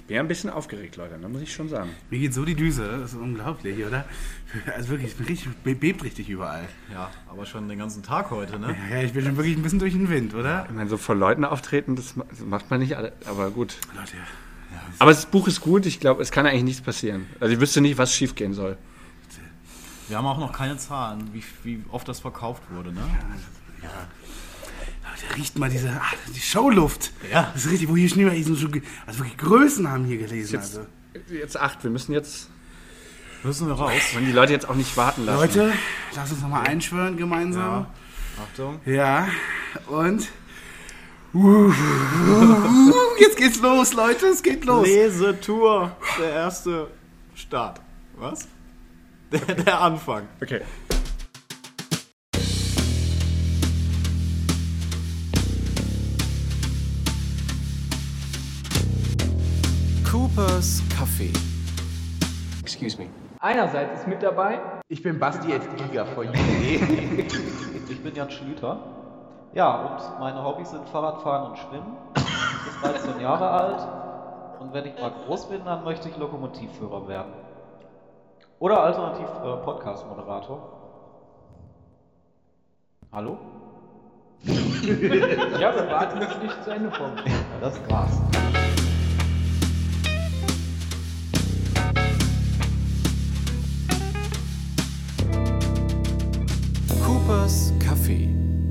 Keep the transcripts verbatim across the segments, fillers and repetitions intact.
bin ja ein bisschen aufgeregt, Leute, da muss ich schon sagen. Mir geht so die Düse, das ist unglaublich, oder? Also wirklich, ich bin richtig, bebt richtig überall. Ja, aber schon den ganzen Tag heute, ne? Ja, ja, ich bin schon wirklich ein bisschen durch den Wind, oder? Ich meine, so vor Leuten auftreten, das macht man nicht alle, aber gut. Leute, ja. Aber das Buch ist gut, ich glaube, es kann eigentlich nichts passieren. Also ich wüsste nicht, was schief gehen soll. Wir haben auch noch keine Zahlen, wie, wie oft das verkauft wurde, ne? Ja. ja. Leute, riecht mal diese, ach, die Showluft. Ja. Das ist richtig, wo hier Schneeweisen so, also wirklich Größen haben hier gelesen. Jetzt, also. jetzt acht, wir müssen jetzt... Müssen wir raus. Wenn die Leute jetzt auch nicht warten lassen. Leute, lass uns nochmal einschwören gemeinsam. Ja. Achtung. Ja, und... Uh, uh, jetzt geht's los, Leute, es geht los. Lesetour, der erste Start. Was? Der, der Anfang. Okay. Coopers Café. Excuse me. Einerseits ist mit dabei. Ich bin Basti jetzt Giga von U. Ich bin Jan Schlüter. Ja, und meine Hobbys sind Fahrradfahren und Schwimmen. Ich bin dreizehn Jahre alt. Und wenn ich mal groß bin, dann möchte ich Lokomotivführer werden. Oder alternativ äh, Podcast-Moderator. Hallo? Ja, wir warten, bis du nicht zu Ende kommst. Ja, das ist krass. Coopers Café.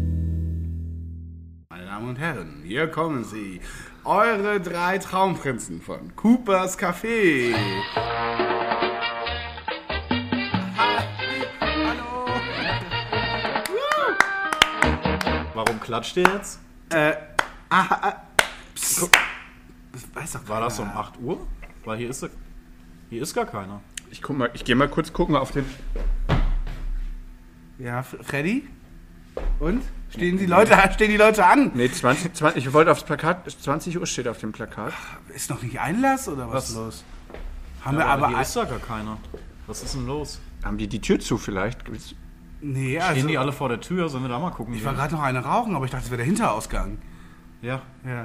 Meine Damen und Herren, hier kommen sie. Eure drei Traumprinzen von Coopers Café. Warum klatscht ihr jetzt? Äh, aha, ah, psst. Das weiß doch War das um keiner. acht Uhr? Weil hier ist, hier ist gar keiner. Ich, guck mal, ich gehe mal kurz gucken auf den... Ja, F- Freddy? Und? Stehen die Leute, stehen die Leute an? Nee, zwanzig, zwanzig, ich wollte aufs Plakat, zwanzig Uhr steht auf dem Plakat. Ist noch nicht Einlass oder was, Was? ist los? Haben Ja, wir aber aber... hier ist da gar keiner. Was ist denn los? Haben die die Tür zu vielleicht? nee, Stehen also... die alle vor der Tür? Sollen wir da mal gucken? Ich war gerade noch eine rauchen, aber ich dachte, es wäre der Hinterausgang. Ja. Ja.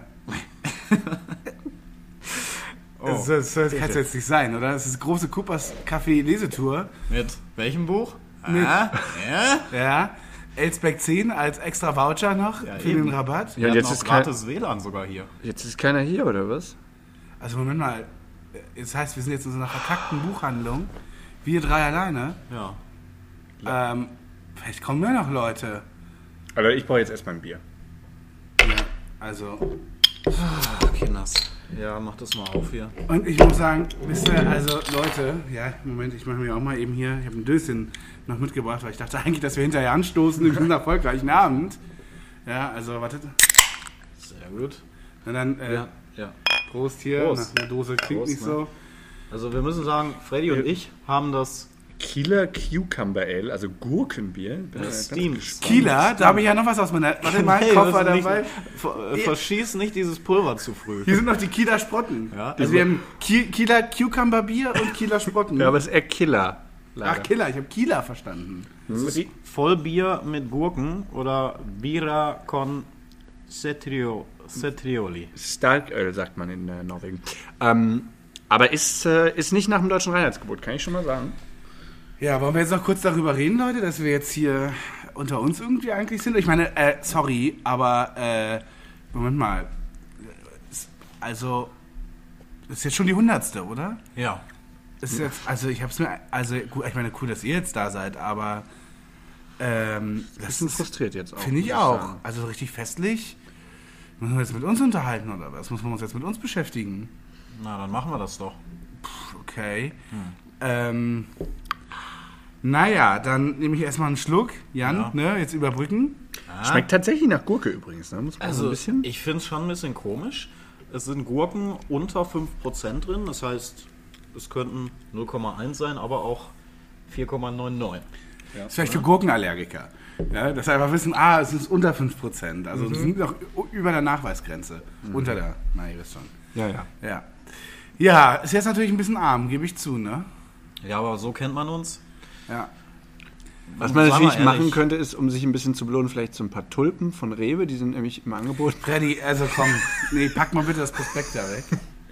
Oh. Das, das, das kann es jetzt nicht sein, oder? Das ist große Coopers Café Lesetour. Mit welchem Buch? Mit- Ah, ja? Ja. Elsbeck zehn als extra Voucher noch Ja, für eben. den Rabatt. Wir Ja, hatten jetzt auch ist kein- gratis W L A N sogar hier. Jetzt ist keiner hier, oder was? Also Moment mal. Das heißt, wir sind jetzt in so einer verkackten Buchhandlung. Wir drei alleine. Ja. Ähm, vielleicht kommen mehr noch Leute. Also ich brauche jetzt erstmal ein Bier. Ja, also... Okay, nass. Ja, mach das mal auf hier. Und ich muss sagen, wisst ihr, also Leute, ja, Moment, ich mache mir auch mal eben hier, ich habe ein Döschen noch mitgebracht, weil ich dachte eigentlich, dass wir hinterher anstoßen in diesem erfolgreichen Abend. Ja, also, wartet. Sehr gut. Na dann, äh, Ja, ja. Prost hier, Prost. nach einer Dose klingt Prost, nicht ne? so. Also wir müssen sagen, Freddy und ich haben das Kieler Cucumber Ale, also Gurkenbier. Bin äh, ja ganz Steam. gespannt. Kieler, da habe ich ja noch was aus meiner, warte mal, Hey, Koffer wir müssen dabei. nicht, ver, äh, verschieß nicht dieses Pulver zu früh. Hier sind noch die Kieler Sprotten. Ja, also wir haben Ki- Kieler Cucumber Bier und Kieler Sprotten. Ja, aber es ist eher Killer. Ach, Killer, ich habe Kieler verstanden. Rie- Vollbier mit Gurken oder Bira con cetrio, cetrioli. Starköl, sagt man in äh, Norwegen. Ähm, aber ist, äh, ist nicht nach dem deutschen Reinheitsgebot, kann ich schon mal sagen. Ja, wollen wir jetzt noch kurz darüber reden, Leute, dass wir jetzt hier unter uns irgendwie eigentlich sind? Ich meine, äh, sorry, aber, äh, Moment mal. Also, das ist jetzt schon die hundertste, oder? Ja. Das ist jetzt, also ich hab's mir, also gut, ich meine, cool, dass ihr jetzt da seid, aber, ähm, das Bisschen ist, frustriert jetzt auch. finde ich muss auch. sagen. Also so richtig festlich. Müssen wir jetzt mit uns unterhalten, oder was? Müssen wir uns jetzt mit uns beschäftigen? Na, dann machen wir das doch. Okay. Ähm, naja, dann nehme ich erstmal einen Schluck. Jan, Ja. ne, jetzt überbrücken. Schmeckt tatsächlich nach Gurke übrigens, ne? Muss man so Also ein bisschen. ich finde es schon ein bisschen komisch. Es sind Gurken unter fünf Prozent drin, das heißt, es könnten null Komma eins sein, aber auch vier Komma neunundneunzig. Das ist vielleicht für Gurkenallergiker. Ja, dass sie einfach wissen, ah, es ist unter fünf Prozent. Also es sind noch über der Nachweisgrenze. Unter der, na, ihr wisst schon. Ja, ja. Ja. Ja, ist jetzt natürlich ein bisschen arm, gebe ich zu, ne? Ja, aber so kennt man uns. Ja. Was man Sagen wir natürlich machen ehrlich. könnte, ist, um sich ein bisschen zu belohnen, vielleicht so ein paar Tulpen von Rewe, die sind nämlich im Angebot. Freddy, also komm, nee, pack mal bitte das Prospekt da weg.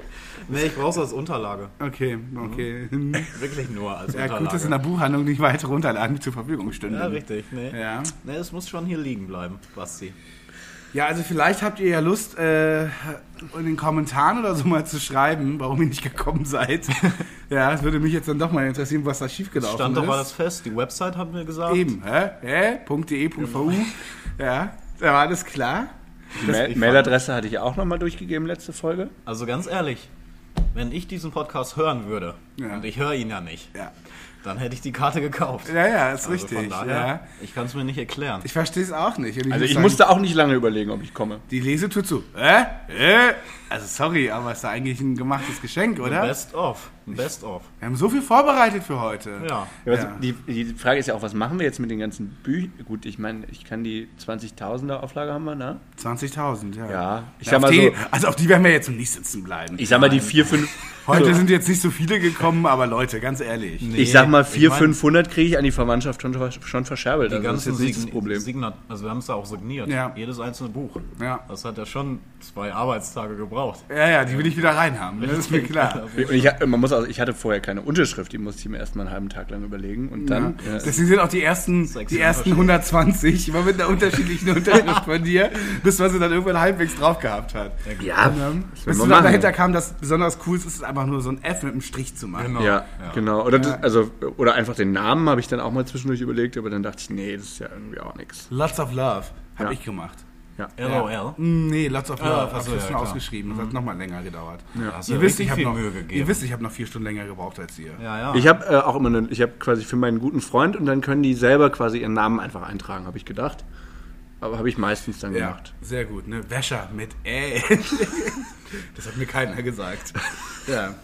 Nee, ich brauch's als Unterlage. Okay, okay. Wirklich nur als Ja, Unterlage. gut, dass in der Buchhandlung nicht weitere Unterlagen zur Verfügung stünden. Ja, richtig. Nee. Ja. Nee, es muss schon hier liegen bleiben, Basti. Ja, also vielleicht habt ihr ja Lust, äh, in den Kommentaren oder so mal zu schreiben, warum ihr nicht gekommen seid. Ja, es würde mich jetzt dann doch mal interessieren, was da schiefgelaufen Stand ist. doch alles fest. Die Website haben wir gesagt. Eben, hä? hä? .de.vu. Ja, da war alles klar. Ma- Mailadresse hatte ich auch nochmal durchgegeben, letzte Folge. Also ganz ehrlich, wenn ich diesen Podcast hören würde, Ja. und ich höre ihn ja nicht, Ja, dann hätte ich die Karte gekauft. ja, ja ist Also richtig. Von daher, Ja. ich kann es mir nicht erklären. Ich verstehe es auch nicht. Und ich Also muss ich sagen, musste auch nicht lange überlegen, ob ich komme. die Lese tut so, äh? Äh? Also sorry, aber es ist eigentlich ein gemachtes Geschenk, oder? Best of. Best of. Wir haben so viel vorbereitet für heute. Ja. Ja, was, Ja. Die, die Frage ist ja auch, was machen wir jetzt mit den ganzen Büchern? Gut, ich meine, ich kann die zwanzigtausender Auflage haben wir, ne? zwanzigtausend, ja. Ja, ich Ich sag auf mal die, so, also auf die werden wir jetzt nicht sitzen bleiben. ich sag mal die vier, fünf, Heute so, sind jetzt nicht so viele gekommen, aber Leute, ganz ehrlich. Nee, ich sag mal ich vier, mein- fünfhundert kriege ich an die Verwandtschaft schon, schon verscherbelt. Die Also das ist ganzen jetzt nicht das Sign- Problem. Signat, also wir haben es da auch signiert. Ja. Jedes einzelne Buch. Ja. Das hat ja schon zwei Arbeitstage gebraucht. Ja, ja, die will ich wieder reinhaben, ne? Das ist mir klar. Und ich, man muss also, ich hatte vorher keine Unterschrift, die musste ich mir erstmal einen halben Tag lang überlegen und dann. Ja. äh, Deswegen sind auch die ersten, Sechs die ersten Unterschiede. hundertzwanzig immer mit einer unterschiedlichen Unterschrift von dir, bis man sie dann irgendwann halbwegs drauf gehabt hat. ja, Und, ähm, das bis will du man dann machen. dahinter kam, dass besonders cool ist, ist einfach nur so ein F mit einem Strich zu machen. Genau. Ja, Ja. genau. Oder, Ja. Das, also, oder einfach den Namen habe ich dann auch mal zwischendurch überlegt, aber dann dachte ich, nee, das ist ja irgendwie auch nichts. Lots of Love, habe Ja. ich gemacht. Ja. L O L. Mm, Nee, Lots of Love, Ah, habe achso, ich ja, schon klar. ausgeschrieben. Das hat nochmal länger gedauert. Da hast du Ihr, ja wisst, richtig ich hab viel noch, Mühe gegeben. ihr wisst, ich habe noch vier Stunden länger gebraucht als ihr. Ja, ja. Ich habe äh, auch immer, eine, ich habe quasi für meinen guten Freund und dann können die selber quasi ihren Namen einfach eintragen, habe ich gedacht. Aber habe ich meistens dann Ja, gemacht. sehr gut, ne? Wäscher mit Ä. Das hat mir keiner gesagt. Ja.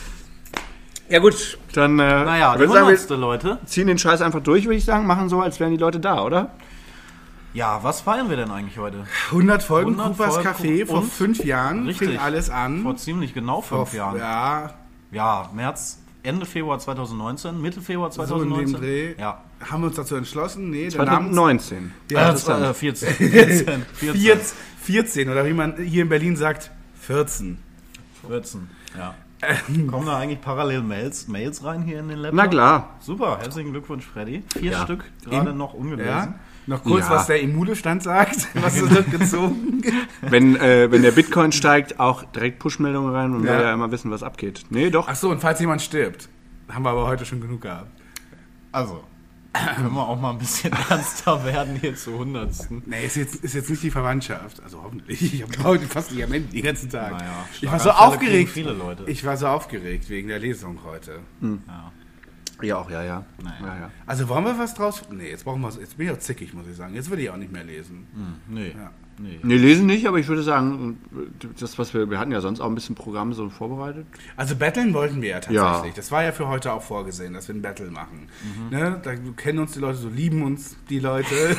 Ja gut, dann äh, naja, ich die würde sagen, hundertste, wir Leute. ziehen den Scheiß einfach durch, würde ich sagen, machen so, als wären die Leute da, oder? Ja, was feiern wir denn eigentlich heute? hundert Folgen hundert Coopers Folgen Café vor und- fünf Jahren Richtig. fing alles an. Vor ziemlich genau fünf Vor- Jahren. Ja, Ja, März, Ende Februar zweitausendneunzehn, Mitte Februar so in zweitausendneunzehn. dem Dreh. Ja. Haben wir uns dazu entschlossen? Nee, der Name. zweitausendneunzehn. Ja, äh, das äh, vierzehn. vierzehn. vierzehn, vierzehn oder wie man hier in Berlin sagt, vierzehn. vierzehn. Ja. Kommen da eigentlich parallel Mails, Mails rein hier in den Laptop? Na klar. Super, herzlichen Glückwunsch, Freddy. Vier Ja. Stück, gerade In- noch ungelesen. Ja. Noch kurz, Ja. was der Emule-Stand sagt. Was ist das gezogen? Wenn, äh, wenn der Bitcoin steigt, auch direkt Push-Meldungen rein und Ja. wir ja immer wissen, was abgeht. Nee, doch. Ach so, und falls jemand stirbt. Haben wir aber heute schon genug gehabt. Also, können wir auch mal ein bisschen ernster werden hier zur hundertsten. Nee, ist jetzt, ist jetzt nicht die Verwandtschaft. Also hoffentlich. Ich habe heute fast nicht am Ende den ganzen Tag. Naja, ich war so Schlaganfälle kriegen aufgeregt. viele Leute. Ich war so aufgeregt wegen der Lesung heute. Ja. Ja, auch, ja, ja. Naja. ja, ja. Also wollen wir was draus? Nee, jetzt brauchen wir jetzt bin ich auch zickig, muss ich sagen. Jetzt will ich auch nicht mehr lesen. Nee, Ja. nee. Nee, lesen nicht, aber ich würde sagen, das, was wir, wir hatten ja sonst auch ein bisschen Programm so vorbereitet. Also battlen wollten wir ja tatsächlich. Ja. Das war ja für heute auch vorgesehen, dass wir ein Battle machen. Ne? Da kennen uns die Leute, so lieben uns die Leute.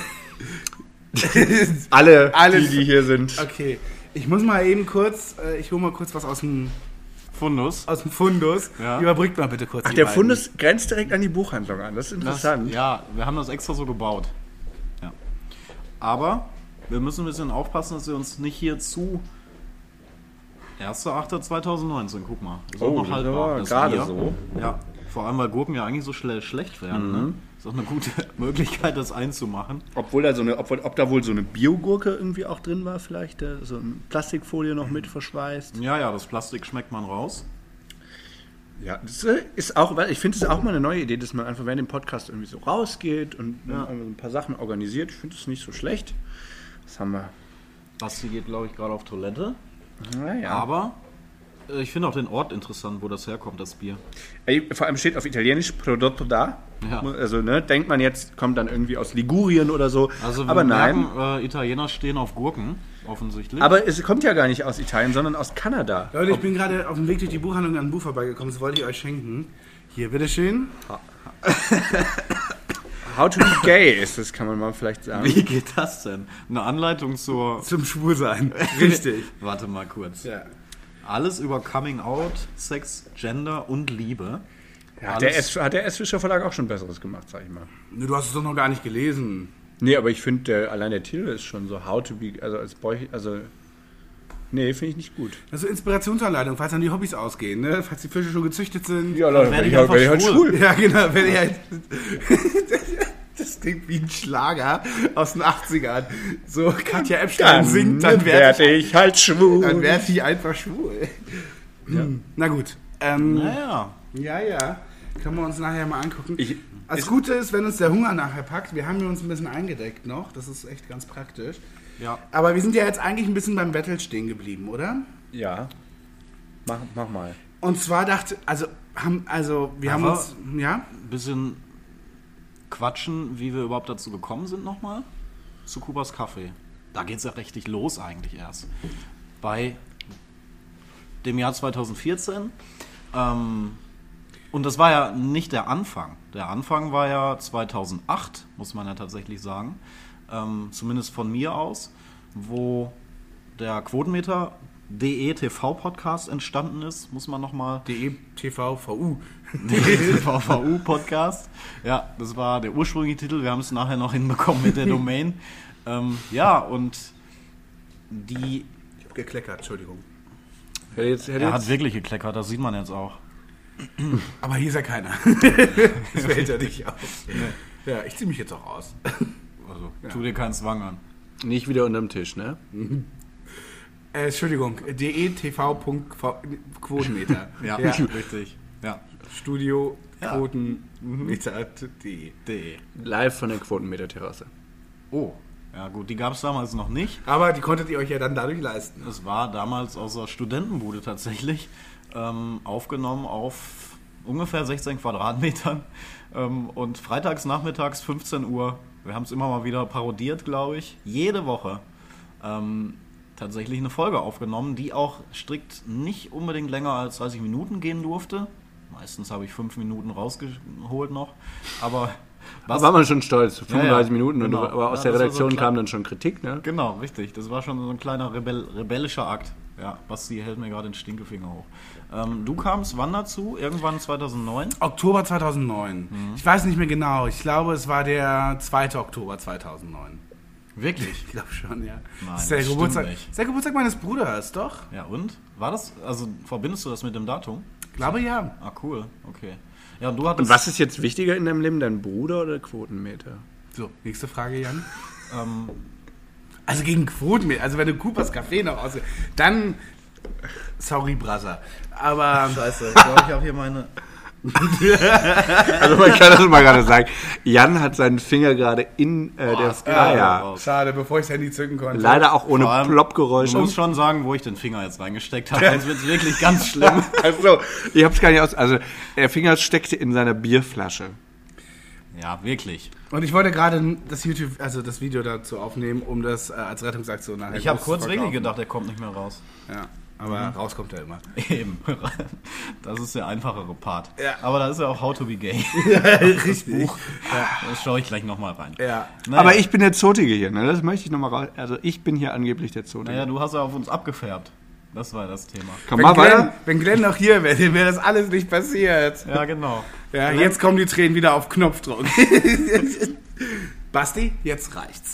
Alle, Alle- die, die hier sind. Okay, ich muss mal eben kurz, äh, ich hole mal kurz was aus dem, Fundus. aus dem Fundus. Ja. Überbrückt mal bitte kurz Ach, die der beiden. Fundus grenzt direkt an die Buchhandlung an. Das ist Das, interessant. ja, wir haben das extra so gebaut. Ja. Aber wir müssen ein bisschen aufpassen, dass wir uns nicht hier zu... erster achter zweitausendneunzehn, guck mal. Ist auch Oh, noch das haltbar, war das gerade Bier. so. Ja, vor allem, weil Gurken ja eigentlich so schle schlecht werden. Ne? Ist auch eine gute Möglichkeit, das einzumachen. Obwohl da so eine, obwohl, ob da wohl so eine Biogurke irgendwie auch drin war, vielleicht, äh, so eine Plastikfolie noch mit verschweißt. Ja, ja, das Plastik schmeckt man raus. Ja, das äh, ist auch, weil ich finde es auch mal eine neue Idee, dass man einfach während dem Podcast irgendwie so rausgeht und Ja. ja. ein paar Sachen organisiert. Ich finde es nicht so schlecht. Was haben wir? Basti geht, glaube ich, gerade auf Toilette. Naja. Aber äh, ich finde auch den Ort interessant, wo das herkommt, das Bier. Ey, vor allem steht auf Italienisch Prodotto da. Ja. Also, ne, denkt man jetzt, kommt dann irgendwie aus Ligurien oder so. Also wir aber nein. merken, äh, Italiener stehen auf Gurken, offensichtlich. Aber es kommt ja gar nicht aus Italien, sondern aus Kanada. Leute, ich bin gerade auf dem Weg durch die Buchhandlung an ein Buch vorbeigekommen. Das wollte ich euch schenken. Hier, bitteschön. How to be gay ist das, kann man mal vielleicht sagen. Wie geht das denn? Eine Anleitung zur... Zum Schwulsein. Richtig. Warte mal kurz. Ja. Alles über Coming Out, Sex, Gender und Liebe. Ja, hat, der Alles- S, hat der S. Fischer Verlag auch schon Besseres gemacht, sag ich mal. Ne, du hast es doch noch gar nicht gelesen. Nee, aber ich finde, der, allein der Titel ist schon so How to be, also als Boy, also Nee, finde ich nicht gut. Also Inspirationsanleitung, falls dann die Hobbys ausgehen, ne? Falls die Fische schon gezüchtet sind. Ja, Leute, werde ich einfach halt schwul. Ja, genau. Wenn ihr halt das klingt wie ein Schlager aus den achtzigern. So Katja Epstein singt, dann werde ich, ich halt schwul. dann werd ich einfach schwul. Ja. Na gut. Ähm, Naja. Ja, ja. Können wir uns nachher mal angucken. Ich- Das Gute ist, wenn uns der Hunger nachher packt, wir haben hier uns ein bisschen eingedeckt noch. Das ist echt ganz praktisch. Ja. Aber wir sind ja jetzt eigentlich ein bisschen beim Battle stehen geblieben, oder? Ja. Mach, mach mal. Und zwar dachte, also, haben, also wir haben Aber- uns, ja? Ein bisschen quatschen, wie wir überhaupt dazu gekommen sind nochmal. Zu Kubas Kaffee. Da geht es ja richtig los eigentlich erst. Bei dem Jahr zweitausendvierzehn. Ähm, und das war ja nicht der Anfang. Der Anfang war ja zweitausendacht, muss man ja tatsächlich sagen. Ähm, zumindest von mir aus, wo der Quotenmeter D E T V-Podcast entstanden ist, muss man nochmal... D E T V V U. V V U-Podcast. Ja, das war der ursprüngliche Titel. Wir haben es nachher noch hinbekommen mit der Domain. ähm, ja, und die... Ich hab gekleckert, Entschuldigung. Hätte jetzt, hätte Er hat jetzt, wirklich gekleckert, das sieht man jetzt auch. Aber hier ist ja keiner. Das fällt ja nicht auf. Ja, ich zieh mich jetzt auch aus. Also, tu dir keinen Zwang an. nicht wieder unterm Tisch, ne? Äh, Entschuldigung, D E T V Quotenmeter. Ja, ja. richtig. Ja. Studio Ja. Quotenmeter punkt de. D. Live von der Quotenmeter-Terrasse. Oh, ja gut, die gab es damals noch nicht. Aber die konntet ihr euch ja dann dadurch leisten. Es war damals aus der Studentenbude tatsächlich ähm, aufgenommen auf ungefähr sechzehn Quadratmetern ähm, und freitags nachmittags fünfzehn Uhr, wir haben es immer mal wieder parodiert, glaube ich, jede Woche ähm, tatsächlich eine Folge aufgenommen, die auch strikt nicht unbedingt länger als dreißig Minuten gehen durfte. Meistens habe ich fünf Minuten rausgeholt noch, aber... Da war man schon stolz, fünfunddreißig ja, Minuten, genau. und, aber aus Ja, der das war so Redaktion klar. kam dann schon Kritik, ne? Genau, richtig. Das war schon so ein kleiner Rebell rebellischer Akt. Ja, Basti hält mir gerade den Stinkefinger hoch. Ähm, du kamst wann dazu? Irgendwann zweitausendneun? Oktober zweitausendneun. Ich weiß nicht mehr genau. Ich glaube, es war der zweite Oktober zweitausendneun. Wirklich? Ich glaube schon, ja. Nein, das ist der das stimmt Geburtstag, nicht. das ist der Geburtstag meines Bruders, doch? Ja, und? War das, also verbindest du das mit dem Datum? Ich glaube ja. Ah, cool, okay. Ja, und du hattest... Und was ist jetzt wichtiger in deinem Leben, dein Bruder oder Quotenmeter? So, nächste Frage, Jan. Ähm, Also gegen Quotenmeter, also wenn du Coopers Café noch aus... Dann... Sorry, Brother. Aber... scheiße, ich glaube, ich habe hier meine... Also man kann das mal gerade sagen. Jan hat seinen Finger gerade in äh, der... es geht Ah, aber ja. raus. Schade, bevor ich das Handy zücken konnte. Leider auch ohne Vor allem, Ploppgeräusche. Du musst schon sagen, wo ich den Finger jetzt reingesteckt habe, sonst wird es wirklich ganz schlimm. Also, ich hab's gar nicht aus... Also, der Finger steckte in seiner Bierflasche. Ja, wirklich. Und ich wollte gerade das YouTube, also das Video dazu aufnehmen, um das äh, als Rettungsaktion nachher Ich habe groß kurz zu wirklich verkaufen. gedacht, er kommt nicht mehr raus. Ja, aber raus kommt er immer. Eben. Das ist der einfachere Part. Ja. Aber da ist ja auch How to be gay. Richtig. Das schaue ich gleich nochmal rein. Ja. Naja. Aber ich bin der Zotige hier, ne? Das möchte ich nochmal raus... Also, ich bin hier angeblich der Zotige. Naja, du hast ja auf uns abgefärbt. Das war das Thema. Komm Wenn mal Glenn, weiter. wenn Glenn noch hier wäre, dann wäre das alles nicht passiert. Ja, genau. Ja, jetzt kommen die Tränen wieder auf Knopfdruck. Basti, jetzt reicht's.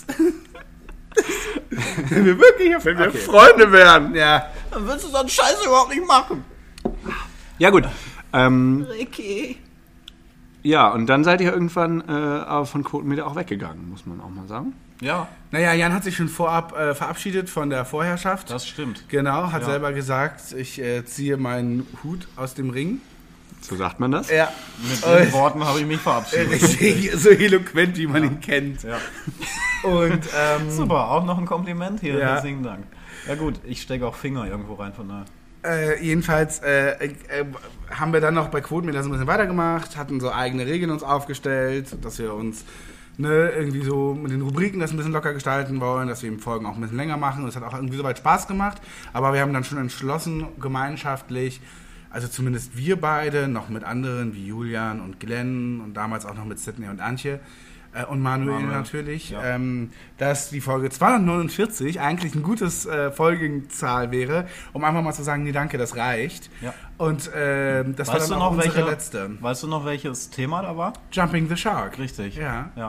Wenn wir wirklich auf Wenn wir Freunde wären. Ja. Dann willst du so einen Scheiß überhaupt nicht machen. Ja, gut. Ähm, ja, und dann seid ihr irgendwann äh, aber von Quotenmeter auch weggegangen, muss man auch mal sagen. Ja, Naja, Jan hat sich schon vorab äh, verabschiedet von der Vorherrschaft. das stimmt. Genau, hat Ja. selber gesagt, ich äh, ziehe meinen Hut aus dem Ring. So sagt man das. Ja. Mit Äh, den Worten habe ich mich verabschiedet. Richtig, so eloquent, wie man ihn kennt. Ja. Und ähm, Super, auch noch ein Kompliment hier. Ja. Herzlichen Dank. Ja gut, ich stecke auch Finger irgendwo rein von daher. Äh, jedenfalls äh, äh, haben wir dann noch bei Quotenmeter so ein bisschen weitergemacht, hatten so eigene Regeln uns aufgestellt, dass wir uns ne, irgendwie so mit den Rubriken das ein bisschen locker gestalten wollen, dass wir die Folgen auch ein bisschen länger machen. Und es hat auch irgendwie soweit Spaß gemacht, aber wir haben dann schon entschlossen, gemeinschaftlich, also zumindest wir beide, noch mit anderen wie Julian und Glenn und damals auch noch mit Sydney und Antje, äh, und Manuel, Manuel, natürlich, ja. ähm, dass die Folge zweihundertneunundvierzig eigentlich ein gutes äh, Folgenzahl wäre, um einfach mal zu sagen, nee, danke, das reicht. Ja. Und äh, das Weißt war du dann auch noch unsere welche, letzte. Weißt du noch, welches Thema da war? Jumping the Shark. Richtig. Ja. Ja.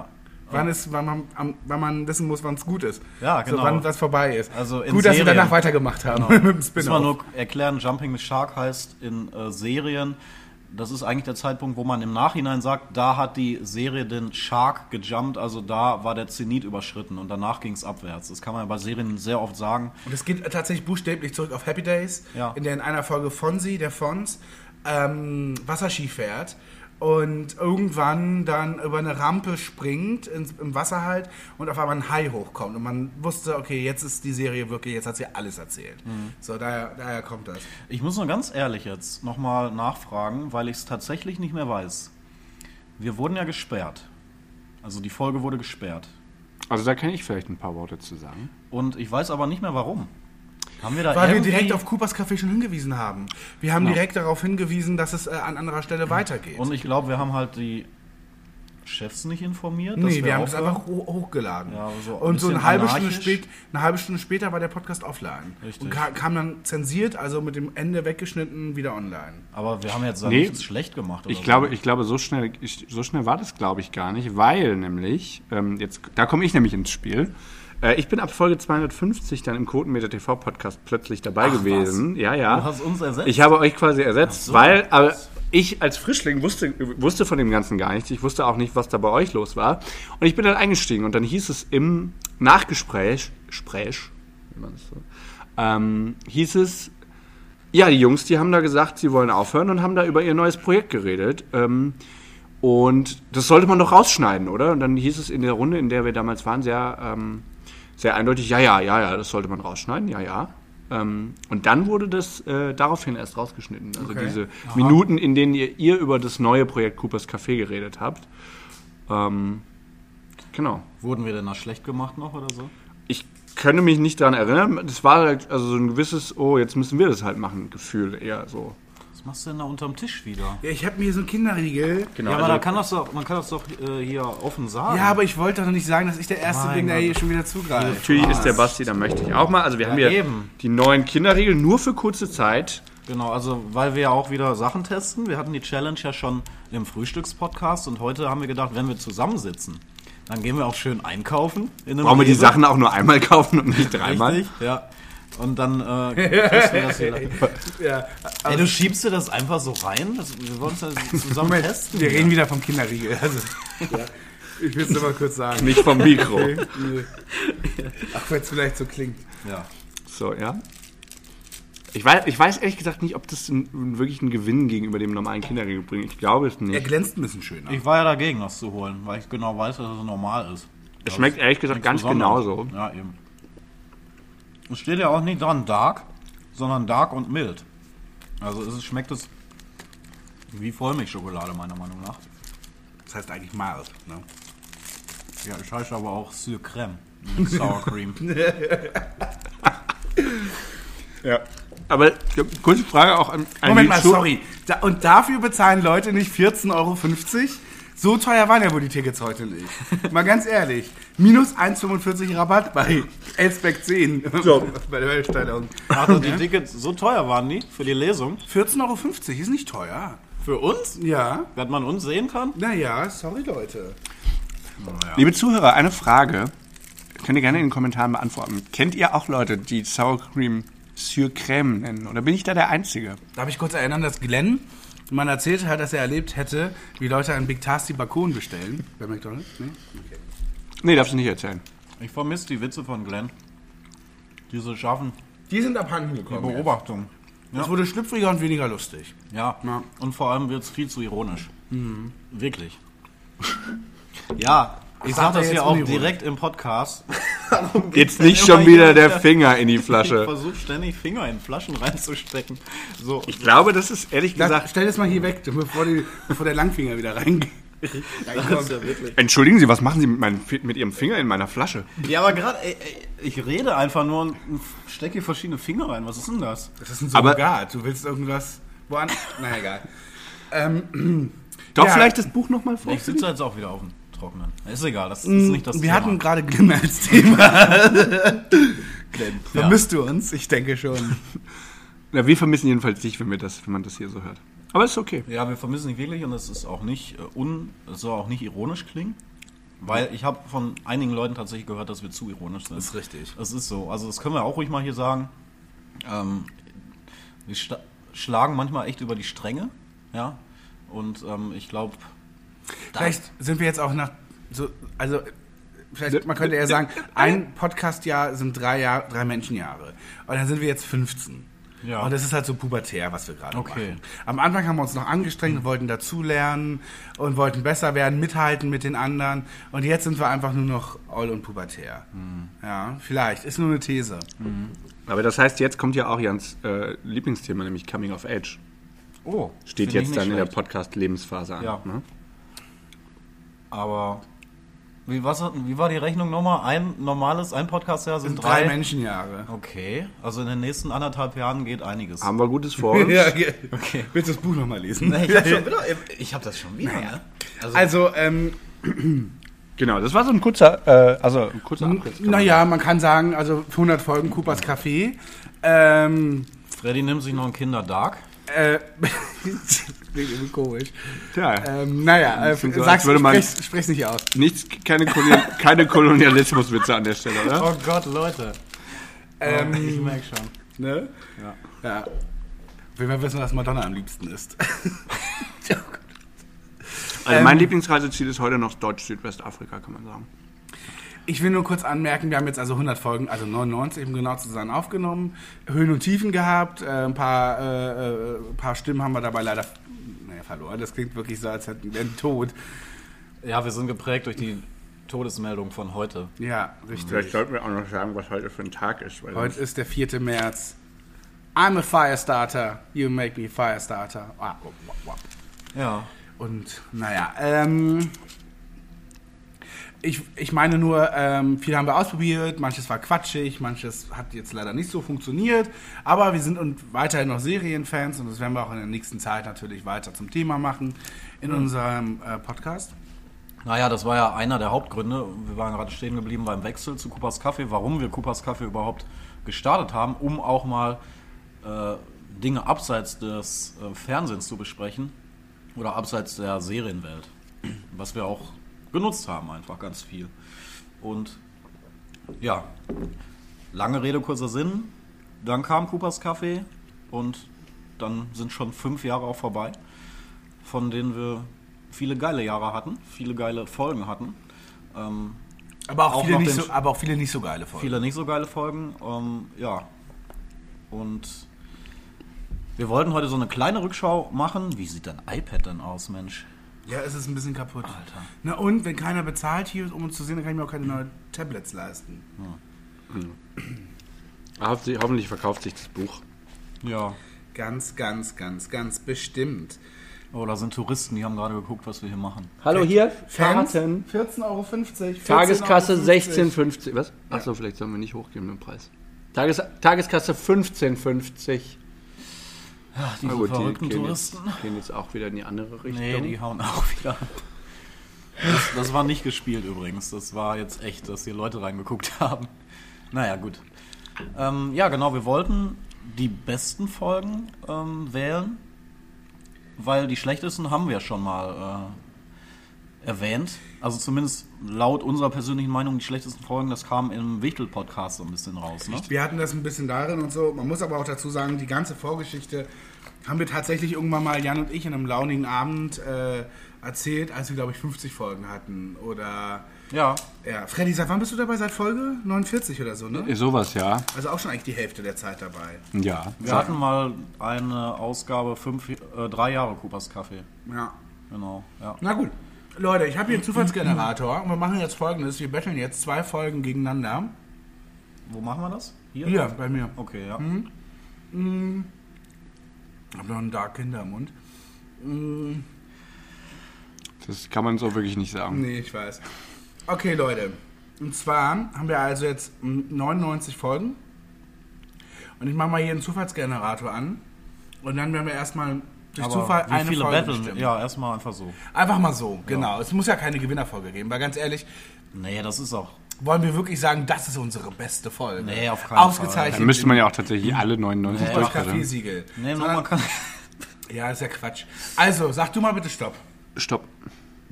Wann, ist, wann, man, am- wann man wissen muss, wann es gut ist. Ja, genau. So, wann das vorbei ist. Also in gut, dass sie Serien. danach weitergemacht haben Genau. mit dem Muss man Spin-off. nur erklären, Jumping the Shark heißt in äh, Serien, das ist eigentlich der Zeitpunkt, wo man im Nachhinein sagt, da hat die Serie den Shark gejumpt, also da war der Zenit überschritten und danach ging es abwärts. Das kann man bei Serien sehr oft sagen. Und es geht tatsächlich buchstäblich zurück auf Happy Days, Ja. in der in einer Folge Fonzie, der Fons, ähm, Wasserski fährt und irgendwann dann über eine Rampe springt, ins, im Wasser halt, und auf einmal ein Hai hochkommt. Und man wusste, okay, jetzt ist die Serie wirklich, jetzt hat sie alles erzählt. So, daher, daher kommt das. Ich muss nur ganz ehrlich jetzt nochmal nachfragen, weil ich es tatsächlich nicht mehr weiß. Wir wurden ja gesperrt. Also die Folge wurde gesperrt. Also da kann ich vielleicht ein paar Worte zu sagen. Und ich weiß aber nicht mehr warum. Haben wir da Weil wir irgendwie... direkt auf Coopers Café schon hingewiesen haben. Wir haben Ja. direkt darauf hingewiesen, dass es äh, an anderer Stelle weitergeht. Und ich glaube, wir haben halt die Chefs nicht informiert. dass Nee, wir haben es aufhören. einfach ho hochgeladen. Ja, so ein und so eine bisschen halbe, Stunde anarchisch. spät, eine halbe Stunde später war der Podcast offline. Richtig. Und ka kam dann zensiert, also mit dem Ende weggeschnitten, wieder online. Aber wir haben jetzt da Nee. nichts schlecht gemacht. Oder Ich glaube, so. ich glaube so, schnell, ich, so schnell war das, glaube ich, gar nicht, weil nämlich, ähm, jetzt, da komme ich nämlich ins Spiel. Äh, ich bin ab Folge zweihundertfünfzig dann im Quotenmeter T V-Podcast plötzlich dabei Ach, gewesen. Ja, ja. Du hast uns ersetzt? Ich habe euch quasi ersetzt, Ach so. weil aber ich als Frischling wusste, wusste von dem Ganzen gar nichts. Ich wusste auch nicht, was da bei euch los war. Und ich bin dann eingestiegen und dann hieß es im Nachgespräch, Sprech, wie man es so, ähm, hieß es, ja, die Jungs, die haben da gesagt, sie wollen aufhören und haben da über ihr neues Projekt geredet. Ähm, und das sollte man doch rausschneiden, oder? Und dann hieß es in der Runde, in der wir damals waren, sehr, ähm, sehr eindeutig, ja, ja, ja, ja, das sollte man rausschneiden, ja, ja. Ähm, und dann wurde das äh, daraufhin erst rausgeschnitten. Also Okay. diese Minuten, in denen ihr, ihr über das neue Projekt Coopers Café geredet habt. Ähm, genau. Wurden wir denn da schlecht gemacht noch oder so? Ich könnte mich nicht daran erinnern. Das war halt also so ein gewisses, oh, jetzt müssen wir das halt machen, Gefühl eher so. Was machst du denn da unterm Tisch wieder? Ja, ich habe mir hier so einen Kinderriegel. Genau, ja, aber also- da kann das doch, man kann das doch äh, hier offen sagen. Ja, aber ich wollte doch nicht sagen, dass ich der Erste Mein bin, der Gott. hier schon wieder zugreift. Natürlich ist der Basti, da möchte ich auch mal. Also wir Ja, haben ja eben. die neuen Kinderregeln nur für kurze Zeit. Genau, also weil wir ja auch wieder Sachen testen. Wir hatten die Challenge ja schon im Frühstückspodcast und heute haben wir gedacht, wenn wir zusammensitzen, dann gehen wir auch schön einkaufen. In einem Brauchen wir die Rewe. Sachen auch nur einmal kaufen und nicht dreimal? Richtig, ja. Und dann äh, testen wir das hier. Ja, Ey, du schiebst dir das einfach so rein? Das, wir wollen es ja zusammen Moment, testen. wir reden wieder vom Kinderriegel. Also, ja, ich will es nur mal kurz sagen. Nicht vom Mikro. Nee. Ach, wenn es vielleicht so klingt. Ja. So, ja. Ich weiß, ich weiß ehrlich gesagt nicht, ob das ein, wirklich einen Gewinn gegenüber dem normalen Kinderriegel bringt. Ich glaube es Er nicht. glänzt ein bisschen schöner. Ich war ja dagegen, das zu holen, weil ich genau weiß, dass es normal ist. Es schmeckt ehrlich gesagt Nichts ganz Besonderes. genauso. Ja, eben. Es steht ja auch nicht dran dark, sondern dark und mild. Also es ist- schmeckt es wie Vollmilchschokolade, meiner Meinung nach. Das heißt eigentlich mild. Ne? Ja, es heißt aber auch Sur Crème. Mit Sour Cream. Ja. Aber kurze Frage auch an, an Moment die mal, Zu- sorry. Da, und dafür bezahlen Leute nicht vierzehn Euro fünfzig? So teuer waren ja wohl die Tickets heute nicht. Mal ganz ehrlich. Minus eins Komma fünfundfünfzig Rabatt bei Elsbeck zehn. So. Bei der Bestellung. Also die Tickets, so teuer waren die für die Lesung? vierzehn Euro fünfzig ist nicht teuer. Für uns? Ja. Dass man uns sehen kann? Naja, sorry Leute. Liebe Zuhörer, eine Frage. Könnt ihr gerne in den Kommentaren beantworten. Kennt ihr auch Leute, die Sour Cream Sur Crème nennen? Oder bin ich da der Einzige? Darf ich kurz erinnern, dass Glenn mal erzählt hat, dass er erlebt hätte, wie Leute einen Big Tasty Bacon bestellen. Bei McDonald's? Nee? Okay. Nee, darfst du nicht erzählen. Ich vermisse die Witze von Glenn. Diese scharfen Die sind abhanden gekommen. Beobachtungen. Es wurde schlüpfriger und weniger lustig. Ja. Ja. Und vor allem wird es viel zu ironisch. Wirklich. Ja, ich sag sagt er das hier jetzt auch unironisch? direkt im Podcast. Jetzt nicht Immer schon wieder hier- der Finger in die Ich Flasche. versuche ständig Finger in Flaschen reinzustecken. So. Ich glaube, das ist ehrlich Lass, gesagt... stell das mal hier weg, bevor, die, bevor der Langfinger wieder reingeht. Das ist ja wirklich. Entschuldigen Sie, was machen Sie mit, meinem, mit Ihrem Finger in meiner Flasche? Ja, aber gerade, ich rede einfach nur und stecke hier verschiedene Finger rein. Was ist denn das? Das ist ein Aber- Surrogat. Du willst irgendwas woanders. Na egal. Ähm, Doch, Ja. vielleicht das Buch nochmal vor? Ich sitze jetzt auch wieder auf dem Trockenen. Ist egal, das ist nicht das wir Thema. hatten gerade Glenn als Thema. Glenn, Ja. vermisst du uns? Ich denke schon. Ja, wir vermissen jedenfalls dich, wenn, wir das, wenn man das hier so hört. Aber ist okay. Ja, wir vermissen nicht wirklich und es ist auch nicht äh, un, es soll auch nicht ironisch klingen. Weil ich habe von einigen Leuten tatsächlich gehört, dass wir zu ironisch sind. Das ist richtig. Das ist so. Also das können wir auch ruhig mal hier sagen. Ähm, wir sta- schlagen manchmal echt über die Stränge. Ja. Und ähm, ich glaube... Vielleicht sind wir jetzt auch nach so, also vielleicht, man könnte eher sagen, ein Podcast-Jahr sind drei Jahr, drei Menschenjahre. Und dann sind wir jetzt fünfzehn. Ja. Und das ist halt so pubertär, was wir gerade Okay. machen. Am Anfang haben wir uns noch angestrengt, wollten dazulernen und wollten besser werden, mithalten mit den anderen. Und jetzt sind wir einfach nur noch all und pubertär. Mhm. Ja, vielleicht. Ist nur eine These. Aber das heißt, jetzt kommt ja auch Jans äh, Lieblingsthema, nämlich Coming of Age. Oh, Steht find ich jetzt nicht dann in der schlecht. Podcast-Lebensphase an. Ja. Ne? Aber wie, was, hat- wie war die Rechnung nochmal? Ein normales, ein Podcast-Jahr sind Sind drei drei... Menschenjahre. Okay, also in den nächsten anderthalb Jahren geht einiges. Haben wir Gutes vor uns. Ja, okay. Okay. Willst du das Buch nochmal lesen? Nee, ich hab schon wieder, ich hab das schon wieder, ne? Also, Also, ähm, Genau, das war so ein kurzer, äh, also ein kurzer Abriss. kann man naja, man kann sagen, also hundert Folgen Coopers Café. Ähm, Freddy nimmt sich noch ein Kinder Dark. äh, klingt irgendwie komisch. sagen. Ja, Ähm, naja, äh, klingt so, als sag's, würde man- sprech's, sprech's nicht aus. nichts, keine, Kolonial, keine Kolonialismuswitze an der Stelle, oder? Oh Gott, Leute. Ähm, Ich merk schon. ne? Ja. Ja. Will man wissen, was Madonna am liebsten ist. Also mein ähm, Lieblingsreiseziel ist heute noch Deutsch-Südwestafrika, kann man sagen. Ich will nur kurz anmerken, wir haben jetzt also hundert Folgen, also neunundneunzig, um genau zu sein, aufgenommen. Höhen und Tiefen gehabt. Äh, ein paar, äh, äh, ein paar Stimmen haben wir dabei leider naja, verloren. Das klingt wirklich so, als hätten wir einen Tod. Ja, wir sind geprägt durch die Todesmeldung von heute. Ja, richtig. Vielleicht sollten wir auch noch sagen, was heute für ein Tag ist. Weil Heute ist der vierte März. I'm a Firestarter. You make me a Firestarter. Ah, wop, wop, wop. Ja. Und naja, ähm, ich, ich meine nur, ähm, viel haben wir ausprobiert, manches war quatschig, manches hat jetzt leider nicht so funktioniert, aber wir sind und weiterhin noch Serienfans und das werden wir auch in der nächsten Zeit natürlich weiter zum Thema machen in unserem äh, Podcast. Naja, das war ja einer der Hauptgründe. Wir waren gerade stehen geblieben beim Wechsel zu Coopers Café, warum wir Coopers Café überhaupt gestartet haben, um auch mal äh, Dinge abseits des äh, Fernsehens zu besprechen oder abseits der Serienwelt, was wir auch genutzt haben, einfach ganz viel. Und ja, lange Rede, kurzer Sinn, dann kam Coopers Café und dann sind schon fünf Jahre auch vorbei, von denen wir viele geile Jahre hatten, viele geile Folgen hatten. Ähm, Aber auch, Auch viele noch nicht den- so, aber auch viele nicht so geile Folgen. viele nicht so geile Folgen. Ähm, ja. Und wir wollten heute so eine kleine Rückschau machen. Wie sieht dein iPad denn aus, Mensch? Ja, es ist ein bisschen kaputt. Alter. Na und, wenn keiner bezahlt hier, um uns zu sehen, dann kann ich mir auch keine neuen Tablets leisten. Hoffentlich, hoffentlich verkauft sich das Buch. Ja. Ganz, ganz, ganz, ganz bestimmt. Oh, da sind Touristen, die haben gerade geguckt, was wir hier machen. Hallo hier, Fans, Fahrten. vierzehn Euro fünfzig. Tageskasse sechzehn fünfzig. Was? Achso, vielleicht sollen wir nicht hochgeben den Preis. Tages, Tageskasse fünfzehn fünfzig. Ach, Na diese gut, die verrückten gehen Touristen. jetzt, gehen jetzt auch wieder in die andere Richtung. Nee, die hauen auch wieder ab. Das, das war nicht gespielt übrigens. Das war jetzt echt, dass hier Leute reingeguckt haben. Naja, gut. Ähm, ja, genau, wir wollten die besten Folgen ähm, wählen, weil die schlechtesten haben wir schon mal äh, erwähnt. Also zumindest laut unserer persönlichen Meinung die schlechtesten Folgen, das kam im Wichtel-Podcast so ein bisschen raus. Ne? Wir hatten das ein bisschen darin und so. Man muss aber auch dazu sagen, die ganze Vorgeschichte haben wir tatsächlich irgendwann mal, Jan und ich, in einem launigen Abend äh, erzählt, als wir, glaube ich, fünfzig Folgen hatten. Oder, Ja, ja, Freddy, seit wann bist du dabei? Seit Folge neunundvierzig oder so, ne? Sowas, ja. Also auch schon eigentlich die Hälfte der Zeit dabei. Ja. wir hatten mal eine Ausgabe, fünf, äh, drei Jahre Coopers Café. Ja. Genau, ja. Na gut. Leute, ich habe hier einen Zufallsgenerator und wir machen jetzt Folgendes. Wir betteln jetzt zwei Folgen gegeneinander. Wo machen wir das? Hier, bei mir. Okay, ja. Ich habe noch einen Dark Kinder im Mund. Mm, Das kann man so wirklich nicht sagen. nee, ich weiß. Okay, Leute. Und zwar haben wir also jetzt neunundneunzig Folgen. Und ich mache mal hier einen Zufallsgenerator an. Und dann werden wir erstmal durch Aber Zufall wie eine viele Folge Battlen? bestimmen. Ja, erstmal einfach so. Einfach mal so, genau. Es muss ja keine Gewinnerfolge geben, weil ganz ehrlich, Nee, das ist auch... wollen wir wirklich sagen, das ist unsere beste Folge. Nee, auf keinen Ausgezeichnet. Dann müsste man ja auch tatsächlich alle neunundneunzig Nee, Das durchführen. Kaffeesiegel. Nee, nur Sondern- man kann... Ja, ist ja Quatsch. Also, sag du mal bitte Stopp. Stopp.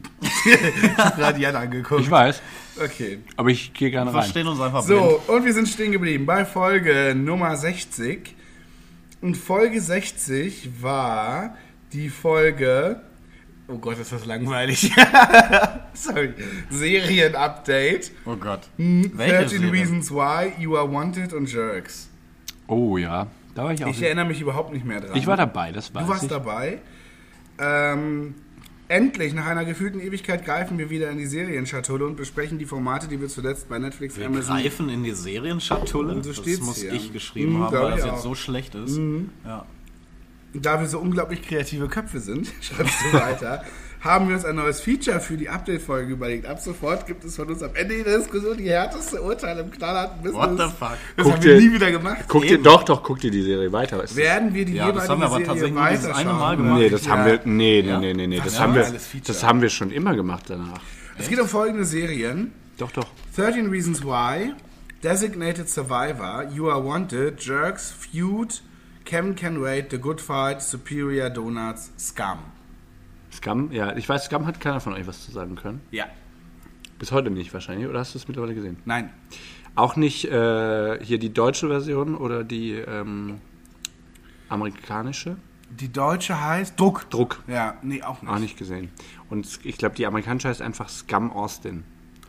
Ich habe gerade Jan angeguckt. Ich weiß, Okay. aber ich gehe gerne Wir rein. verstehen uns einfach blind. So, und wir sind stehen geblieben bei Folge Nummer sechzig. Und Folge sechzig war die Folge... Oh Gott, ist das langweilig. Sorry. Serienupdate. Oh Gott. Welche Welche thirteen Serie? Reasons Why, You Are Wanted und Jerks. Oh ja, da war ich auch. Ich erinnere mich überhaupt nicht mehr dran. Ich war dabei, das weiß Du warst ich. dabei. Ähm, endlich, nach einer gefühlten Ewigkeit, greifen wir wieder in die Serienschatulle und besprechen die Formate, die wir zuletzt bei Netflix, Wir Amazon... greifen in die Serienschatulle. Und so steht's das muss hier. ich geschrieben Mhm, haben, glaub weil das ich jetzt auch. so schlecht ist. Ja. Da wir so unglaublich kreative Köpfe sind, schreibst du weiter, haben wir uns ein neues Feature für die Update-Folge überlegt. Ab sofort gibt es von uns am Ende der Diskussion die härteste Urteile im knallharten Business. What the fuck? Das Guck haben wir dir- nie wieder gemacht. Guck dir, Eben. doch, doch, guck dir die Serie weiter. Ist Werden wir die Ja, das jeweilige haben wir aber Serie tatsächlich nur dieses weiterschauen? eine Mal gemacht. Nee, das Ja. haben wir. Nee, nee, Ja? nee, nee, nee. Das Ja, haben wir. geiles Feature. Das haben wir schon immer gemacht danach. Es geht um folgende Serien. Doch, doch. thirteen Reasons Why, Designated Survivor, You Are Wanted, Jerks, Feud, Kevin Can Wait, The Good Fight, Superior Donuts, Scum. Scum, ja, ich weiß, Scum hat keiner von euch was zu sagen können. Ja. Bis heute nicht wahrscheinlich, oder hast du es mittlerweile gesehen? Nein. Auch nicht äh, hier die deutsche Version oder die ähm, amerikanische? Die deutsche heißt Druck. Druck. Ja, nee, auch nicht. Auch nicht gesehen. Und ich glaube, die amerikanische heißt einfach Scum Austin.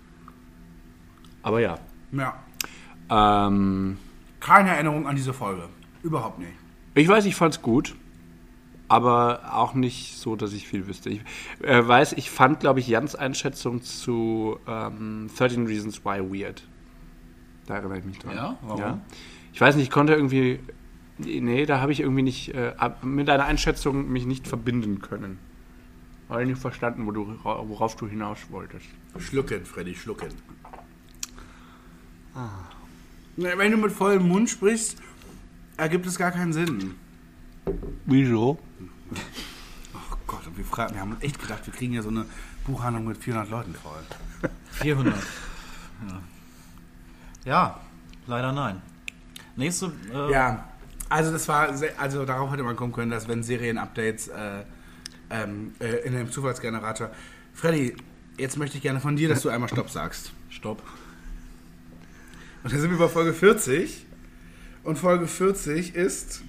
Aber ja. Ja. Ähm, Keine Erinnerung an diese Folge. Überhaupt nicht. ich weiß, ich fand's gut. Aber auch nicht so, dass ich viel wüsste. Ich äh, weiß, ich fand, glaube ich, Jans Einschätzung zu ähm, thirteen Reasons Why weird. Da erinnere ich mich dran. Ja? Warum? Ich weiß nicht, ich konnte irgendwie... Nee, da habe ich irgendwie nicht... Äh, hab mit deiner Einschätzung mich nicht verbinden können. Habe ich nicht verstanden, wo du, worauf du hinaus wolltest. Schlucken, Freddy, schlucken. Na, wenn du mit vollem Mund sprichst, ergibt es gar keinen Sinn. Wieso? Oh Gott, und wir, fragen, wir haben echt gedacht, wir kriegen ja so eine Buchhandlung mit vierhundert Leuten voll. vierhundert. Ja. ja, leider nein. Nächste. Äh, Ja, also das war, sehr, also darauf hätte man kommen können, dass wenn Serien-Updates äh, ähm, äh, in dem Zufallsgenerator... Freddy, jetzt möchte ich gerne von dir, dass du einmal Stopp sagst. Stopp. Und da sind wir bei Folge vierzig. Und Folge vierzig ist...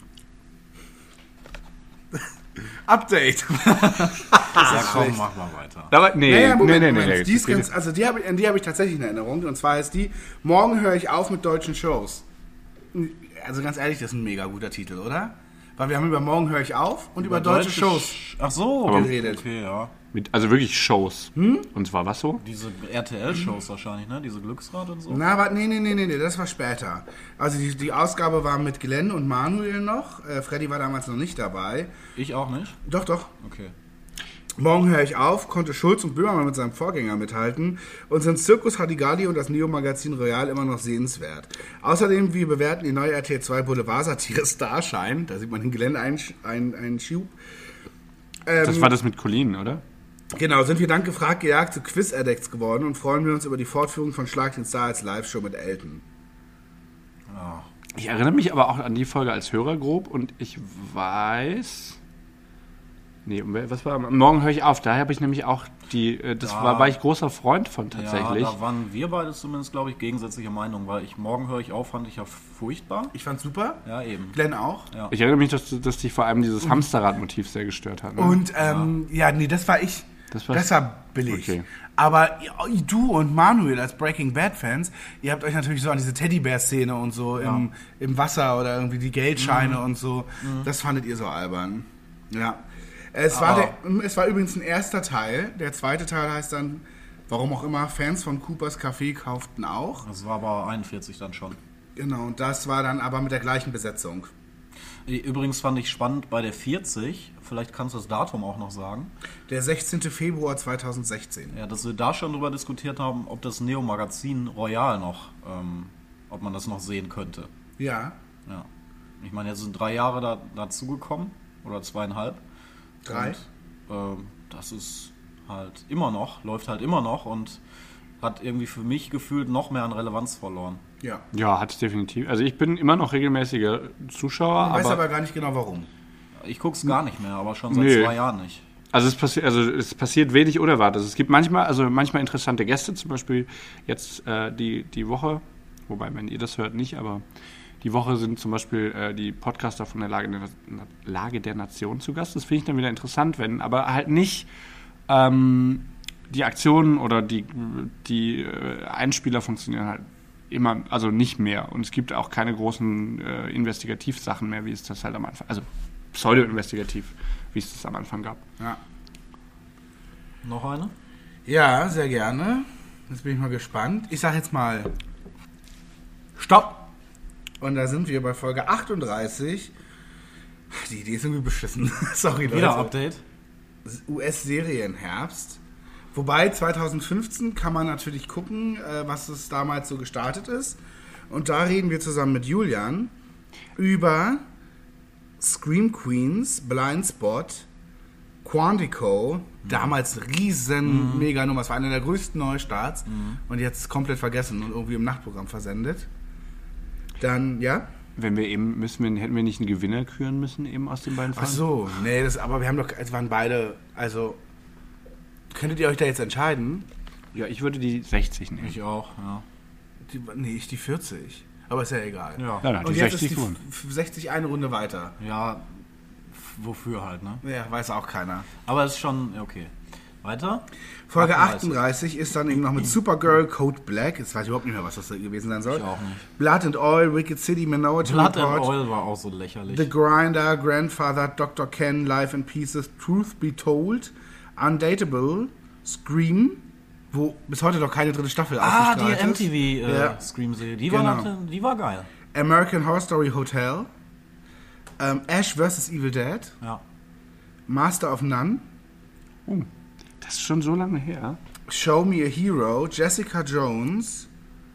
Update. Ja, komm, mach mal weiter. Aber, nee, Naja, Moment, nee, nee, Moment. nee, Die ist nee. ganz, also die hab ich, an die habe ich tatsächlich eine Erinnerung. Und zwar ist die, morgen höre ich auf mit deutschen Shows. Also ganz ehrlich, das ist ein mega guter Titel, oder? Weil wir haben über morgen höre ich auf und über, deutsche, Shows Sch- Ach so, Aber- geredet. okay, ja. Mit, also wirklich Shows. Hm? Und zwar was so? Diese R T L-Shows wahrscheinlich, ne? Diese Glücksrad und so. Na, aber nee, nee, nee, nee, nee, das war später. Also die, die Ausgabe war mit Glenn und Manuel noch. Äh, Freddy war damals noch nicht dabei. Ich auch nicht. Doch, doch. Okay. Morgen höre ich auf, konnte Schulz und Böhmermann mit seinem Vorgänger mithalten und sind Circus Hadigalli und das Neo-Magazin Royal immer noch sehenswert. Außerdem, wir bewerten die neue R T L zwei Boulevard-Satire Starschein, da sieht man den Glenn einen, einen, einen Schub. Ähm, Das war das mit Colin, oder? Genau, sind wir dank gefragt gejagt zu Quiz-Addicts geworden und freuen wir uns über die Fortführung von Schlag den Star als Live-Show mit Elton. Ich erinnere mich aber auch an die Folge als Hörer grob und ich weiß... Nee, was war? Morgen höre ich auf. Daher habe ich nämlich auch die... äh, Das Da- war, war ich großer Freund von tatsächlich. Ja, da waren wir beide zumindest, glaube ich, gegensätzlicher Meinung, weil ich morgen höre ich auf, fand ich ja furchtbar. Ich fand's super. Ja, eben. Glenn auch. Ja. Ich erinnere mich, dass, dass dich vor allem dieses Hamsterrad-Motiv sehr gestört hat. Ne? Und ähm, ja. nee, das war ich. Das Das war- war, billig. Okay. Aber ihr- du und Manuel als Breaking Bad-Fans, ihr habt euch natürlich so an diese Teddybär-Szene und so im, im Wasser oder irgendwie die Geldscheine und so, das fandet ihr so albern. Ja. Es war, der, es war übrigens ein erster Teil. Der zweite Teil heißt dann, warum auch immer, Fans von Coopers Café kauften auch. Das war aber einundvierzig dann schon. Genau, und das war dann aber mit der gleichen Besetzung. Übrigens fand ich spannend bei der vierzig, vielleicht kannst du das Datum auch noch sagen, Der sechzehnten Februar zweitausendsechzehn. ja, dass wir da schon drüber diskutiert haben, ob das Neo-Magazin Royal noch, ähm, ob man das noch sehen könnte. Ja, Ja. Ich meine, jetzt sind drei Jahre da, dazugekommen, oder zweieinhalb. drei. Und, ähm, das ist halt immer noch, läuft halt immer noch und hat irgendwie für mich gefühlt noch mehr an Relevanz verloren. Ja. Ja, hat es definitiv. Also ich bin immer noch regelmäßiger Zuschauer, Ich weiß aber, aber gar nicht genau warum. Ich gucke es gar nicht mehr, aber schon seit Nee. zwei Jahren nicht. Also es, passi- also es passiert wenig Unerwartetes. Es gibt manchmal, also manchmal interessante Gäste, zum Beispiel jetzt äh, die, die Woche, wobei, wenn ihr das hört, nicht, aber die Woche sind zum Beispiel äh, die Podcaster von der Lage der, Na- Lage der Nation zu Gast. Das finde ich dann wieder interessant, wenn, aber halt nicht ähm, die Aktionen oder die, die äh, Einspieler funktionieren halt immer, also nicht mehr. Und es gibt auch keine großen äh, Investigativsachen mehr, wie es das halt am Anfang, also pseudo-investigativ, wie es das am Anfang gab. Ja. Noch eine? Ja, sehr gerne. Jetzt bin ich mal gespannt. Ich sage jetzt mal Stopp. Und da sind wir bei Folge achtunddreißig. Die Idee ist irgendwie beschissen. Sorry, Leute. Wieder Update. U S-Serienherbst. Wobei zweitausendfünfzehn kann man natürlich gucken, äh, was es damals so gestartet ist. Und da reden wir zusammen mit Julian über Scream Queens, Blindspot, Quantico, damals riesen mhm. Mega-Nummer, es war einer der größten Neustarts mhm. und jetzt komplett vergessen und irgendwie im Nachtprogramm versendet. Dann, ja? Wenn wir eben, müssen wir, hätten wir nicht einen Gewinner küren müssen eben aus den beiden Ach Folgen? so, nee, das, aber wir haben doch, es waren beide, also, könntet ihr euch da jetzt entscheiden? Ja, ich würde die sechzig nehmen. Ich auch, ja. Die, nee, ich die vierzig. Aber ist ja egal. Ja, Ja, dann Und die jetzt sechzig ist die gewonnen. f- sechzig eine Runde weiter. ja wofür halt, ne? Ja, weiß auch keiner. Aber es ist schon, okay. Weiter? Folge achtunddreißig. achtunddreißig ist dann eben noch mit Supergirl, Code Black. Jetzt weiß ich überhaupt nicht mehr, was das gewesen sein soll. Ich auch nicht. Blood and Oil, Wicked City, Minority Blood Report, and Oil war auch so lächerlich. The Grinder, Grandfather, Doktor Ken, Life in Pieces, Truth Be Told, Undateable, Scream, wo bis heute noch keine dritte Staffel ah, die ausgestrahlt M ist. T V äh, Ja. Scream-Serie. Die, Genau. war noch- die war geil. American Horror Story Hotel, ähm, Ash versus. Evil Dead, Ja. Master of None, Oh, das ist schon so lange her. Show Me a Hero, Jessica Jones,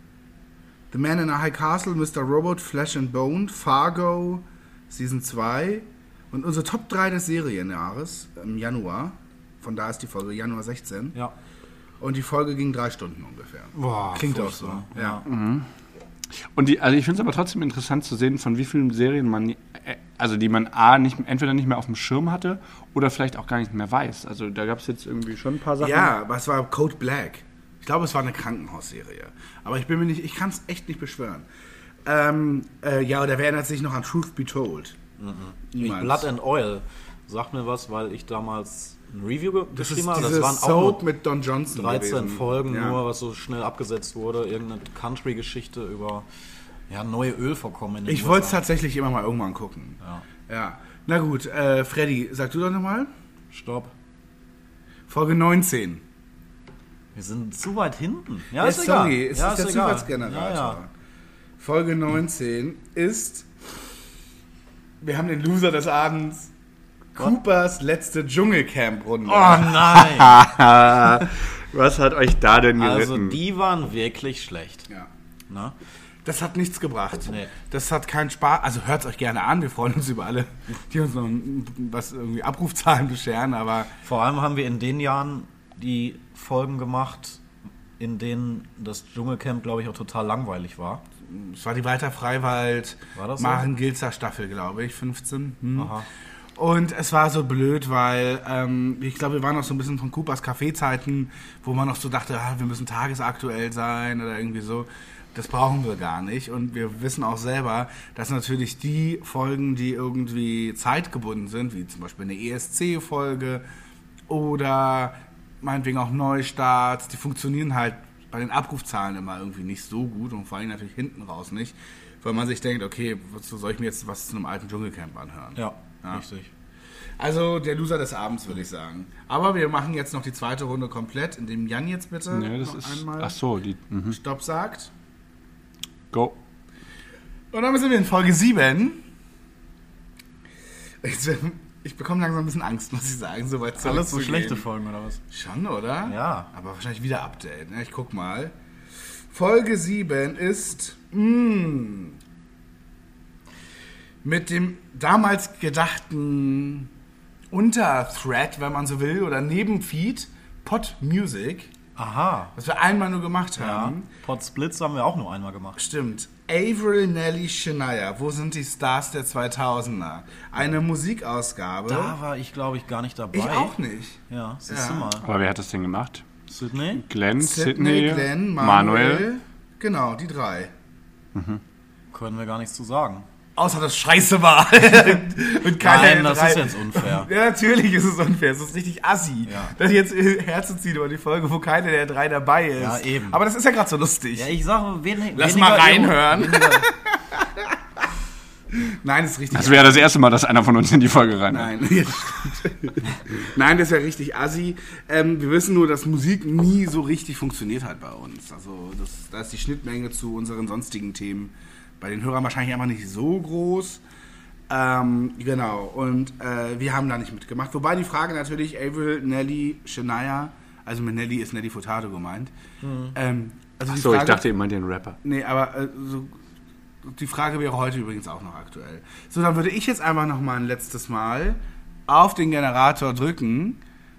The Man in a High Castle, Mister Robot, Flesh and Bone, Fargo, Season zwei und unsere Top drei des Serienjahres im Januar. Von da ist die Folge Januar sechzehn. Ja. Und die Folge ging drei Stunden ungefähr. Boah, Klingt auch so. furchtbar. Ja. Und die, also ich finde es aber trotzdem interessant zu sehen, von wie vielen Serien man, äh, also die man A, nicht, entweder nicht mehr auf dem Schirm hatte oder vielleicht auch gar nicht mehr weiß. Also da gab es jetzt irgendwie schon ein paar Sachen. Ja, aber es war Code Black. Ich glaube, es war eine Krankenhausserie. Aber ich bin mir nicht, ich kann es echt nicht beschwören. Ähm, äh, ja, oder wer erinnert sich noch an Truth Be Told? Ich, Niemals. Blood and Oil sagt mir was, weil ich damals ein Review ge- Das ist geschrieben habe. diese Das waren auch Soap nur mit Don Johnson dreizehn gewesen. Folgen Ja. nur, was so schnell abgesetzt wurde. Irgendeine Country-Geschichte über ja, neue Ölvorkommen in den Ich U S A. wollte es tatsächlich immer mal irgendwann gucken. Ja. Ja. Na gut, äh, Freddy, sag du doch nochmal. Stopp. Folge neunzehn. Wir sind zu weit hinten. Ja, Ja, ist egal. sorry, es ja, ist der egal. Zufallsgenerator. Ja, ja. Folge neunzehn ist. Wir haben den Loser des Abends. Coopers letzte Dschungelcamp-Runde. Oh nein! Was hat euch da denn geritten? Also die waren wirklich schlecht. Ja. Ne? Das hat nichts gebracht. Nee. Das hat keinen Spaß. Also hört es euch gerne an. Wir freuen uns über alle, die uns noch was irgendwie Abrufzahlen bescheren. Aber Vor allem haben wir in den Jahren die Folgen gemacht, in denen das Dschungelcamp, glaube ich, auch total langweilig war. es war die Walter Freiwald, War das so? Maren Gilzer Staffel, glaube ich, fünfzehn. Hm. Aha. Und es war so blöd, weil ähm, ich glaube, wir waren noch so ein bisschen von Coopers Kaffeezeiten, wo man noch so dachte, ah, wir müssen tagesaktuell sein oder irgendwie so. Das brauchen wir gar nicht. Und wir wissen auch selber, dass natürlich die Folgen, die irgendwie zeitgebunden sind, wie zum Beispiel eine E S C-Folge oder meinetwegen auch Neustarts, die funktionieren halt bei den Abrufzahlen immer irgendwie nicht so gut und vor allem natürlich hinten raus nicht, weil man sich denkt, okay, wozu soll ich mir jetzt was zu einem alten Dschungelcamp anhören? Ja, Ja. richtig. Also der Loser des Abends, würde ich sagen. Aber wir machen jetzt noch die zweite Runde komplett, indem Jan jetzt bitte Nee, das noch ist. einmal Ach so, die. Mhm. Stopp sagt. Go. Und dann sind wir in Folge sieben. Ich, ich bekomme langsam ein bisschen Angst, muss ich sagen, so weit Alles so zurückzugehen. schlechte Folgen oder was? Schon, oder? Ja. Aber wahrscheinlich wieder Update. Ne? Ich guck mal. Folge sieben ist mh, mit dem damals gedachten Unterthread, wenn man so will, oder Nebenfeed, Pod Music. Aha. Was wir einmal nur gemacht Ja. haben. Potsblitz haben wir auch nur einmal gemacht. Stimmt. Avril Nelly Shania, wo sind die Stars der zweitausender? Eine Musikausgabe. Da war ich, glaube ich, gar nicht dabei. ich auch nicht. Ja, siehst Ja. du mal. Aber wer hat das denn gemacht? Sydney? Glenn, Sydney, Sydney, Glenn, Manuel. Manuel. Genau, die drei. Können wir gar nichts zu sagen. Außer dass scheiße war. Und keiner Nein, der das drei- ist jetzt unfair. Ja, natürlich ist es unfair. Es ist richtig assi. Ja. Das jetzt herzuziehen über die Folge, wo keiner der drei dabei ist. Ja, eben. Aber das ist ja gerade so lustig. Ja, ich sage wenig, Lass weniger... mal reinhören. Weniger, Nein, das ist richtig Das wäre das erste Mal, dass einer von uns in die Folge rein. Nein, ja, stimmt. Nein, das ist ja richtig assi. Ähm, wir wissen nur, dass Musik nie so richtig funktioniert hat bei uns. Also das, da ist die Schnittmenge zu unseren sonstigen Themen bei den Hörern wahrscheinlich einfach nicht so groß. Ähm, genau, und äh, wir haben da nicht mitgemacht. Wobei die Frage natürlich, Avril, Nelly, Shania, also mit Nelly ist Nelly Furtado gemeint. Ähm, also die Achso, ich Frage- dachte immer den Rapper. Nee, aber äh, so, die Frage wäre heute übrigens auch noch aktuell. So, dann würde ich jetzt einfach noch mal ein letztes Mal auf den Generator drücken.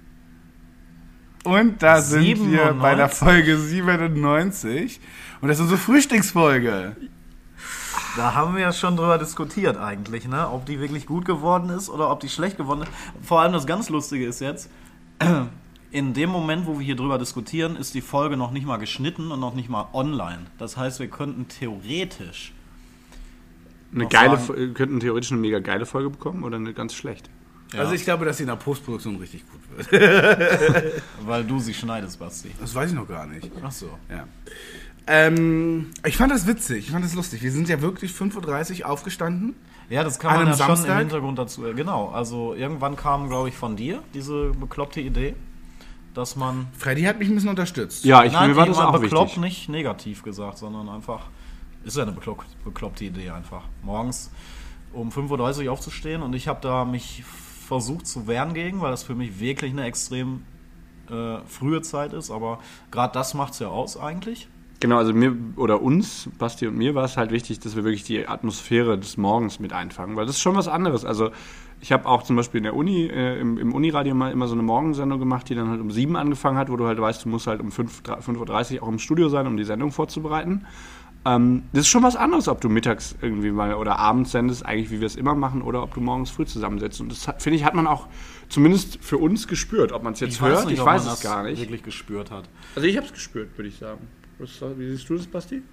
Und da sind wir siebenundneunzig. bei der Folge siebenundneunzig. Und das ist unsere Frühstücksfolge. Da haben wir ja schon drüber diskutiert eigentlich, ne? Ob die wirklich gut geworden ist oder ob die schlecht geworden ist. Vor allem das ganz Lustige ist jetzt, in dem Moment, wo wir hier drüber diskutieren, ist die Folge noch nicht mal geschnitten und noch nicht mal online. Das heißt, wir könnten theoretisch Eine noch geile, sagen- wir könnten theoretisch eine mega geile Folge bekommen oder eine ganz schlechte. Also ich glaube, dass sie in der Postproduktion richtig gut wird. weil du sie schneidest, Basti. Das weiß ich noch gar nicht. Ach so. Ja. Ähm, ich fand das witzig, ich fand das lustig. Wir sind ja wirklich fünf Uhr dreißig aufgestanden. Ja, das kann An man einem ja schon Samstag? im Hintergrund dazu. äh, Genau, also irgendwann kam, glaube ich, von dir diese bekloppte Idee, dass man... Freddy hat mich ein bisschen unterstützt. Ja, ich, Nein, mir war das auch bekloppt wichtig. nicht negativ gesagt, sondern einfach, ist ja eine beklopp, bekloppte Idee einfach. Morgens um fünf Uhr dreißig aufzustehen und ich habe da mich versucht zu wehren gegen, weil das für mich wirklich eine extrem äh, frühe Zeit ist, aber gerade das macht's ja aus eigentlich. Genau, also mir oder uns, Basti und mir, war es halt wichtig, dass wir wirklich die Atmosphäre des Morgens mit einfangen, weil das ist schon was anderes. Also ich habe auch zum Beispiel in der Uni, äh, im, im Uniradio mal immer so eine Morgensendung gemacht, die dann halt um sieben angefangen hat, wo du halt weißt, du musst halt um fünf Uhr dreißig auch im Studio sein, um die Sendung vorzubereiten. Ähm, das ist schon was anderes, ob du mittags irgendwie mal oder abends sendest, eigentlich wie wir es immer machen, oder ob du morgens früh zusammensetzt. Und das, hat, finde ich, hat man auch zumindest für uns gespürt. Ob man es jetzt hört, nicht, ich ob weiß man es das gar nicht. wirklich gespürt hat. Also ich habe es gespürt, würde ich sagen. Was, wie siehst du das, Basti?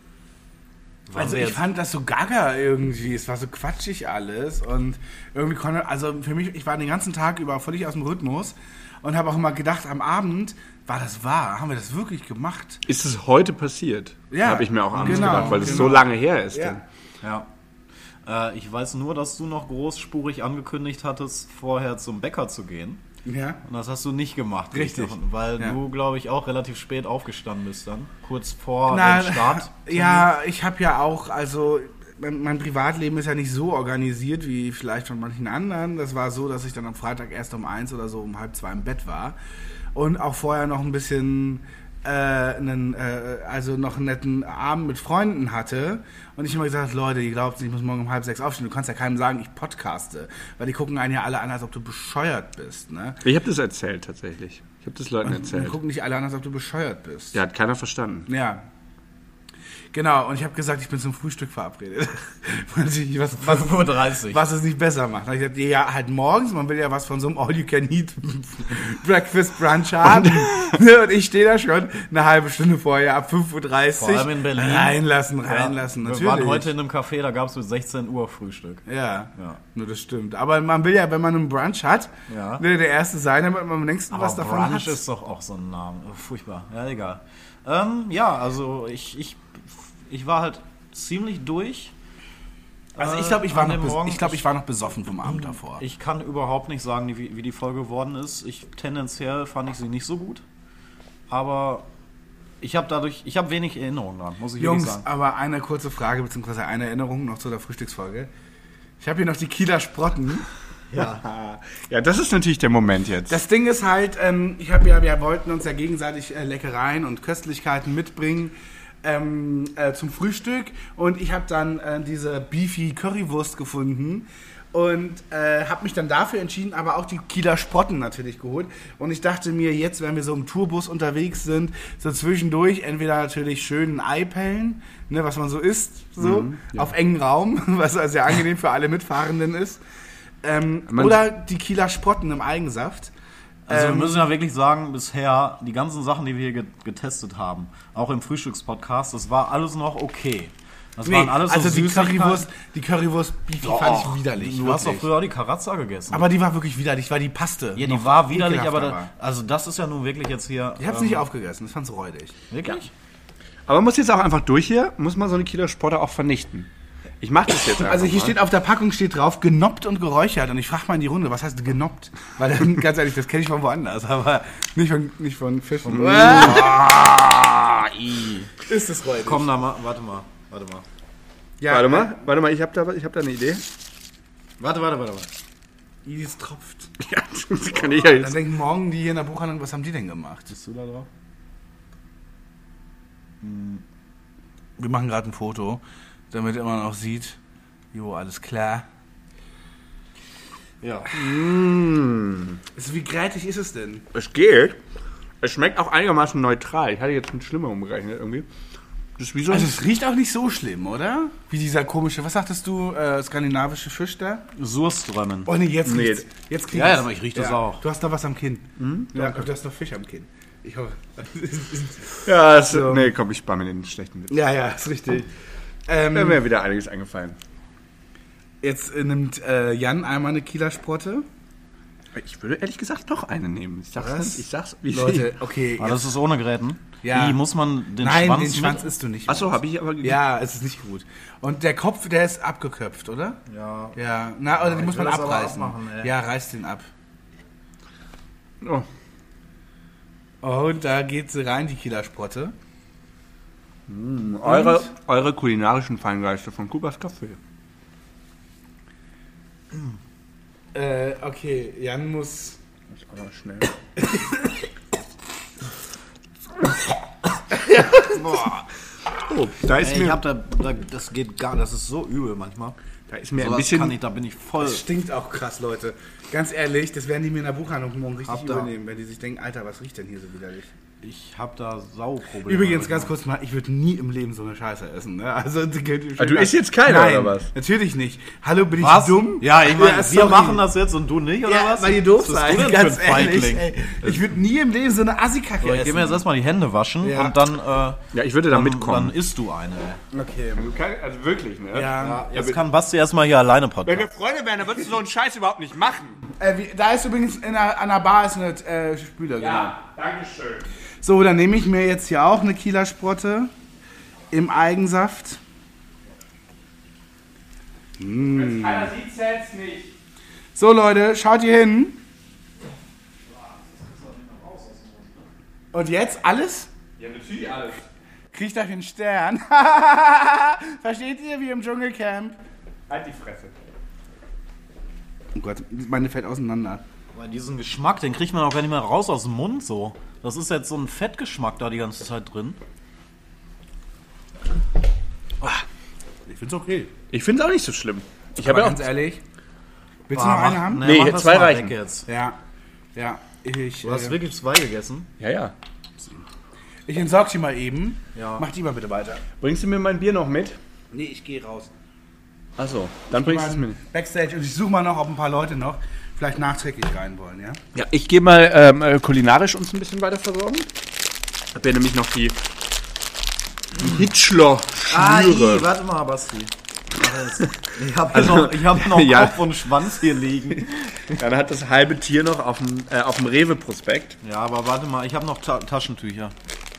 Also ich fand das so gaga irgendwie, es war so quatschig alles und irgendwie konnte, also für mich, ich war den ganzen Tag über völlig aus dem Rhythmus und habe auch immer gedacht, am Abend, war das wahr? Haben wir das wirklich gemacht? Ist es heute passiert? Ja, Habe ich mir auch abends genau, gedacht, weil es genau. so lange her ist. Ja. Denn. Ja. Äh, ich weiß nur, dass du noch großspurig angekündigt hattest, vorher zum Bäcker zu gehen. Ja. Und das hast du nicht gemacht. Richtig. Weil Ja. du, glaube ich, auch relativ spät aufgestanden bist dann. Kurz vor Na, dem Start. ja, ich habe ja auch, also mein, mein Privatleben ist ja nicht so organisiert wie vielleicht von manchen anderen. Das war so, dass ich dann am Freitag erst um eins oder so um halb zwei im Bett war und auch vorher noch ein bisschen äh, einen, äh, also noch einen netten Abend mit Freunden hatte und ich immer gesagt, Leute, ihr glaubt nicht, ich muss morgen um halb sechs aufstehen. Du kannst ja keinem sagen, ich podcaste, weil die gucken einen ja alle an, als ob du bescheuert bist, ne? Ich habe das erzählt tatsächlich. Ich habe das Leuten Und erzählt. dann gucken dich alle an, als ob du bescheuert bist. Ja, hat keiner verstanden. Ja. Genau, und ich habe gesagt, ich bin zum Frühstück verabredet. was, was, fünf Uhr dreißig. was es nicht besser macht. Da hab ich gesagt, ja, halt morgens, man will ja was von so einem All-You-Can-Eat Breakfast Brunch haben. Und ich stehe da schon eine halbe Stunde vorher, ab fünf Uhr dreißig. Vor allem in Berlin. Reinlassen, reinlassen, Wir natürlich. waren heute in einem Café, da gab es bis sechzehn Uhr Frühstück. Ja, Ja. nur das stimmt. Aber man will ja, wenn man einen Brunch hat, Ja. will der Erste sein, damit man am längsten Aber was davon Brunch hat. ist doch auch so ein Name. Oh, furchtbar. Ja, egal. Ähm, ja, also ich, ich, ich war halt ziemlich durch. Also ich äh, glaube, ich, war an noch dem bes- Morgen. ich, glaub, ich war noch besoffen vom Abend davor. Ich kann überhaupt nicht sagen, wie, wie die Folge geworden ist. Ich, tendenziell fand ich sie nicht so gut. Aber ich habe dadurch, ich habe wenig Erinnerungen dran, muss ich Jungs, wirklich sagen. aber eine kurze Frage, beziehungsweise eine Erinnerung noch zu der Frühstücksfolge. Ich habe hier noch die Kieler Sprotten. Ja, das ist natürlich der Moment jetzt. Das Ding ist halt, ähm, ich habe ja, wir wollten uns ja gegenseitig äh, Leckereien und Köstlichkeiten mitbringen ähm, äh, zum Frühstück und ich habe dann äh, diese Beefy Currywurst gefunden Und äh, habe mich dann dafür entschieden, aber auch die Kieler Sprotten natürlich geholt. Und ich dachte mir, jetzt, wenn wir so im Tourbus unterwegs sind, so zwischendurch entweder natürlich schön ein Ei pellen, ne, was man so isst, so Mhm, ja. auf engen Raum, was also sehr angenehm für alle Mitfahrenden ist. Ähm, Man- oder die Kieler Sprotten im Eigensaft. Also Ähm, wir müssen ja wirklich sagen, bisher, die ganzen Sachen, die wir hier get- getestet haben, auch im Frühstückspodcast, das war alles noch okay. Das Nee, waren alles so also die Süßigkeiten. Currywurst, die Currywurst Beefy Oh, fand ich widerlich. Du hast doch wirklich. früher auch die Karazza gegessen. Aber die war wirklich widerlich, weil die passte. ja, die noch war widerlich, aber ekelhafter da, war. also das ist ja nun wirklich jetzt hier... Ich hab's ähm, nicht aufgegessen, das fand's räudig. Wirklich? Aber man muss jetzt auch einfach durch hier, muss man so eine Kieler Sprotte auch vernichten. Ich mach das jetzt einfach Also hier mal. steht auf der Packung steht drauf, genoppt und geräuchert. Und ich frage mal in die Runde, was heißt genoppt? Weil dann, ganz ehrlich, das kenne ich von woanders, aber nicht von, nicht von Fischen. Ah, i. Ist das räudig? Komm, da mal, warte mal, warte mal. Ja, Warte mal, warte mal, ich hab da, ich hab da eine Idee. Warte, warte, warte, warte. Äh, es tropft. Ja, das kann ich ja Dann jetzt. denken morgen die hier in der Buchhandlung, was haben die denn gemacht? Bist du da drauf? Wir machen gerade ein Foto, damit man auch sieht, jo, alles klar. Ja. Mmh, Also wie grätig ist es denn? es geht. Es schmeckt auch einigermaßen neutral. Ich hatte jetzt einen schlimmer umgerechnet irgendwie. Das ist wie so ein Also es riecht auch nicht so schlimm, oder? Wie dieser komische, was sagtest du, äh, skandinavische Fisch da? Surströmmen. Oh nee, jetzt Nee. riecht's. Jetzt krieg Ja, ja, ich's. aber ich riech das auch. Du hast noch was am Kinn. Ja, du hast noch Fisch am Kinn. Ich hoffe. Ja, das, So. nee, komm, ich spare mir den schlechten Witz. ja, ja, ist richtig. Da wäre Ähm, mir wieder einiges eingefallen. jetzt äh, nimmt äh, Jan einmal eine Kieler Sprotte. Ich würde ehrlich gesagt noch eine nehmen. Ich sag's, Was? ich sag's wie Leute, okay. Aber das ist ohne Gräten. Ja. Wie, muss man den Nein, Schwanz den Schwanz mit? isst du nicht. Achso, habe ich aber gegeben. Ja, es ist nicht gut. Und der Kopf, der ist abgeköpft, oder? Ja. Ja, na, oder den ich muss man will das aber abreißen. abmachen, ey. Ja, reiß den ab. Oh. Und da geht sie rein, die Kieler Sprotte. Eure, eure kulinarischen Feingeister von Kubas Café. Äh, okay, Jan muss... Das war doch schnell. Oh, da ist Ey, ich mir, hab da, da, das geht gar, das ist so übel manchmal. da ist mir So ein was bisschen... kann ich, da bin ich voll. Das stinkt auch krass, Leute. Ganz ehrlich, das werden die mir in der Buchhandlung morgen richtig Habt ihr- übernehmen, wenn die sich denken, Alter, was riecht denn hier so widerlich? Ich hab da Sauprobleme. Übrigens, ganz kurz mal, ich würde nie im Leben so eine Scheiße essen. Ne? Also, Ah, du isst jetzt keiner, Nein, oder was? Natürlich nicht. Hallo, bin Was? ich dumm? Ja, ich meine, wir sorry. machen das jetzt und du nicht, oder Ja, was? weil ihr doof Was bist du seid, denn ganz für ein ehrlich. Feigling? Ey. Ich würde nie im Leben so eine Assi-Kacke So, ich essen. geh mir jetzt erstmal die Hände waschen Ja. und dann, äh, Ja, ich würde da dann, mitkommen. dann isst du eine. Ey. Okay. Also wirklich, ne? Ja. Jetzt kann Basti erstmal hier alleine Wenn podcasten. wir Freunde wären, dann würdest du so einen Scheiß überhaupt nicht machen. Äh, wie, da ist übrigens in der, an der Bar ist eine äh, Spüle, genau. danke schön. So, dann nehme ich mir jetzt hier auch eine Kieler Sprotte im Eigensaft. Keiner sieht's jetzt nicht. So, Leute, schaut hier hin. Und jetzt alles? Ja, natürlich alles. Krieg ich dafür einen Stern? Versteht ihr, wie im Dschungelcamp? Halt die Fresse. Oh Gott, meine fällt auseinander. Weil diesen Geschmack, den kriegt man auch gar nicht mehr raus aus dem Mund so. Das ist jetzt so ein Fettgeschmack da die ganze Zeit drin. Ich find's okay. Ich finde es auch nicht so schlimm. Ich Aber habe ja ganz auch... ehrlich, willst du Ah, noch mach- eine haben? Nee, mach das zwei mal reichen. weg jetzt. Ja, ja. Ich, Du hast äh, wirklich zwei gegessen? Ja, ja. ich entsorg sie mal eben. Ja. Mach die mal bitte weiter. Bringst du mir mein Bier noch mit? Nee, ich gehe raus. Achso, dann bringst du es mir mit. Backstage und ich suche mal noch, ob ein paar Leute noch vielleicht nachträglich rein wollen, ja? Ja, ich gehe mal ähm, äh, kulinarisch uns ein bisschen weiter versorgen. Ich habe ja nämlich noch die, die Hitchler Schnüre. warte mal, Basti. Ich habe noch, ich hab noch Ja. Kopf und Schwanz hier liegen. Dann hat das halbe Tier noch auf dem, äh, auf dem Rewe-Prospekt. Ja, aber warte mal, ich habe noch Ta Taschentücher.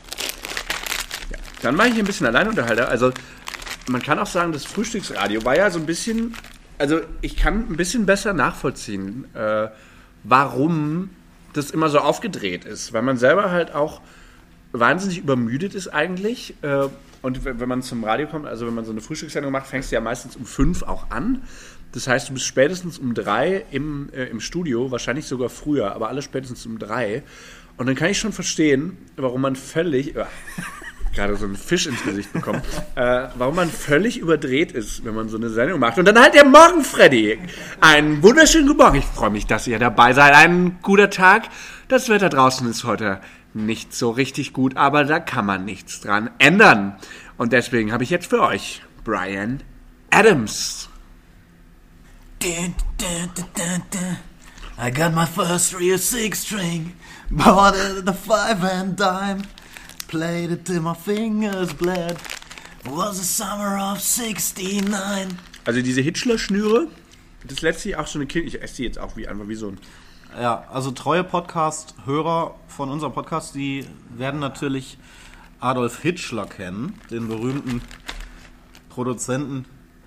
Dann mache ich hier ein bisschen Alleinunterhalter. Also man kann auch sagen, das Frühstücksradio war ja so ein bisschen... Also ich kann ein bisschen besser nachvollziehen, äh, warum das immer so aufgedreht ist. Weil man selber halt auch wahnsinnig übermüdet ist eigentlich. Äh, und w- wenn man zum Radio kommt, also wenn man so eine Frühstückssendung macht, fängst du ja meistens um fünf auch an. Das heißt, du bist spätestens um drei im, äh, im Studio, wahrscheinlich sogar früher, aber alle spätestens um drei. Und dann kann ich schon verstehen, warum man völlig... Äh, gerade so einen Fisch ins Gesicht bekommen, äh, warum man völlig überdreht ist, wenn man so eine Sendung macht. Und dann halt der Morgen, Freddy. Einen wunderschönen guten Morgen. Ich freue mich, dass ihr dabei seid. Ein guter Tag. Das Wetter draußen ist heute nicht so richtig gut, aber da kann man nichts dran ändern. Und deswegen habe ich jetzt für euch Bryan Adams. I got my first real six string, bought it at a five and dime, played it till my fingers bled. It was the summer of sixty-nine. Also diese Hitler-Schnüre, das ist letztlich auch so eine Kind. Ich esse die jetzt auch wie einfach wie so ein. Ja, also treue Podcast-Hörer von unserem Podcast, die werden natürlich Adolf Hitler kennen, den berühmten Produzenten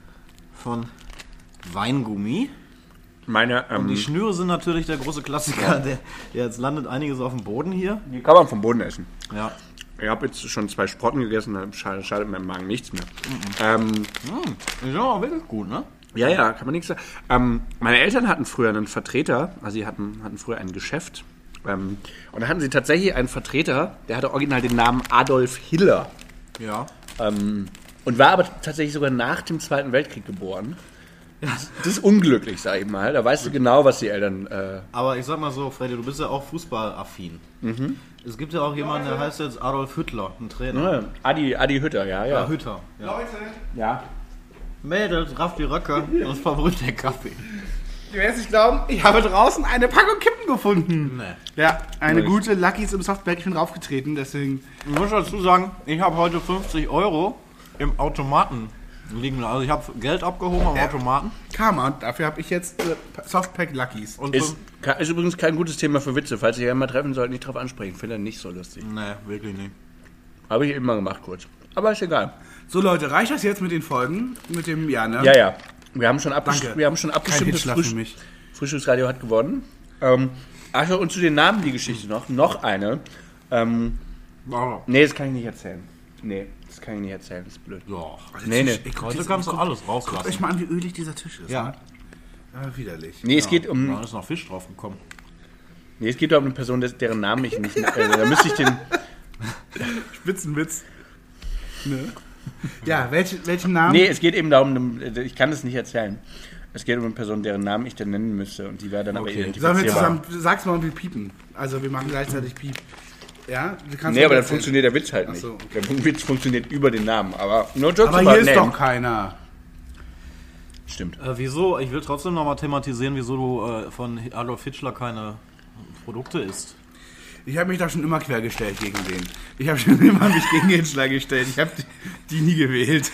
von Weingummi. Meine, ähm, Und die Schnüre sind natürlich der große Klassiker, der, der jetzt landet einiges auf dem Boden hier. die kann man vom Boden essen. Ja. Ich habe jetzt schon zwei Sprotten gegessen, da schadet, schadet meinem Magen nichts mehr. Ähm, Mm, ist auch wirklich gut, ne? ja, ja, kann man nichts sagen. Ähm, meine Eltern hatten früher einen Vertreter, also sie hatten, hatten früher ein Geschäft. Ähm, und da hatten sie tatsächlich einen Vertreter, der hatte original den Namen Adolf Hiller. Ja. Ähm, und war aber tatsächlich sogar nach dem Zweiten Weltkrieg geboren. Das, das ist unglücklich, sag ich mal. Da weißt du genau, was die Eltern... Äh, Aber ich sag mal so, Freddy, du bist ja auch fußballaffin. Mhm. Es gibt ja auch jemanden, der heißt jetzt Adolf Hitler, ein Trainer. ja, Adi, Adi Hütter, ja, ja. Ja, Hütter. Ja. Leute, ja. Mädels, rafft die Röcke, sonst verbrüht der Kaffee. ihr werdet es nicht glauben, ich habe draußen eine Packung Kippen gefunden. Nee. Ja, eine Nee. gute Lucky's im Softback, ich bin draufgetreten, deswegen... Ich muss dazu sagen, ich habe heute fünfzig Euro im Automaten liegen. Also ich habe Geld abgehoben am Ja. Automaten. Karma, und dafür habe ich jetzt äh, Softpack Lucky's. Und Ist, ist übrigens kein gutes Thema für Witze. Falls ihr ja mal treffen sollt, nicht drauf ansprechen. Finde ich nicht so lustig. nee, wirklich nicht. Habe ich eben mal gemacht kurz. Aber ist egal. So Leute, reicht das jetzt mit den Folgen? Mit dem, ja, ne? Ja, ja. Wir haben schon, abgest Danke. wir haben schon Kein abgestimmt, das Hitler für Frühst mich. Frühstücksradio hat gewonnen. Ähm, ach, und zu den Namen die Geschichte noch. Noch eine. Ähm, Ja. nee, das kann ich nicht erzählen. Nee, das kann ich nicht erzählen. Das ist blöd. Nee, nee. Ich guck Heute dies- kannst du guck- alles Guckt euch rauslassen. mal an, wie ölig dieser Tisch ist. Ja. Ne? Ja, widerlich. Nee, es geht um... Da ist noch Fisch drauf gekommen. Nee, es geht um eine Person, des- deren Namen ich nicht... Äh, da müsste ich den... Spitzenwitz. Ne? Ja, welche, welchen Namen? Nee, es geht eben darum, ich kann es nicht erzählen. Es geht um eine Person, deren Namen ich dann nennen müsste und die wäre dann aber Sollen wir identifizierbar. zusammen, sag's mal und wir piepen. Also wir machen gleichzeitig Piep. Ja? Du kannst Nee, mal aber dann erzählen. funktioniert der Witz halt Ach nicht. so, okay. Der Witz funktioniert über den Namen, aber no jokes Aber about hier ist name. doch keiner. Stimmt. Äh, wieso? Ich will trotzdem nochmal thematisieren, wieso du äh, von Adolf Hitler keine Produkte isst. Ich habe mich da schon immer quergestellt gegen den. Ich habe schon immer mich gegen Hitler gestellt. Ich habe die, die nie gewählt.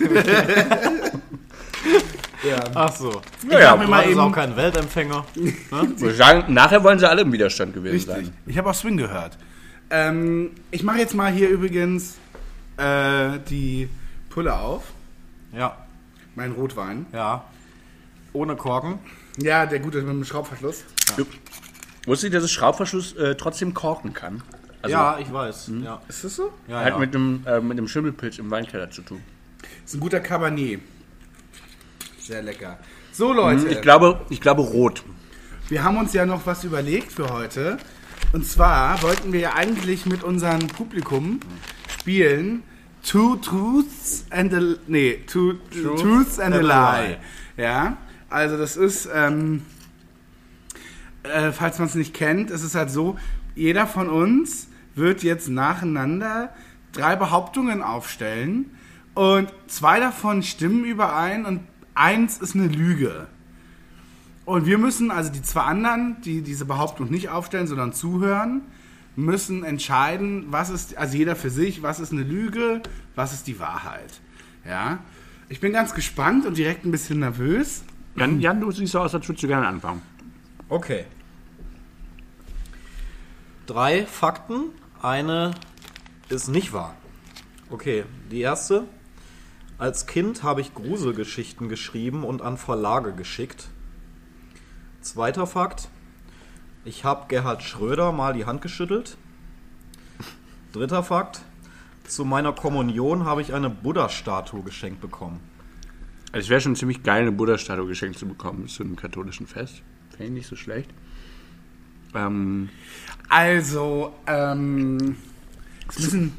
Ach so. Naja, hab mir Du mal bist eben- auch kein Weltempfänger. würde ich sagen, nachher wollen sie alle im Widerstand gewesen Richtig. sein. Ich habe auch Swing gehört. Ähm, ich mache jetzt mal hier übrigens äh, die Pulle auf. Ja, Mein Rotwein. ja. Ohne Korken. Ja, der gute mit dem Schraubverschluss. Wusstest du, dass es Schraubverschluss äh, trotzdem korken kann? Also ja, ich weiß. Ja. Ist das so? Ja, hat ja. mit dem, äh, mit dem Schimmelpilz im Weinkeller zu tun. Ist ein guter Cabernet. Sehr lecker. So Leute, Ich glaube, ich glaube rot. wir haben uns ja noch was überlegt für heute. Und zwar wollten wir ja eigentlich mit unserem Publikum spielen Two Truths and a... Nee, Two Truth Truths and a and a Lie. Ja, also das ist... Ähm, äh, falls man es nicht kennt, es ist halt so, jeder von uns wird jetzt nacheinander drei Behauptungen aufstellen und zwei davon stimmen überein und eins ist eine Lüge. Und wir müssen, also die zwei anderen, die diese Behauptung nicht aufstellen, sondern zuhören, müssen entscheiden, was ist, also jeder für sich, was ist eine Lüge, was ist die Wahrheit. Ja, ich bin ganz gespannt und direkt ein bisschen nervös. Jan, Jan, du siehst so aus, als würdest du gerne anfangen. Okay. Drei Fakten, eine ist nicht wahr. Okay, die erste. Als Kind habe ich Gruselgeschichten geschrieben und an Verlage geschickt. Zweiter Fakt. Ich habe Gerhard Schröder mal die Hand geschüttelt. Dritter Fakt. Zu meiner Kommunion habe ich eine Buddha-Statue geschenkt bekommen. Also es wäre schon ziemlich geil, eine Buddha-Statue geschenkt zu bekommen zu einem katholischen Fest. Fände ich nicht so schlecht. Ähm, Also, ähm, ist ein bisschen, ne?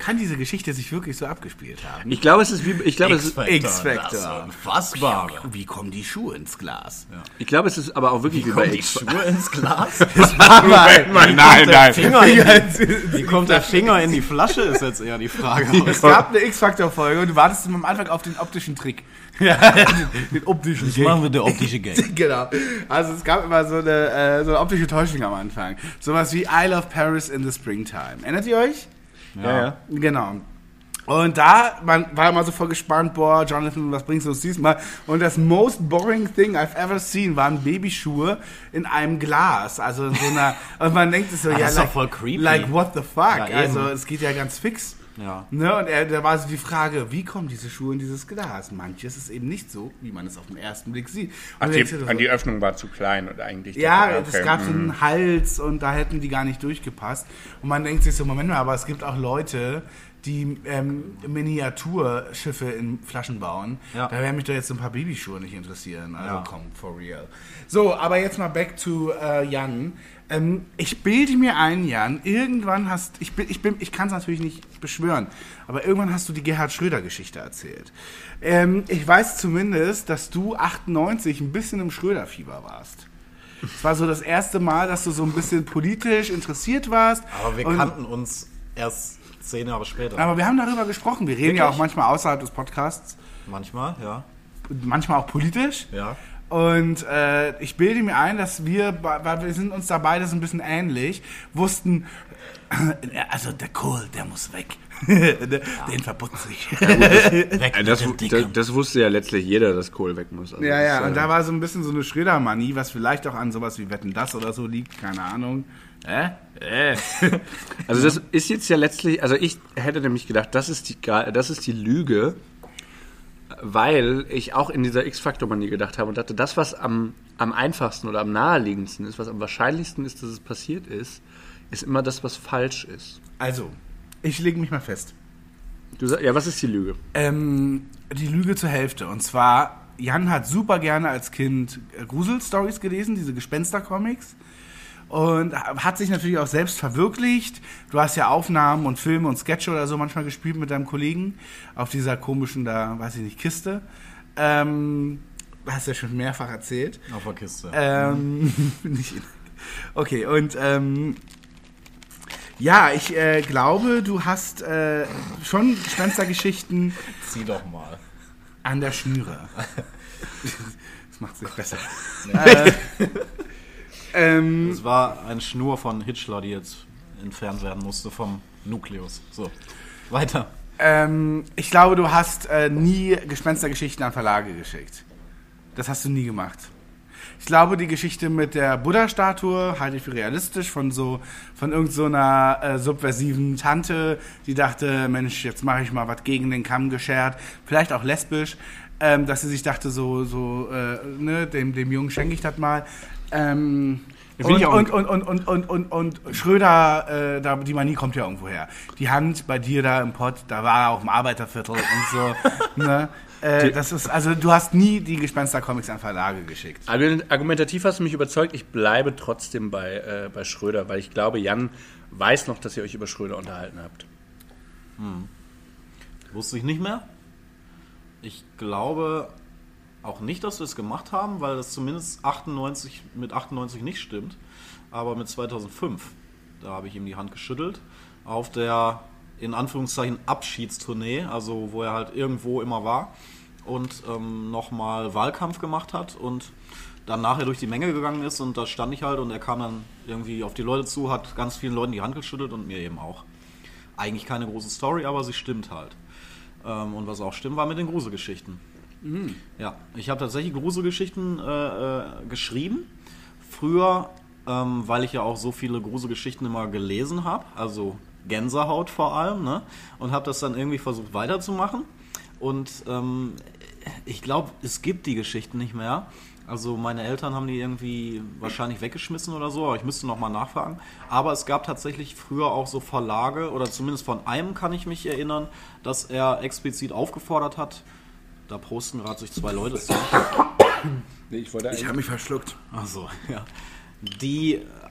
kann diese Geschichte sich wirklich so abgespielt haben? Ich glaube, es ist wie, ich glaube, es ist, X-Factor. Unfassbar. Wie kommen die Schuhe ins Glas? Ja. ich glaube, es ist aber auch wirklich wie, wie bei die X-Factor. Schuhe ins Glas? Das war mal, Nein, nein, nein. Finger in die, wie kommt der Finger in die Flasche, ist jetzt eher die Frage. Es gab eine X-Factor-Folge und du wartest am Anfang auf den optischen Trick. Ja, den, den optischen Das machen wir der optische Gag. Genau. Also es gab immer so eine, äh, so eine optische Täuschung am Anfang. Sowas wie I Love Paris in the Springtime. Erinnert ihr euch? Ja, ja. Genau. Und da man war immer so voll gespannt, boah, Jonathan, was bringst du uns diesmal? Und das most boring thing I've ever seen waren Babyschuhe in einem Glas. Also in so einer, und man denkt sich so, Ah, ja, das ist like, doch voll creepy. like what the fuck? Ja, eben. Also es geht ja ganz fix. Ja. Ne? Und er, da war so die Frage, wie kommen diese Schuhe in dieses Glas? Manches ist eben nicht so, wie man es auf den ersten Blick sieht. Und Ach, du die, denkst dir so, an die Öffnung war zu klein und eigentlich. ja, okay. es gab so Mhm. einen Hals und da hätten die gar nicht durchgepasst. Und man denkt sich so, Moment mal, aber es gibt auch Leute, die ähm, Miniaturschiffe in Flaschen bauen. Ja. Da werden mich doch jetzt so ein paar Babyschuhe nicht interessieren. Also Ja. komm, for real. So, aber jetzt mal back to äh, Jan. Ähm, ich bilde mir ein, Jan, irgendwann hast, ich bin, ich bin, ich kann es natürlich nicht beschwören, aber irgendwann hast du die Gerhard Schröder-Geschichte erzählt. Ähm, ich weiß zumindest, dass du achtundneunzig ein bisschen im Schröder-Fieber warst. Es war so das erste Mal, dass du so ein bisschen politisch interessiert warst. Aber wir Und- kannten uns erst zehn Jahre später. Aber wir haben darüber gesprochen. Wir reden ja Wirklich? auch manchmal außerhalb des Podcasts, Manchmal, ja. manchmal auch politisch. Ja. Und äh, ich bilde mir ein, dass wir, weil wir sind uns da beide so ein bisschen ähnlich, wussten, also der Kohl, der muss weg. Den verputze ich. Weg Das, mit dem das, Dicken. das wusste ja letztlich jeder, dass Kohl weg muss. Also Ja, das, ja, äh, und da war so ein bisschen so eine Schröder-Manie, was vielleicht auch an sowas wie Wetten, das oder so liegt, keine Ahnung. Äh? Äh. Also das ist jetzt ja letztlich, also ich hätte nämlich gedacht, das ist die, das ist die Lüge, weil ich auch in dieser X-Factor-Manie gedacht habe und dachte, das, was am, am einfachsten oder am naheliegendsten ist, was am wahrscheinlichsten ist, dass es passiert ist, ist immer das, was falsch ist. Also, ich lege mich mal fest. Du sag, ja, was ist die Lüge? Ähm, die Lüge zur Hälfte. Und zwar, Jan hat super gerne als Kind äh, Grusel-Stories gelesen, diese Gespenster-Comics. Und hat sich natürlich auch selbst verwirklicht. Du hast ja Aufnahmen und Filme und Sketche oder so manchmal gespielt mit deinem Kollegen auf dieser komischen, da weiß ich nicht, Kiste. Ähm, hast du ja schon mehrfach erzählt. Auf der Kiste. Ähm, nicht, okay, und ähm, ja, ich äh, glaube, du hast äh, schon Gespenstergeschichten Zieh doch mal. an der Schnüre. Das macht es nicht besser. äh, ähm, Es war eine Schnur von Hitchler, die jetzt entfernt werden musste vom Nukleus. So, weiter. ähm, ich glaube, du hast äh, nie Gespenstergeschichten an Verlage geschickt. Das hast du nie gemacht. Ich glaube, die Geschichte mit der Buddha-Statue halte ich für realistisch, von so von irgend so einer äh, subversiven Tante, die dachte, Mensch, jetzt mache ich mal was gegen den Kamm geschert, vielleicht auch lesbisch, ähm, dass sie sich dachte, so, so äh, ne, dem, dem Jungen schenke ich das mal. Ähm, Finde und, ich auch und, und, und, und, und, und, und Schröder, äh, da, die Manie kommt ja irgendwo her. Die Hand bei dir da im Pott, da war er auch im Arbeiterviertel und so. Ne? Äh, das ist, also du hast nie die Gespenster-Comics an Verlage geschickt. Argumentativ hast du mich überzeugt, ich bleibe trotzdem bei, äh, bei Schröder, weil ich glaube, Jan weiß noch, dass ihr euch über Schröder unterhalten habt. Wusste ich nicht mehr. Ich glaube auch nicht, dass wir es gemacht haben, weil das zumindest achtundneunzig, mit achtundneunzig nicht stimmt. Aber mit zweitausendfünf, da habe ich ihm die Hand geschüttelt. Auf der, in Anführungszeichen, Abschiedstournee, also wo er halt irgendwo immer war und ähm, nochmal Wahlkampf gemacht hat und dann nachher durch die Menge gegangen ist und da stand ich halt und er kam dann irgendwie auf die Leute zu, hat ganz vielen Leuten die Hand geschüttelt und mir eben auch. Eigentlich keine große Story, aber sie stimmt halt. Ähm, und was auch stimmt, war mit den Gruselgeschichten. Mhm. Ja, ich habe tatsächlich Gruselgeschichten äh, äh, geschrieben. Früher, ähm, weil ich ja auch so viele Gruselgeschichten immer gelesen habe, also Gänsehaut vor allem, ne? Und habe das dann irgendwie versucht weiterzumachen. Und ähm, ich glaube, es gibt die Geschichten nicht mehr. Also meine Eltern haben die irgendwie wahrscheinlich weggeschmissen oder so, aber ich müsste nochmal nachfragen. Aber es gab tatsächlich früher auch so Verlage, oder zumindest von einem kann ich mich erinnern, dass er explizit aufgefordert hat, da posten gerade sich zwei Leute zu. Nee, ich wollte Ich habe mich verschluckt. Ach so, ja. Die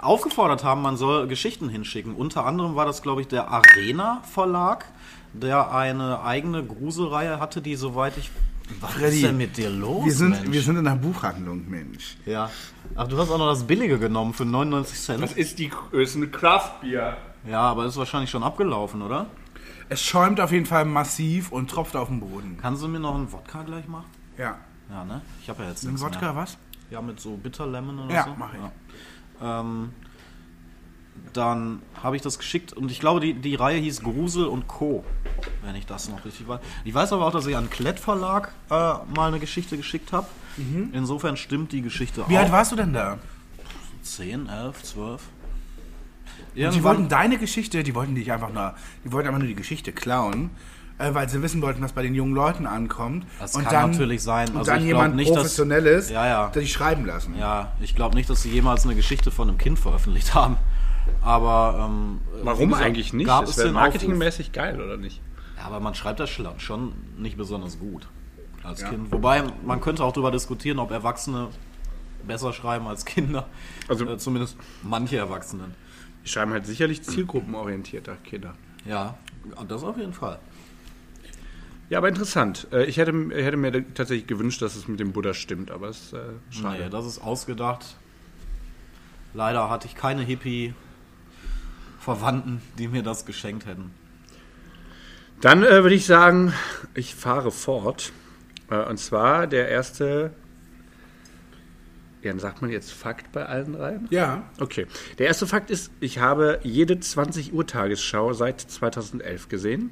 aufgefordert haben, man soll Geschichten hinschicken. Unter anderem war das, glaube ich, der Arena Verlag, der eine eigene Gruselreihe hatte, die soweit ich... Was Freddy, ist denn mit dir los, Wir sind, Mensch? wir sind in einer Buchhandlung, Mensch. Ja. Ach, du hast auch noch das Billige genommen für neunundneunzig Cent. Das ist die ist ein Craft-Bier. Ja, aber ist wahrscheinlich schon abgelaufen, oder? Es schäumt auf jeden Fall massiv und tropft auf den Boden. Kannst du mir noch einen Wodka gleich machen? Ja. Ja, ne? Ich habe ja jetzt Ein nichts Wodka, mehr. was? Ja, mit so Bitter Lemon oder Ja, so. mach ich. Ja. Ähm, dann habe ich das geschickt und ich glaube, die, die Reihe hieß Grusel und Co., wenn ich das noch richtig weiß. Ich weiß aber auch, dass ich an Klett Verlag äh, mal eine Geschichte geschickt habe. Insofern stimmt die Geschichte auch. Wie alt warst du denn da? zehn, elf, zwölf. Und die Irgendwann- wollten deine Geschichte, die wollten dich einfach nur, die wollten einfach nur die Geschichte klauen, äh, weil sie wissen wollten, was bei den jungen Leuten ankommt. Das und kann dann, natürlich sein. Und Also dann ich glaub jemand nicht, dass- Professionelles, Ja, ja. der dich schreiben lassen. Ja, ich glaube nicht, dass sie jemals eine Geschichte von einem Kind veröffentlicht haben. Aber ähm, wie Warum gesagt, eigentlich nicht? Gab Das es wäre den Aufruf. marketingmäßig geil, oder nicht? Ja, aber man schreibt das schla- schon nicht besonders gut als Kind. Wobei, man könnte auch darüber diskutieren, ob Erwachsene besser schreiben als Kinder. Also- äh, zumindest manche Erwachsenen. Die schreiben halt sicherlich zielgruppenorientierter Kinder. Ja, das auf jeden Fall. Ja, aber interessant. Äh, Ich hätte, ich hätte mir tatsächlich gewünscht, dass es mit dem Buddha stimmt, aber es ist äh, schade. Naja, das ist ausgedacht. Leider hatte ich keine Hippie-Verwandten, die mir das geschenkt hätten. Dann äh, würde ich sagen, ich fahre fort. Äh, und zwar der erste. Ja, dann sagt man jetzt Fakt bei allen dreien? Ja. Okay. Der erste Fakt ist, ich habe jede zwanzig Uhr Tagesschau seit zweitausendelf gesehen.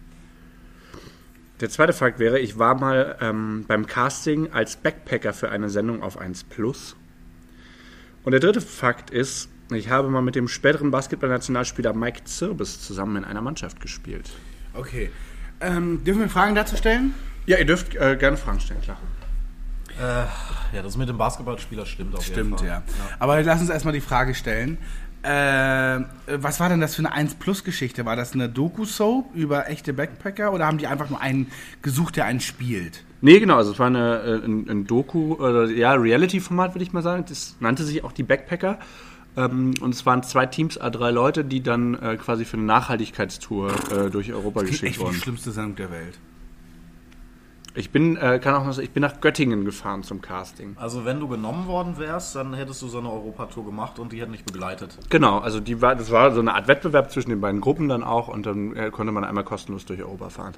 Der zweite Fakt wäre, ich war mal ähm, beim Casting als Backpacker für eine Sendung auf eins Plus. Und der dritte Fakt ist, ich habe mal mit dem späteren Basketball-Nationalspieler Mike Zirbes zusammen in einer Mannschaft gespielt. Okay. Ähm, dürfen wir Fragen dazu stellen? Ja, ihr dürft äh, gerne Fragen stellen, klar. Ja, das mit dem Basketballspieler stimmt auf jeden Stimmt, Fall. ja. Aber lass uns erstmal die Frage stellen. Äh, was war denn das für eine eins Plus Geschichte? War das eine Doku-Soap über echte Backpacker oder haben die einfach nur einen gesucht, der einen spielt? Nee, genau, also es war eine, äh, ein, ein Doku, oder ja, Reality-Format, würde ich mal sagen. Das nannte sich auch die Backpacker. Ähm, und es waren zwei Teams, äh, drei Leute, die dann äh, quasi für eine Nachhaltigkeitstour äh, durch Europa Das klingt geschickt echt wie die wurden. schlimmste Sendung der Welt. Ich bin, äh, kann auch noch, ich bin nach Göttingen gefahren zum Casting. Also wenn du genommen worden wärst, dann hättest du so eine Europatour gemacht und die hätten dich begleitet. Genau, also die war, das war so eine Art Wettbewerb zwischen den beiden Gruppen dann auch und dann äh, konnte man einmal kostenlos durch Europa fahren.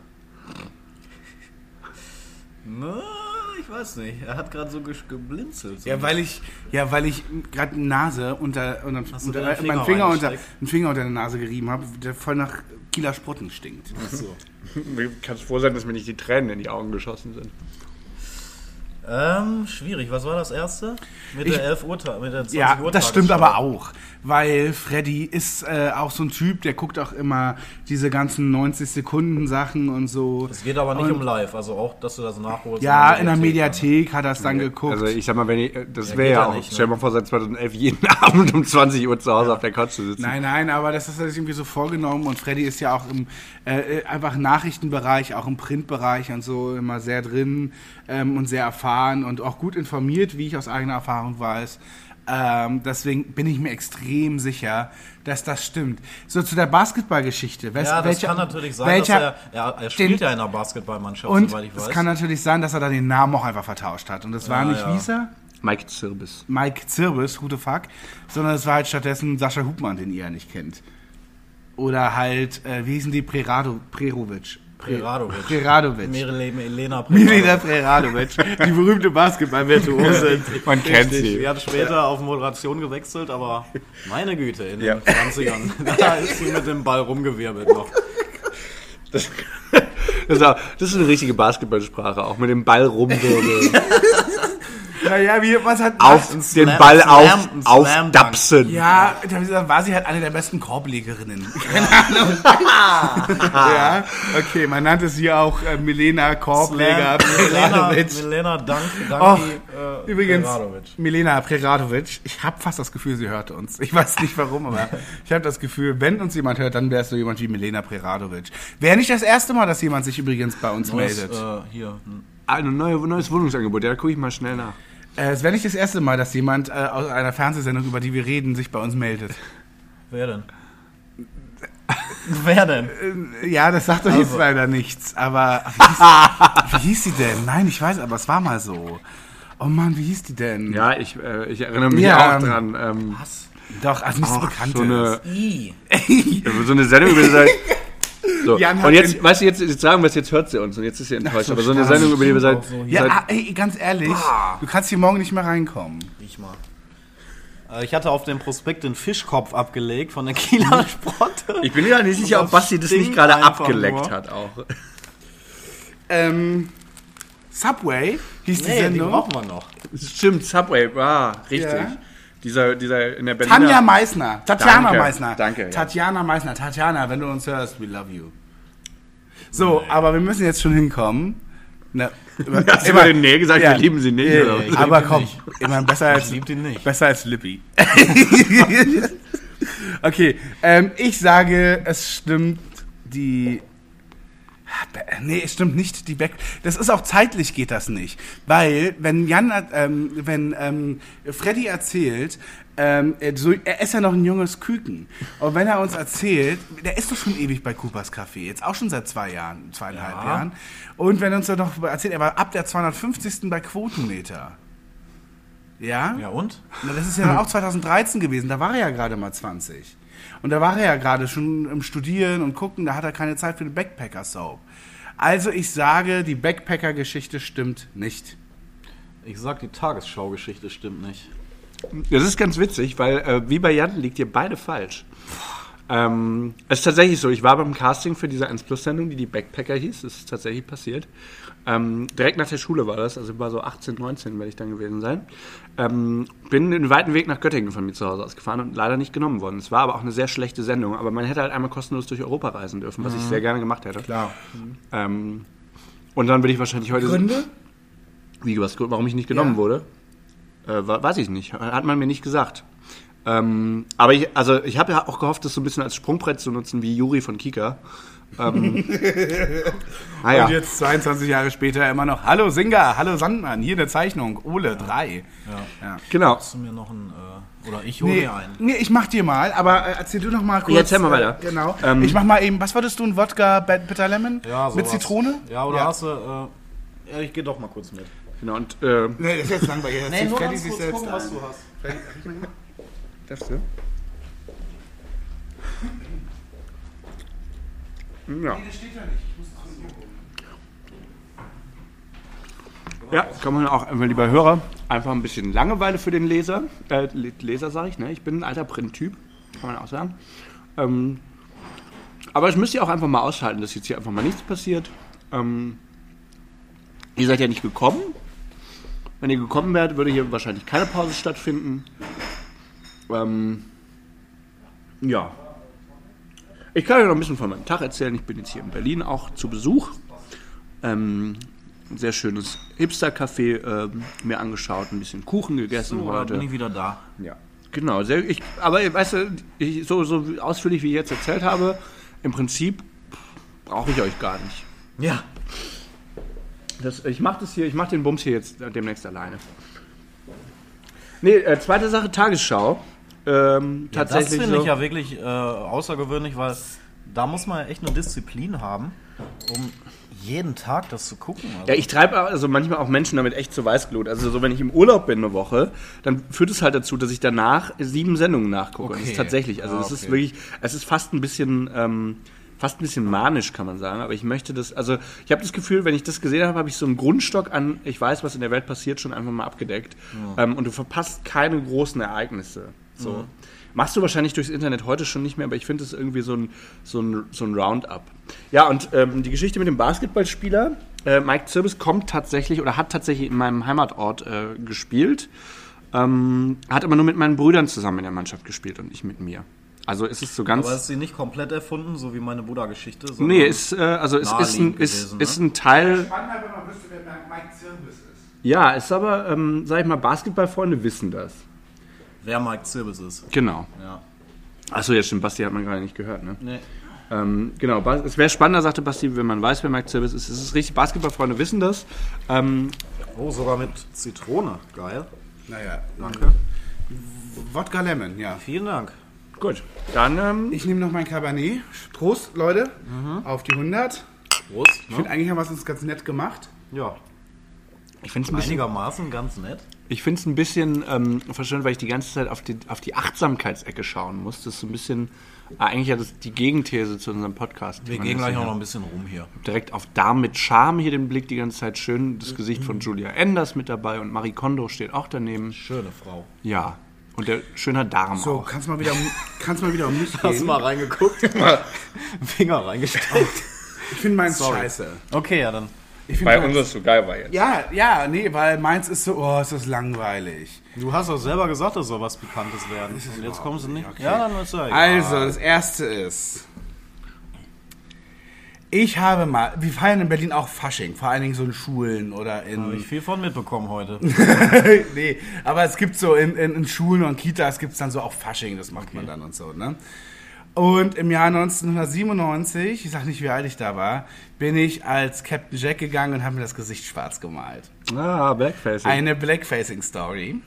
Na, ich weiß nicht. Er hat gerade so ge- geblinzelt. So. Ja, weil ich, ja, weil ich gerade eine Nase unter, unter, Hast du unter deinen äh, Finger meinen Finger unter, reingesteckt? einen Finger unter der Nase gerieben habe, der voll nach Kieler Sprotten stinkt. Ach so. Du kannst froh sein, dass mir nicht die Tränen in die Augen geschossen sind. Ähm, schwierig. Was war das erste? Mit Ich- der elf Uhr, Ta- mit der zwanzig Ja, Uhr das stimmt Tagesschau. aber auch, weil Freddy ist äh, auch so ein Typ, der guckt auch immer diese ganzen neunzig Sekunden Sachen und so. Es geht aber nicht Und- um live, also auch, dass du das nachholst. Ja, in der Mediathek hat er es dann geguckt. Also ich sag mal, wenn ich, das Ja, wäre geht ja ja auch, nicht, ne? stell dir mal vor, seit zweitausendelf jeden Abend um zwanzig Uhr zu Hause auf der Couch zu sitzen. Nein, nein, aber das ist sich irgendwie so vorgenommen und Freddy ist ja auch im äh, einfach Nachrichtenbereich, auch im Printbereich und so immer sehr drin ähm, und sehr erfahren und auch gut informiert, wie ich aus eigener Erfahrung weiß. Ähm, deswegen bin ich mir extrem sicher, dass das stimmt. So zu der Basketballgeschichte. Wes- Ja, das welcher- kann natürlich sein, welcher, dass er, er, er spielt den- ja in einer Basketballmannschaft, Und soweit ich weiß. es kann natürlich sein, dass er dann den Namen auch einfach vertauscht hat. Und das war Ja, nicht, ja. wie ist er? Mike Zirbes. Mike Zirbes, who the fuck, sondern es war halt stattdessen Sascha Hubmann, den ihr ja nicht kennt. Oder halt, äh, wie hießen die, Prerado, Prerovic. Pre- Preradovic. Preradovic. Mirele- Elena Milena Preradovic. Preradovic, die berühmte Basketball-Virtuose. Man kennt Sie sie. hat später auf Moderation gewechselt, aber meine Güte, in Ja. den zwanzigern, da ist sie mit dem Ball rumgewirbelt noch. Das, das, ist auch, das ist eine richtige Basketballsprache, auch mit dem Ball rumwirbeln. Naja, wie, was hat... auf Ein den Slam- Ball Slam- auf, ein Slam-Dunk. aufdapsen. Ja, da war sie halt eine der besten Korblegerinnen. Keine Ahnung. ja, okay, man nannte sie auch äh, Milena Korbleger Milena, Preradovic. Milena Dank, Och, Danki, äh, Übrigens, Preradovic. Milena Preradovic, ich habe fast das Gefühl, sie hört uns. Ich weiß nicht warum, aber ich habe das Gefühl, wenn uns jemand hört, dann wäre es so jemand wie Milena Preradovic. Wäre nicht das erste Mal, dass jemand sich übrigens bei uns Neues, meldet. äh, hier, hm. Ein neue, neues Wohnungsangebot, ja, da gucke ich mal schnell nach. Äh, es wäre nicht das erste Mal, dass jemand äh, aus einer Fernsehsendung, über die wir reden, sich bei uns meldet. Wer denn? Wer denn? Äh, ja, das sagt euch Also. jetzt leider nichts, aber wie hieß, wie hieß sie denn? Nein, ich weiß, aber es war mal so. Oh Mann, wie hieß die denn? Ja, ich, äh, ich erinnere mich Ja. auch dran. Ähm, Was? Doch, also nichts Ach, Bekanntes. so eine, I. so eine Sendung über die seit. So. Jan hat Und jetzt, den- weißt du, jetzt, jetzt sagen wir es, jetzt hört sie uns und jetzt ist sie enttäuscht. so, aber so eine stark. Sendung, über die wir seit. Auch so. Ja, seit ah, ey, ganz ehrlich, du kannst hier morgen nicht mehr reinkommen. Riech mal. Äh, Ich hatte auf dem Prospekt den Fischkopf abgelegt von der Kieler Sprotte. ich bin mir nicht sicher, ob Basti das nicht stinkt gerade einfach abgeleckt nur. hat auch. Ähm, Subway hieß die Nee, die Sendung. brauchen wir noch. Stimmt, Subway, ah, richtig. Ja. Dieser, dieser in der Berliner. Tanja Meissner. Tatjana Danke, Meissner. danke, ja. Tatjana Meissner. Tatjana, wenn du uns hörst, we love you. So, aber wir müssen jetzt schon hinkommen. Ne, immer, Hast du über den Nee gesagt, wir lieben sie nicht, Ja, oder? Ich aber lieb ihn komm, nicht. immerhin besser als, Ich lieb ihn nicht. besser als Lippy. Okay, ähm, ich sage, es stimmt die... Nee, es stimmt nicht die Back. Das ist auch zeitlich geht das nicht, weil wenn Jan, ähm, wenn ähm, Freddy erzählt, ähm, er, so, er ist ja noch ein junges Küken und wenn er uns erzählt, der ist doch schon ewig bei Coopers Café, jetzt auch schon seit zwei Jahren, zweieinhalb Ja. Jahren und wenn er uns doch noch erzählt, er war ab der zweihundertfünfzigsten bei Quotenmeter. Ja? Ja und? Na, das ist ja auch zweitausenddreizehn gewesen, da war er ja gerade mal zwanzig. Und da war er ja gerade schon im Studieren und Gucken, da hat er keine Zeit für eine Backpacker-Soap. Also ich sage, die Backpacker-Geschichte stimmt nicht. Ich sag, die Tagesschau-Geschichte stimmt nicht. Das ist ganz witzig, weil äh, wie bei Jan liegt ihr beide falsch. Ähm, es ist tatsächlich so, ich war beim Casting für diese eins Plus Sendung, die die Backpacker hieß. Das ist tatsächlich passiert. Ähm, direkt nach der Schule war das, also ich war so achtzehn, neunzehn werde ich dann gewesen sein. Ähm, bin den weiten Weg nach Göttingen von mir zu Hause aus gefahren und leider nicht genommen worden. Es war aber auch eine sehr schlechte Sendung, aber man hätte halt einmal kostenlos durch Europa reisen dürfen, was ich sehr gerne gemacht hätte. Klar. Ähm, und dann will ich wahrscheinlich heute... Gründe? Wie, was, warum ich nicht genommen Ja. wurde? Äh, wa- weiß ich nicht. Hat man mir nicht gesagt. Ähm, aber ich, also ich habe ja auch gehofft, das so ein bisschen als Sprungbrett zu nutzen, wie Juri von Kika. Ähm, naja. Und jetzt zweiundzwanzig Jahre später immer noch, hallo Singer, hallo Sandmann, hier eine Zeichnung, Ole, drei. Ja. Ja. Genau. Hast du mir noch einen, äh, oder ich hole Nee, dir einen. nee, ich mach dir mal, aber äh, erzähl du noch mal kurz. Ja, erzähl mal weiter. Äh, genau. Ähm, ich mach mal eben, was wolltest du, ein Wodka Bitter Lemon? Ja, mit sowas. Zitrone? Ja, oder Ja. hast du, äh, ja, ich geh doch mal kurz mit. Genau, und, äh, Nee, das ist jetzt langweilig. Jetzt zieht Freddy ganz sich kurz selbst gucken, was ein. du hast. Freddy, riech mal hier. darfst du? Ja. Das steht ja nicht. Ich muss es Ja, kann man auch, äh, lieber Hörer, einfach ein bisschen Langeweile für den Leser. Äh, Le- Leser sage ich, ne? Ich bin ein alter Printtyp, kann man auch sagen. Ähm, aber es müsst ihr auch einfach mal aushalten, dass jetzt hier einfach mal nichts passiert. Ähm, ihr seid ja nicht gekommen. Wenn ihr gekommen wärt, würde hier wahrscheinlich keine Pause stattfinden. Ähm, ja. Ich kann euch noch ein bisschen von meinem Tag erzählen. Ich bin jetzt hier in Berlin auch zu Besuch. Ähm, ein sehr schönes Hipster-Café ähm, mir angeschaut, ein bisschen Kuchen gegessen So, dann heute. bin ich wieder da. Ja. Genau, sehr, ich, aber weißt du, ich, so, so ausführlich wie ich jetzt erzählt habe, im Prinzip brauche ich euch gar nicht. Ja. Das, ich mache das hier, ich mache den Bums hier jetzt demnächst alleine. Nee, äh, zweite Sache, Tagesschau. Ähm, Ja, das tatsächlich finde so. ich ja wirklich äh, außergewöhnlich, weil da muss man ja echt eine Disziplin haben, um jeden Tag das zu gucken. Also. Ja, ich treibe also manchmal auch Menschen damit echt zu Weißglut. Also so, wenn ich im Urlaub bin eine Woche, dann führt es halt dazu, dass ich danach sieben Sendungen nachgucke. Und das ist Okay. tatsächlich, also Ah, das ist okay. wirklich, es ist fast ein bisschen, ähm, fast ein bisschen manisch, kann man sagen. Aber ich möchte das, also ich habe das Gefühl, wenn ich das gesehen habe, habe ich so einen Grundstock an, ich weiß, was in der Welt passiert, schon einfach mal abgedeckt. Ähm, und du verpasst keine großen Ereignisse. So. Machst du wahrscheinlich durchs Internet heute schon nicht mehr, aber ich finde es irgendwie so ein, so ein, so ein Roundup. Ja, und ähm, die Geschichte mit dem Basketballspieler, äh, Mike Zirbis kommt tatsächlich oder hat tatsächlich in meinem Heimatort äh, gespielt, ähm, hat aber nur mit meinen Brüdern zusammen in der Mannschaft gespielt und nicht mit mir. Also es ist so ganz... Aber ist sie nicht komplett erfunden, so wie meine Buddha-Geschichte? sondern- Nee, ist, äh, also es ist ein, naheliegend ist, gewesen, ist ne? ein Teil... Spannend, wenn man wüsste, wer Mike Zirbis ist. Ja, ist aber, ähm, sag ich mal, Basketballfreunde wissen das. Wer Mike Zirbis ist. Genau. Ja. Achso, ja stimmt, Basti hat man gerade nicht gehört, ne? Nee. Ähm, genau, Bas- es wäre spannender, sagte Basti, wenn man weiß, wer Mike Zirbis ist. Es ist richtig, Basketballfreunde wissen das. Ähm, Oh, sogar mit Zitrone. Geil. Naja, danke. Wodka Lemon, ja. Vielen Dank. gut, dann ähm, Ich nehme noch mein Cabernet. Prost, Leute, auf die hundert. Prost. Ich finde, eigentlich haben wir es uns ganz nett gemacht. Ja, ich finde es ein bisschen, einigermaßen ganz nett. ich find's ein bisschen ähm, verstörend, weil ich die ganze Zeit auf die, auf die Achtsamkeitsecke schauen muss. Das ist so ein bisschen, äh, eigentlich ja das, die Gegenthese zu unserem Podcast. Wir gehen gleich auch noch ein bisschen rum hier. Direkt auf Darm mit Charme hier den Blick die ganze Zeit schön. Das Gesicht von Julia Enders mit dabei und Marie Kondo steht auch daneben. Schöne Frau. Ja, und der schöner Darm So, auch. kannst mal wieder, um- kannst mal wieder um mich Hast du gehen. mal reingeguckt? Finger reingesteckt. Ich finde meins Sorry. scheiße. Okay, ja dann. Ich find meins- so geil war jetzt. Ja, ja, nee, weil meins ist so, oh, ist das langweilig. Du hast doch selber gesagt, dass soll was Pikantes werden. Und jetzt kommst du nicht. okay. Ja, dann ist ja egal. Also, das erste ist, ich habe mal, wir feiern in Berlin auch Fasching, vor allen Dingen so in Schulen oder in... Habe ich viel von mitbekommen heute. nee, aber es gibt so in, in, in Schulen und Kitas gibt es dann so auch Fasching, das macht man dann und so, ne? Und im Jahr neunzehnhundertsiebenundneunzig, ich sag nicht, wie alt ich da war, bin ich als Captain Jack gegangen und habe mir das Gesicht schwarz gemalt. Ah, Blackfacing. Eine Blackfacing-Story.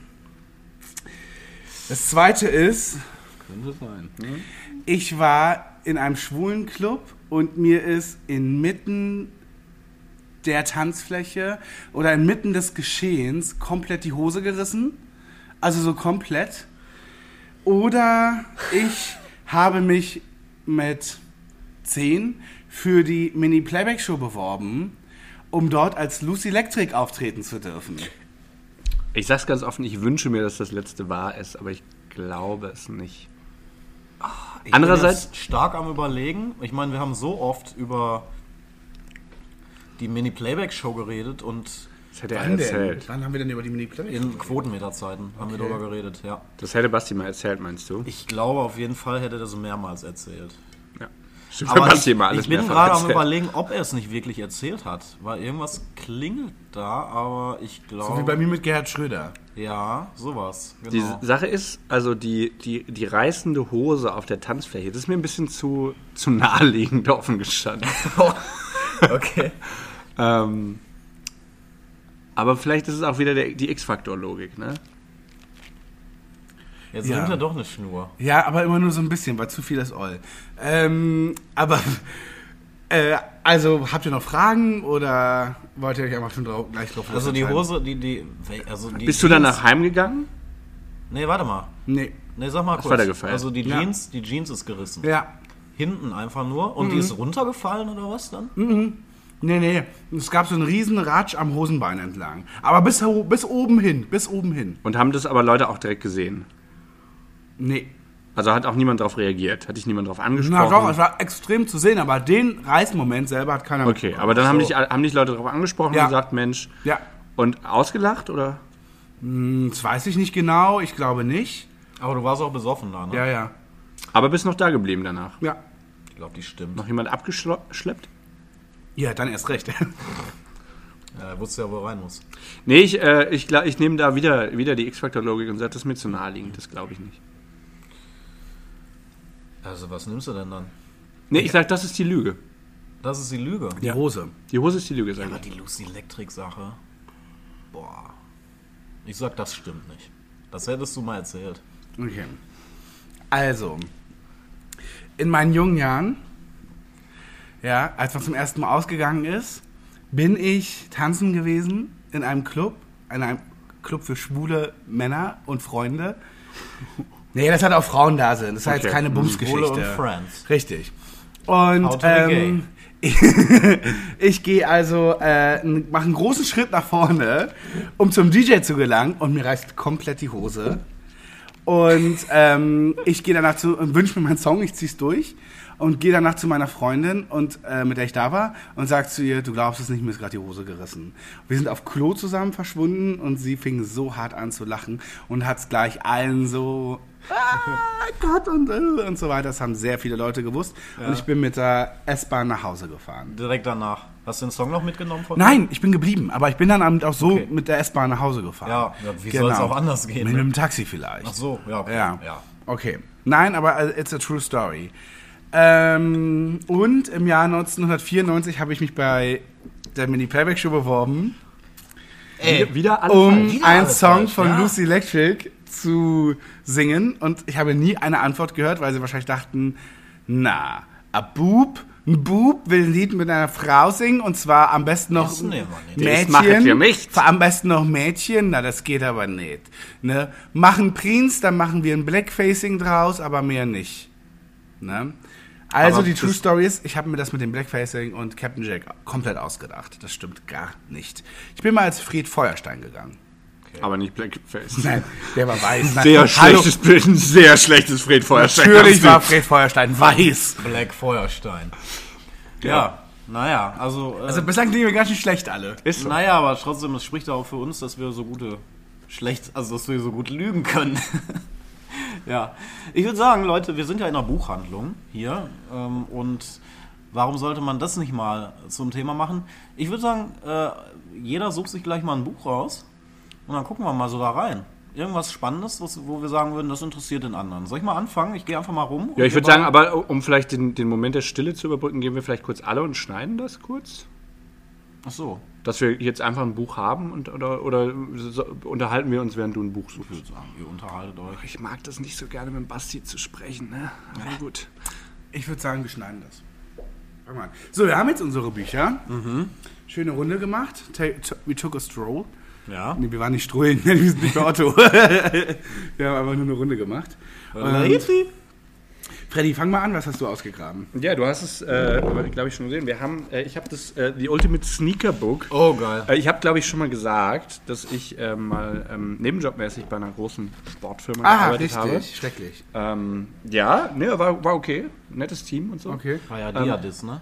Das zweite ist, Könnte sein. ich war in einem schwulen Club und mir ist inmitten der Tanzfläche oder inmitten des Geschehens komplett die Hose gerissen. Also so komplett. Oder ich habe mich mit zehn für die Mini-Playback-Show beworben, um dort als Lucy Electric auftreten zu dürfen. Ich sag's ganz offen, ich wünsche mir, dass das letzte wahr ist, aber ich glaube es nicht. Ich Andererseits- bin jetzt stark am Überlegen. Ich meine, wir haben so oft über die Mini-Playback-Show geredet und Das hätte er Wann denn? erzählt. Wann haben wir denn über die Mini-Playback-Show in Quotenmeterzeiten haben wir darüber geredet, ja. Das hätte Basti mal erzählt, meinst du? Ich glaube, auf jeden Fall hätte er das mehrmals erzählt. Ja. Stimmt, Aber Basti ich, mal alles ich bin mehrfach gerade am erzählt. Überlegen, ob er es nicht wirklich erzählt hat. Weil irgendwas klingelt da, aber ich glaube... So wie bei mir mit Gerhard Schröder. Ja, sowas. Die Genau. Sache ist, also die, die, die reißende Hose auf der Tanzfläche, das ist mir ein bisschen zu, zu naheliegend offen gestanden. Okay. ähm, aber vielleicht ist es auch wieder der, die X-Faktor-Logik, ne? Jetzt Ja. nimmt er doch eine Schnur. Ja, aber immer nur so ein bisschen, weil zu viel ist all. Ähm, aber, äh, also, habt ihr noch Fragen oder wollt ihr euch einfach schon drauf, gleich drauf Also die losentscheiden? Hose, die, die, also die Bist du danach heimgegangen? Nee, warte mal. Nee. Nee, sag mal Hast kurz. weitergefeiert? Also die Ja. Jeans, die Jeans ist gerissen. Ja. Hinten einfach nur. Und die ist runtergefallen oder was dann? Nee, nee. Es gab so einen riesen Ratsch am Hosenbein entlang. Aber bis, ho- bis oben hin, bis oben hin. Und haben das aber Leute auch direkt gesehen? Nee. Also hat auch niemand darauf reagiert? Hat dich niemand darauf angesprochen? Na doch, es war extrem zu sehen, aber den Reißmoment selber hat keiner Okay, mitbekommen. aber dann haben So. dich, haben dich Leute darauf angesprochen Ja. und gesagt, Mensch, Ja. und ausgelacht oder? Hm, Das weiß ich nicht genau, ich glaube nicht. Aber du warst auch besoffen da, ne? Ja, ja. Aber bist noch da geblieben danach? Ja. Ich glaube, die stimmt. Noch jemand abgeschleppt? Ja, dann erst recht. Ja, er wusste ja, wo er rein muss. Nee, ich, äh, ich, glaub, ich nehme da wieder, wieder die X-Factor-Logik und sage, das ist mir zu naheliegend, das glaube ich nicht. Also, was nimmst du denn dann? Nee, ich sage, das ist die Lüge. Das ist die Lüge. Die Hose. Die Hose ist die Lüge, sage Aber ich. die Lucy Electric-Sache. Boah. Ich sag, das stimmt nicht. Das hättest du mal erzählt. Okay. Also, in meinen jungen Jahren, ja, als man zum ersten Mal ausgegangen ist, bin ich tanzen gewesen in einem Club, in einem Club für schwule Männer und Freunde. Nee, das hat auch Frauen da sind. Das war Okay. jetzt keine Bumsgeschichte. Schwule und Friends. Richtig. Und How to be ähm, ich, ich gehe also, äh, mache einen großen Schritt nach vorne, um zum D J zu gelangen und mir reißt komplett die Hose. Und ähm, ich gehe danach zu und wünsche mir meinen Song, ich zieh's durch und gehe danach zu meiner Freundin, und äh, mit der ich da war, und sag zu ihr, du glaubst es nicht, mir ist gerade die Hose gerissen. Wir sind auf Klo zusammen verschwunden und sie fing so hart an zu lachen und hat's gleich allen so, ah Gott und, äh, und so weiter. Das haben sehr viele Leute gewusst, und ich bin mit der S-Bahn nach Hause gefahren. Direkt danach. Hast du den Song noch mitgenommen von Nein, ich bin geblieben, aber ich bin dann abend auch so Okay. mit der S-Bahn nach Hause gefahren. Ja, ja, wie soll's auch anders gehen, Mit ne? einem Taxi vielleicht. Ach so, ja. Okay. Ja. ja. Okay. Nein, aber äh, it's a true story. Ähm, und im Jahr neunzehnhundertvierundneunzig habe ich mich bei der Mini-Playback-Show beworben, Wieder, wieder alles um falsch. wieder einen alles Song falsch, von ja. Lucy Electric zu singen. Und ich habe nie eine Antwort gehört, weil sie wahrscheinlich dachten, na, a Bub, ein Bub will ein Lied mit einer Frau singen und zwar am besten noch Das nehmen wir nicht. Das machen wir Mädchen. nicht. Am besten noch Mädchen, na, das geht aber nicht. Ne? Machen Prince, dann machen wir ein Blackfacing draus, aber mehr nicht. Ne? Also Aber die True das- Story ist, ich habe mir das mit dem Blackfacing und Captain Jack komplett ausgedacht. Das stimmt gar nicht. Ich bin mal als Fried Feuerstein gegangen. Aber nicht Blackface. Nein, der war weiß. Nein. Sehr Hallo, schlechtes Bild, ein sehr schlechtes Fred Feuerstein. natürlich hast du. war Fried Feuerstein weiß. Black Feuerstein. Ja, naja, also. Äh, Also bislang klingen wir ganz schön schlecht alle. Ist so. naja, aber trotzdem, es spricht auch für uns, dass wir so gute. Schlecht, also dass wir so gut lügen können. Ja. Ich würde sagen, Leute, wir sind ja in einer Buchhandlung hier. Ähm, und warum sollte man das nicht mal zum Thema machen? Ich würde sagen, äh, jeder sucht sich gleich mal ein Buch raus. Und dann gucken wir mal so da rein. Irgendwas Spannendes, was, wo wir sagen würden, das interessiert den anderen. Soll ich mal anfangen? Ich gehe einfach mal rum. Ja, ich und würde wir sagen, beide- aber um vielleicht den, den Moment der Stille zu überbrücken, gehen wir vielleicht kurz alle und schneiden das kurz. Ach so. Dass wir jetzt einfach ein Buch haben und, oder, oder so, unterhalten wir uns, während du ein Buch Ich suchst. würde sagen, ihr unterhaltet euch. Ich mag das nicht so gerne mit Basti zu sprechen, ne? Aber gut. Ich würde sagen, wir schneiden das. Fang mal an. So, wir haben jetzt unsere Bücher. Schöne Runde gemacht. Ta- t- We took a stroll. Ja. Nee, wir waren nicht strollen, wir sind nicht bei Otto. Wir haben einfach nur eine Runde gemacht. Und Freddy, fang mal an, was hast du ausgegraben? Ja, du hast es, äh, glaube ich, schon gesehen. Wir haben, äh, ich habe das äh, The Ultimate Sneaker Book. Oh, geil. Äh, ich habe, glaube ich, schon mal gesagt, dass ich äh, mal ähm, nebenjobmäßig bei einer großen Sportfirma Ah, gearbeitet richtig, habe. schrecklich. Ähm, ja, ne, war, war okay. Nettes Team und so. Okay. War ja Ähm, Diadis, ne?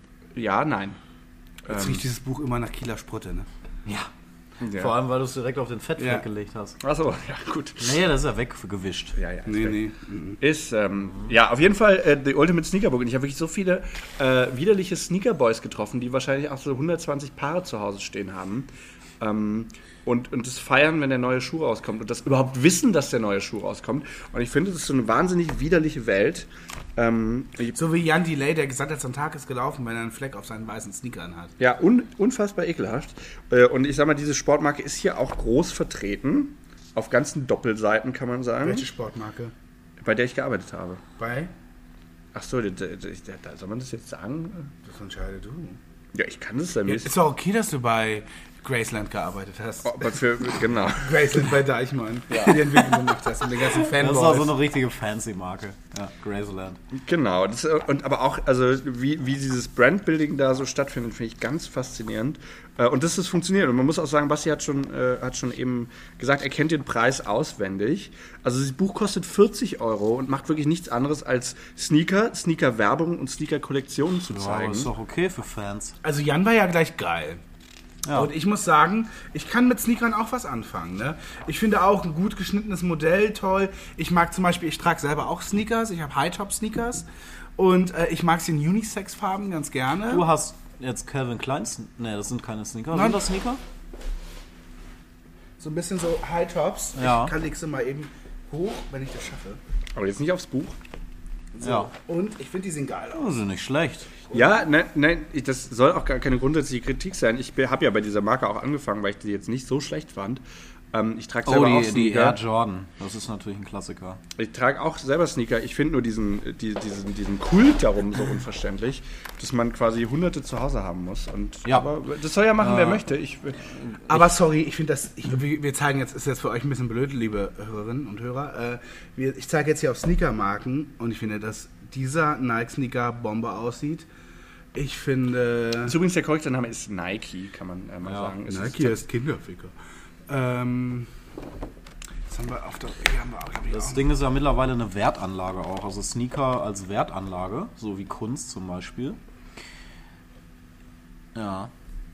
Ja, nein. Jetzt Ähm, riecht dieses Buch immer nach Kieler Sprutte, ne? Ja. Ja. Vor allem, weil du es direkt auf den Fettfleck Ja. gelegt hast. Achso, ja, gut. Nee, das ist ja weggewischt. Ja, ja. Nee, ist nee. mhm. Ist, ähm, ja, auf jeden Fall äh, The Ultimate Sneaker Book. Und ich habe wirklich so viele äh, widerliche Sneaker-Boys getroffen, die wahrscheinlich auch so hundertzwanzig Paare zu Hause stehen haben. Ähm, und, und das feiern, wenn der neue Schuh rauskommt. Und das überhaupt wissen, dass der neue Schuh rauskommt. Und ich finde, das ist so eine wahnsinnig widerliche Welt. Ähm, ich, So wie Jan Delay, der gesagt hat, am Tag ist gelaufen, wenn er einen Fleck auf seinen weißen Sneakern hat. ja, un, unfassbar ekelhaft. Äh, und ich sag mal, diese Sportmarke ist hier auch groß vertreten. Auf ganzen Doppelseiten, kann man sagen. Welche Sportmarke? Bei der ich gearbeitet habe. Bei? Ach so, da, da, da, soll man das jetzt sagen? Das entscheide du. Ja, ich kann das dann Ja, nicht. ist doch okay, dass du bei Graceland gearbeitet hast. Oh, aber für, genau. Graceland bei Deichmann, die die Entwicklung gemacht hast mit den ganzen Das Fanboys. ist auch so eine richtige Fancy-Marke. Ja, Graceland. Genau. Das, und aber auch, also wie, wie dieses Brandbuilding da so stattfindet, finde ich ganz faszinierend. Und dass das funktioniert. Und man muss auch sagen, Basti hat schon, äh, hat schon eben gesagt, er kennt den Preis auswendig. Also das Buch kostet vierzig Euro und macht wirklich nichts anderes als Sneaker, Sneaker-Werbung und Sneaker-Kollektionen zu Ja, aber zeigen. ist doch okay für Fans. Also Jan war ja gleich geil. Ja. Und ich muss sagen, ich kann mit Sneakern auch was anfangen. Ne? Ich finde auch ein gut geschnittenes Modell toll. Ich mag zum Beispiel, ich trage selber auch Sneakers. Ich habe High-Top-Sneakers. Und äh, ich mag sie in Unisex-Farben ganz gerne. Du hast jetzt Calvin Kleins. Ne, das sind keine Sneaker. Nein. Sind das Sneaker? So ein bisschen so High-Tops. Ja. Ich kann leg sie mal eben hoch, wenn ich das schaffe. Aber jetzt nicht aufs Buch. So. Ja. Und ich finde, die sehen geil aus. Das ist nicht schlecht. Ja, nein, nein, ich- das soll auch gar keine grundsätzliche Kritik sein. Ich habe ja bei dieser Marke auch angefangen, weil ich die jetzt nicht so schlecht fand. Ähm, ich trage Oh, selber auch die, die Sneaker. Air Jordan. Das ist natürlich ein Klassiker. Ich trage auch selber Sneaker. Ich finde nur diesen, die, diesen, diesen Kult darum so unverständlich, dass man quasi Hunderte zu Hause haben muss. Und, Ja. Aber das soll ja machen, wer Äh, möchte. Ich, Aber sorry, ich finde das, ich, wir wir zeigen jetzt, ist jetzt für euch ein bisschen blöd, liebe Hörerinnen und Hörer. Äh, wir, ich zeige jetzt hier auf Sneakermarken und ich finde, dass dieser Nike-Sneaker Bombe aussieht. Ich finde... ist übrigens der korrekte Name ist Nike, kann man äh, mal Ja, sagen. Es Nike ist, ist Kinderficker. Ähm, das haben wir auf der... Hier haben wir auch, hab ich Das auch. Ding ist ja mittlerweile eine Wertanlage auch. Also Sneaker als Wertanlage, so wie Kunst zum Beispiel. Ja.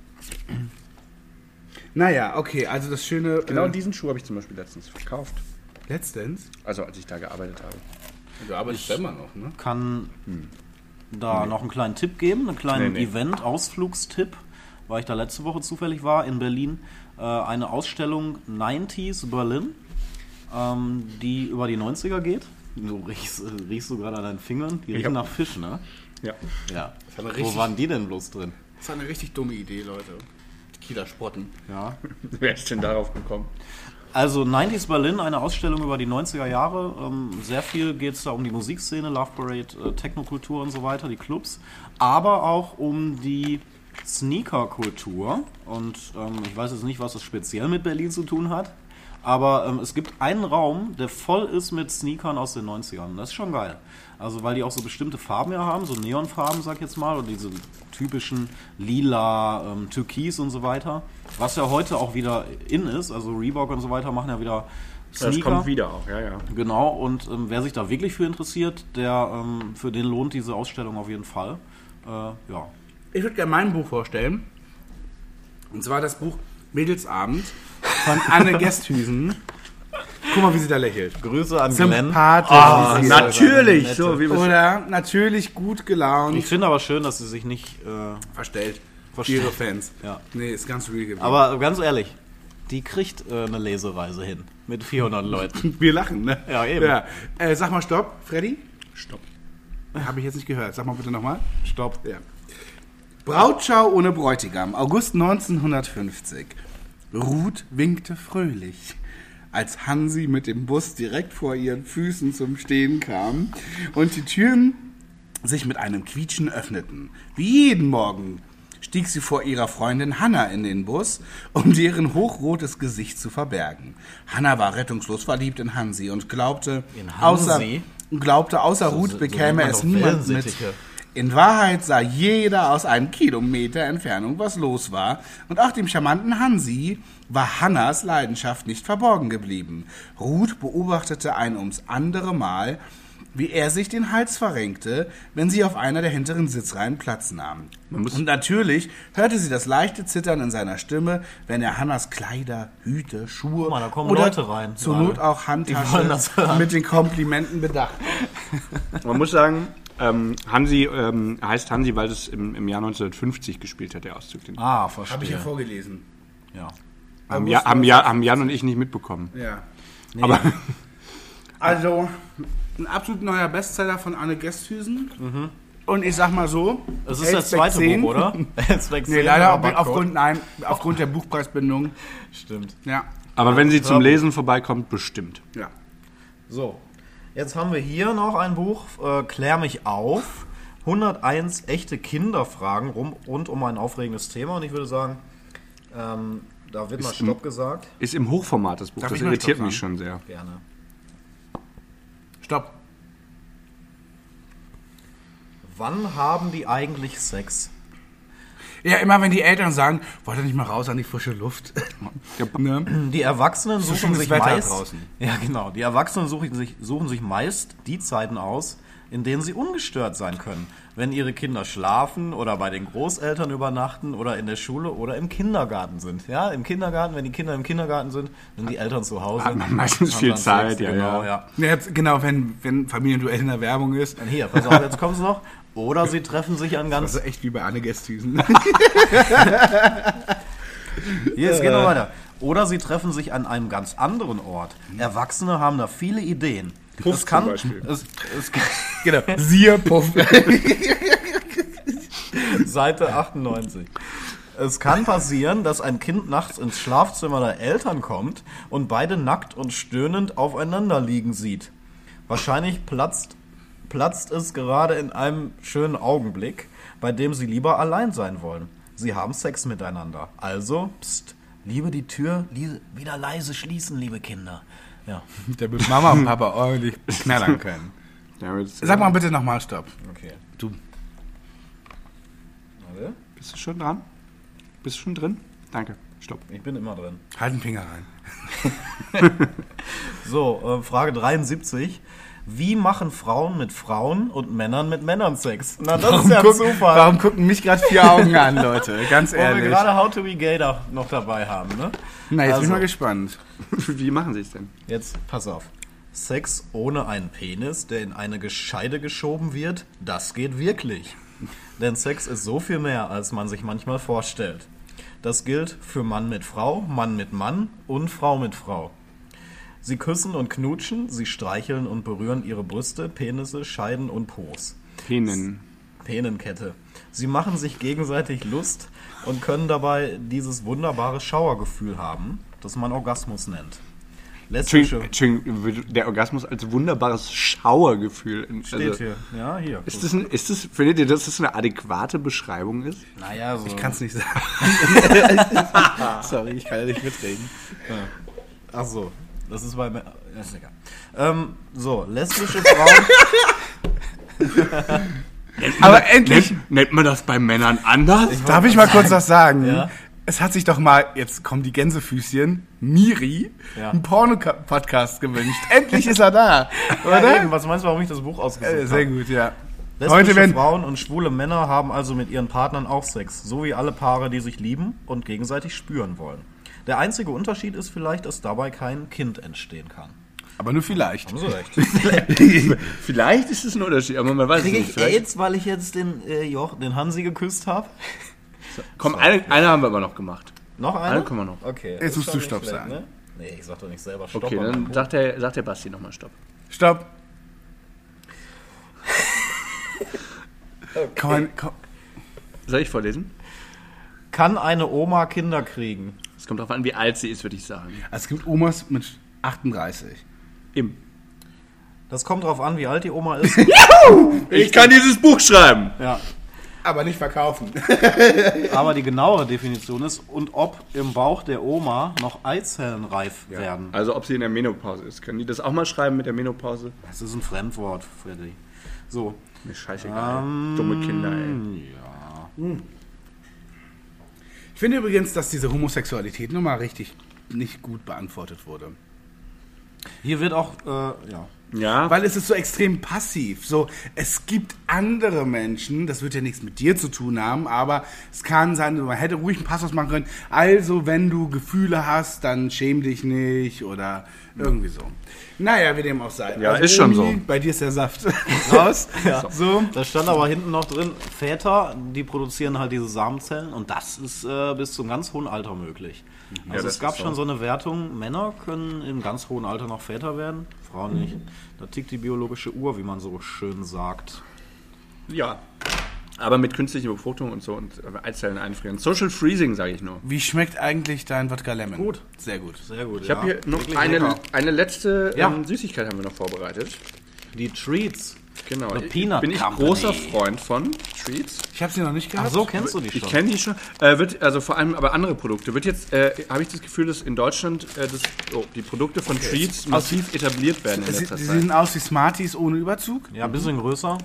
Naja, okay, also das schöne... genau äh, diesen Schuh habe ich zum Beispiel letztens verkauft. Letztens? Also als ich da gearbeitet habe. Du arbeitest immer noch, ne? Kann da noch einen kleinen Tipp geben, einen kleinen Nee, nee. Event-Ausflugstipp, weil ich da letzte Woche zufällig war in Berlin. Äh, eine Ausstellung neunziger Berlin, ähm, die über die neunziger geht. Du riechst, riechst du gerade an deinen Fingern? Die riechen hab- nach Fisch, ne? Ja. Ja. eine Wo richtig- waren die denn bloß drin? Das ist eine richtig dumme Idee, Leute. Die Kieler Sprotten. Ja. Wer ist denn darauf gekommen? Also neunziger Berlin, eine Ausstellung über die neunziger Jahre. Ähm, sehr viel geht es da um die Musikszene, Love Parade, äh, Technokultur und so weiter, die Clubs. Aber auch um die Sneakerkultur. Und ähm, ich weiß jetzt nicht, was das speziell mit Berlin zu tun hat. Aber ähm, es gibt einen Raum, der voll ist mit Sneakern aus den neunzigern. Das ist schon geil. Also weil die auch so bestimmte Farben ja haben, so Neonfarben, sag ich jetzt mal, und diese typischen lila, ähm, Türkis und so weiter. Was ja heute auch wieder in ist, also Reebok und so weiter machen ja wieder Sneaker. Das kommt wieder auch, ja, ja. Genau, und ähm, wer sich da wirklich für interessiert, der ähm, für den lohnt diese Ausstellung auf jeden Fall. Äh, ja. Ich würde gerne mein Buch vorstellen. Und zwar das Buch Mädelsabend von Anne Gesthüsen. Guck mal, wie sie da lächelt. Grüße an Glenn. Sympathisch. Ah, wie sie natürlich, nette- so wie wir Oder natürlich gut gelaunt. Ich finde aber schön, dass sie sich nicht äh, verstellt. Verstellt. Ihre Fans. Ja. Nee, ist ganz real gewesen. Aber ganz ehrlich, die kriegt äh, eine Lesereise hin mit vierhundert Leuten. wir lachen, ne? Ja, eben. Ja. Äh, sag mal Stopp, Freddy. Stopp. Habe ich jetzt nicht gehört. Sag mal bitte nochmal. Stopp. Ja. Brautschau ohne Bräutigam, August neunzehnhundertfünfzig. Ruth winkte fröhlich, als Hansi mit dem Bus direkt vor ihren Füßen zum Stehen kam und die Türen sich mit einem Quietschen öffneten. Wie jeden Morgen stieg sie vor ihrer Freundin Hanna in den Bus, um deren hochrotes Gesicht zu verbergen. Hanna war rettungslos verliebt in Hansi und glaubte, In außer, Hansi? glaubte, außer So- Ruth so bekäme nennt man es doch niemand mit. Wellensittiche. In Wahrheit sah jeder aus einem Kilometer Entfernung, was los war, und auch dem charmanten Hansi war Hannas Leidenschaft nicht verborgen geblieben. Ruth beobachtete ein ums andere Mal, wie er sich den Hals verrenkte, wenn sie auf einer der hinteren Sitzreihen Platz nahm. Und natürlich hörte sie das leichte Zittern in seiner Stimme, wenn er Hannas Kleider, Hüte, Schuhe Guck mal, da kommen oder Leute rein zur gerade. Not auch Die wollen Handtasche das hören. mit den Komplimenten bedacht. Man muss sagen, ähm, Hansi ähm, heißt Hansi, weil es im, im Jahr neunzehnhundertfünfzig gespielt hat, der Auszug. Den Ah, verstehe. Habe ich ja vorgelesen. Ja. haben, ja, haben, ja, haben Jan und ich nicht mitbekommen. Ja. Aber Also, ein absolut neuer Bestseller von Anne Gesthüsen. Und ich sag mal so, Es ist das Elsbeck zweite zehn. Buch, oder? Elsbeck Nee, zehn, leider Rabattcode. aufgrund, nein, aufgrund der Buchpreisbindung. Stimmt. Ja, Aber wenn sie zum Hörbuch. Lesen vorbeikommt, bestimmt. ja. So, jetzt haben wir hier noch ein Buch, äh, Klär mich auf. hunderteins echte Kinderfragen rum, rund um ein aufregendes Thema. Und ich würde sagen, ähm, da wird mal Ist im- Stopp gesagt. Ist im Hochformat das Buch. Darf das ich mal irritiert Stopp mich schon sehr. Gerne. Stopp. Wann haben die eigentlich Sex? Ja, immer wenn die Eltern sagen, wollt ihr nicht mal raus an die frische Luft? ne? Die Erwachsenen So suchen schönes sich Wetter meist, draußen. ja genau, die Erwachsenen suchen sich, suchen sich meist die Zeiten aus, in denen sie ungestört sein können. Wenn ihre Kinder schlafen oder bei den Großeltern übernachten oder in der Schule oder im Kindergarten sind. Ja, im Kindergarten, wenn die Kinder im Kindergarten sind, sind die Eltern zu Hause. Hat man meistens haben viel dann Zeit, Sex, ja, genau, ja. ja. Ja, jetzt, genau, wenn, wenn Familienduell in der Werbung ist. Und hier, pass auf, jetzt kommt's noch. Oder sie treffen sich an ganz... Also echt wie bei Anne Gesthüsen. Hier, es geht noch weiter. Oder sie treffen sich an einem ganz anderen Ort. Erwachsene haben da viele Ideen. Puff es kann, zum Beispiel. es, es, genau. Siehe Puff. Seite achtundneunzig. Es kann passieren, dass ein Kind nachts ins Schlafzimmer der Eltern kommt und beide nackt und stöhnend aufeinander liegen sieht. Wahrscheinlich platzt, platzt es gerade in einem schönen Augenblick, bei dem sie lieber allein sein wollen. Sie haben Sex miteinander. Also, pst, liebe die Tür li- wieder leise schließen, liebe Kinder. Ja, Damit Mama und Papa ordentlich knallern können. Ja, jetzt, Sag mal bitte nochmal Stopp. okay. Du. Warte, Bist du schon dran? Bist du schon drin? Danke. Stopp. ich bin immer drin. Halt den Finger rein. So, äh, Frage dreiundsiebzig. Wie machen Frauen mit Frauen und Männern mit Männern Sex? Na, das ist ja ein guck- Zufall. warum gucken mich gerade vier Augen an, Leute? Ganz Wo wir ehrlich. gerade How to Be Gay da noch dabei haben, ne? Na, jetzt bin ich Also. mal gespannt. Wie machen sie es denn? Jetzt, pass auf. Sex ohne einen Penis, der in eine Gescheide geschoben wird, das geht wirklich. Denn Sex ist so viel mehr, als man sich manchmal vorstellt. Das gilt für Mann mit Frau, Mann mit Mann und Frau mit Frau. Sie küssen und knutschen, sie streicheln und berühren ihre Brüste, Penisse, Scheiden und Po's. Penen. Penenkette. Sie machen sich gegenseitig Lust und können dabei dieses wunderbare Schauergefühl haben, das man Orgasmus nennt. Lesbische Entschuldigung, Entschuldigung, der Orgasmus als wunderbares Schauergefühl. steht Also, hier. Ja, hier. ist das, ein, ist das, findet ihr, dass das eine adäquate Beschreibung ist? Naja, so. Ich kann es nicht sagen. Sorry, ich kann ja nicht mitreden. Ach so, das ist bei... Mä- ja, ist egal. Ähm, so, lesbische Frauen... Aber endlich, Nennt, nennt man das bei Männern anders? darf ich mal kurz was sagen? Ja. Es hat sich doch mal, jetzt kommen die Gänsefüßchen, Miri, Ja. einen Porno-Podcast gewünscht. Endlich ist er da, Ja, oder? eben, was meinst du, warum ich das Buch ausgesucht Äh, habe? sehr gut, ja. Lesbische Heute werden- Frauen und schwule Männer haben also mit ihren Partnern auch Sex, so wie alle Paare, die sich lieben und gegenseitig spüren wollen. Der einzige Unterschied ist vielleicht, dass dabei kein Kind entstehen kann. Aber nur vielleicht. Haben Sie recht. Vielleicht ist es ein Unterschied, aber man weiß es Kriege nicht. ich Vielleicht- AIDS, weil ich jetzt den, äh, Joch, den Hansi geküsst habe? Komm, eine, eine haben wir aber noch gemacht. Noch eine? Eine können wir noch. Okay. Jetzt ist musst schon du nicht Stopp schlecht, sagen. Ne? Nee, ich sag doch nicht selber Stopp. Okay, an meinem dann Buch. sagt der, sagt der Basti nochmal Stopp. Stopp. Kann man, kann, Soll ich vorlesen? Kann eine Oma Kinder kriegen? Es kommt darauf an, wie alt sie ist, würde ich sagen. es gibt Omas mit achtunddreißig. Im. Das kommt drauf an, wie alt die Oma ist. Ich kann dieses Buch schreiben. Ja. Aber nicht verkaufen. Aber die genauere Definition ist, und ob im Bauch der Oma noch Eizellen reif werden. Also ob sie in der Menopause ist. Können die das auch mal schreiben mit der Menopause? Das ist ein Fremdwort, Freddy. So. Mir scheißegal. Dumme Kinder, ey. Ja. Ich finde übrigens, dass diese Homosexualität nun mal richtig nicht gut beantwortet wurde. Hier wird auch, äh, ja. Ja, Weil es ist so extrem passiv. So, es gibt andere Menschen, das wird ja nichts mit dir zu tun haben, aber es kann sein, man hätte ruhig einen Passus machen können. Also, wenn du Gefühle hast, dann schäm dich nicht oder irgendwie so. Naja, wie dem auch sei. Ja, also ist schon Omi, so. Bei dir ist der Saft raus. Ja. So. Da stand aber hinten noch drin, Väter, die produzieren halt diese Samenzellen und das ist äh, bis zum ganz hohen Alter möglich. Also das es gab ist schon so. so eine Wertung, Männer können im ganz hohen Alter noch Väter werden, Frauen nicht. Da tickt die biologische Uhr, wie man so schön sagt. ja. Aber mit künstlicher Befruchtung und so und Eizellen einfrieren. Social Freezing, sage ich nur. Wie schmeckt eigentlich dein Wodka Lemon? Gut. Sehr gut. Sehr gut, Ich habe hier noch eine, eine letzte Ja. ähm, Süßigkeit haben wir noch vorbereitet. Die Treats. Genau. The Ich- Peanut bin ich Company. großer Freund von Treats. Ich habe sie noch nicht gehabt. Ach so, kennst du die Ich schon? kenne die schon. Äh, wird, also vor allem aber andere Produkte. Wird jetzt, äh, habe ich das Gefühl, dass in Deutschland äh, das, oh, die Produkte von Treats massiv etabliert werden in Sie, letzter sie Zeit. sehen aus wie Smarties ohne Überzug. Ja, ein bisschen größer.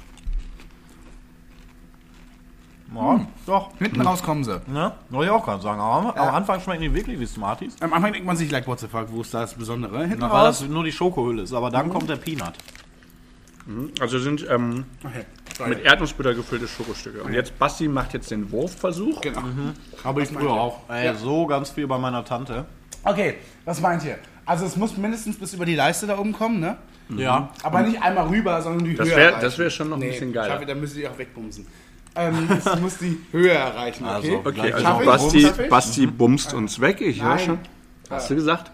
Ja, doch. Hinten raus kommen sie. Ne? Soll ich auch gerade sagen. Aber Ja. am Anfang schmecken die wirklich wie Smarties. Am Anfang denkt man sich, like, what the fuck, wo ist das Besondere? Hinten Na, weil raus. das nur die Schokohülle ist. Aber dann kommt der Peanut. Also sind ähm, Okay. mit Erdnussbutter gefüllte Schokostücke. Und jetzt Basti macht jetzt den Wurfversuch. Genau. Habe ich früher auch. Ey, Ja. so ganz viel bei meiner Tante. Okay, was meint ihr? Also es muss mindestens bis über die Leiste da oben kommen, ne? Ja. Aber nicht einmal rüber, sondern die Das Höhe wär- erreichen. das wär schon noch ein bisschen geiler. Schaffe, da müsst ihr auch wegbumsen. Ähm, es muss die Höhe erreichen, okay? Also, Okay, Gleich also schaffe ich? Basti, Schaffe ich? Basti bumst uns weg. Ich höre Nein. schon. Hast du gesagt?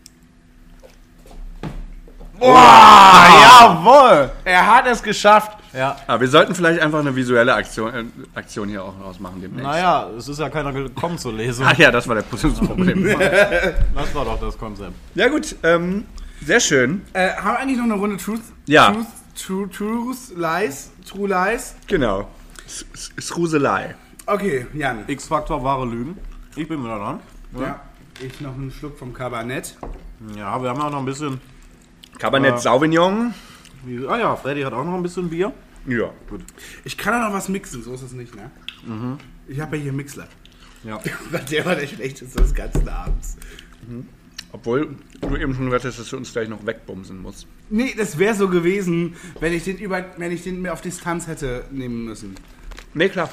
Jawohl! Er hat es geschafft. Ja. Aber wir sollten vielleicht einfach eine visuelle Aktion, äh, Aktion hier auch rausmachen demnächst. Naja, es ist ja keiner gekommen zur Lesung. Ach ja, das war der Problem. Das war doch das Konzept. Ja gut, ähm, sehr schön. Äh, haben wir eigentlich noch eine Runde Truth? Ja. Truth, True, Truth, Lies, True Lies. Genau. S- S- Sruselei. Okay, Jan. X-Faktor, wahre Lügen. Ich bin wieder dran. Ja. Ich noch einen Schluck vom Cabernet. Ja, wir haben ja auch noch ein bisschen... Cabernet Äh. Sauvignon. Ah ja, Freddy hat auch noch ein bisschen Bier. Ja. Gut. Ich kann auch noch was mixen, so ist es nicht, ne? Ich habe ja hier einen Mixler. Ja. Der war der schlechteste des ganzen Abends. Obwohl du eben schon gesagt hast, dass du uns gleich noch wegbumsen musst. Nee, das wäre so gewesen, wenn ich den über, wenn ich den mehr auf Distanz hätte nehmen müssen. Nee, klar.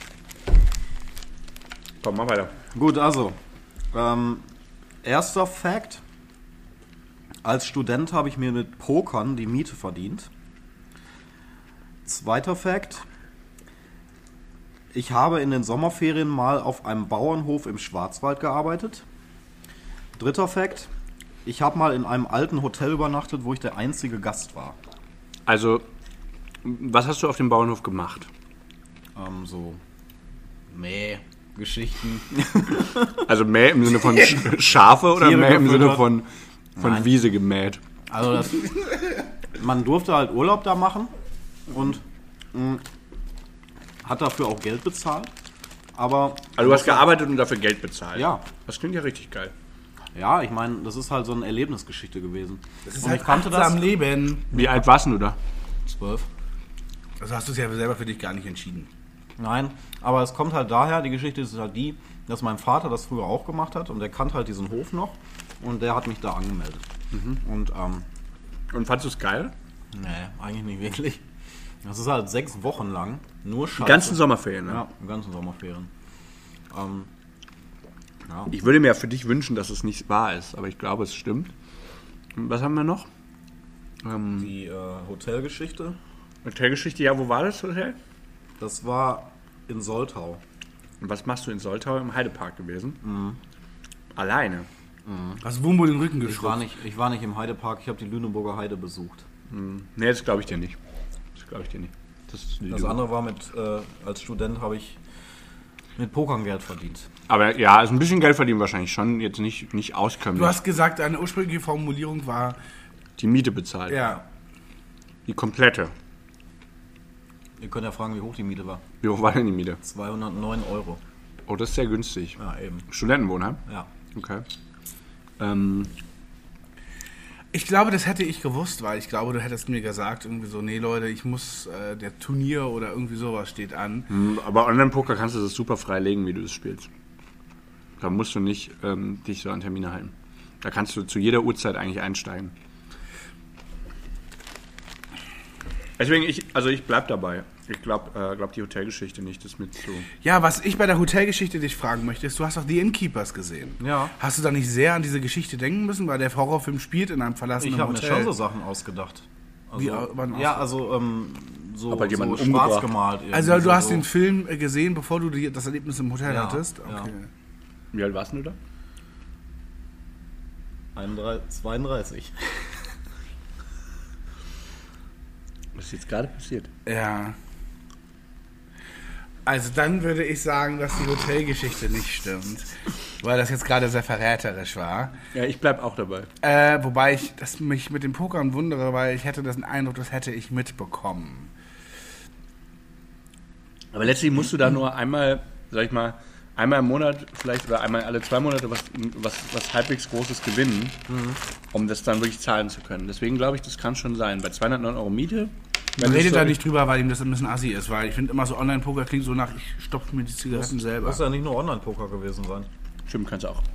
Komm, mach weiter. Gut, also. Ähm, erster Fact. Als Student habe ich mir mit Pokern die Miete verdient. Zweiter Fact. Ich habe in den Sommerferien mal auf einem Bauernhof im Schwarzwald gearbeitet. Dritter Fact. Ich habe mal in einem alten Hotel übernachtet, wo ich der einzige Gast war. Also, was hast du auf dem Bauernhof gemacht? Ähm, so Mäh-Geschichten. Also Mäh im Sinne von Sch- Schafe oder Tiere Mäh im Sinne gefüttert. von, von Nein. Wiese gemäht? Also das, man durfte halt Urlaub da machen und mh, hat dafür auch Geld bezahlt. Aber Also du hast gearbeitet und dafür Geld bezahlt? Ja. Das klingt ja richtig geil. ja, ich meine, das ist halt so eine Erlebnisgeschichte gewesen. Das ist und halt ich kannte achtsam das. Leben. Wie alt warst du da? Zwölf. Also hast du es ja selber für dich gar nicht entschieden. Nein, aber es kommt halt daher, die Geschichte ist halt die, dass mein Vater das früher auch gemacht hat und der kannte halt diesen Hof noch und der hat mich da angemeldet. Und ähm, Und fandst du es geil? nee, eigentlich nicht wirklich. Das ist halt sechs Wochen lang nur Scheiße. Die ganzen Sommerferien, ne? Ja, die ganzen Sommerferien. Ähm, ja. Ich würde mir ja für dich wünschen, dass es nicht wahr ist, aber ich glaube, es stimmt. Was haben wir noch? Ähm, Die äh, Hotelgeschichte, Hotelgeschichte, ja, wo war das Hotel? das war in Soltau. Und was machst du in Soltau im Heidepark gewesen? Alleine. Hast Wumbo den Rücken Ich war geschrubbt? nicht, ich war nicht im Heidepark, ich habe die Lüneburger Heide besucht. Nee, das glaube ich dir nicht. Das glaube ich dir nicht. Das ist eine Das Lüge. andere war mit, äh, als Student habe ich mit Pokern Geld verdient. Aber ja, also ein bisschen Geld verdienen wahrscheinlich schon, jetzt nicht, nicht auskömmlich. Du hast gesagt, deine ursprüngliche Formulierung war, die Miete bezahlt. ja, Die komplette. Ihr könnt ja fragen, wie hoch die Miete war. Wie hoch war denn die Miete? zweihundertneun Euro. Oh, das ist sehr günstig. Ja, eben. Studentenwohnheim? Ja. Okay. Ähm, ich glaube, das hätte ich gewusst, weil ich glaube, du hättest mir gesagt, irgendwie so, nee Leute, ich muss, äh, der Turnier oder irgendwie sowas steht an. aber Online-Poker kannst du das super frei legen, wie du es spielst. Da musst du nicht ähm, dich so an Termine halten. Da kannst du zu jeder Uhrzeit eigentlich einsteigen. Deswegen, ich, also ich bleib dabei. Ich glaube äh, glaub die Hotelgeschichte nicht, das mit so... Ja, was ich bei der Hotelgeschichte dich fragen möchte, ist, du hast doch The Innkeepers gesehen. Ja. Hast du da nicht sehr an diese Geschichte denken müssen, weil der Horrorfilm spielt in einem verlassenen Ich habe mir Hotel? schon so Sachen ausgedacht. Also, Wie, äh, wann ja, aus- also ähm, so, Hab halt so jemanden schwarz umgebracht. gemalt. irgendwie, Also du so, hast so. den Film äh, gesehen, bevor du die, das Erlebnis im Hotel Ja, hattest? ja. Okay. Wie alt warst du da? einunddreißig, zweiunddreißig. Was ist jetzt gerade passiert? Ja. Also dann würde ich sagen, dass die Hotelgeschichte nicht stimmt, weil das jetzt gerade sehr verräterisch war. Ja, ich bleib auch dabei. Äh, wobei ich das mich mit dem Pokern wundere, weil ich hätte den Eindruck, das hätte ich mitbekommen. Aber letztlich musst du da nur einmal, sag ich mal, einmal im Monat vielleicht oder einmal alle zwei Monate was, was, was halbwegs Großes gewinnen, um das dann wirklich zahlen zu können. Deswegen glaube ich, das kann schon sein. Bei zweihundertneun Euro Miete... Man das redet so- da nicht drüber, weil ihm das ein bisschen assi ist, weil ich finde immer so Online-Poker klingt so nach, ich stopfe mir die Zigaretten selber. Muss ja nicht nur Online-Poker gewesen sein. Stimmt, kannst du auch.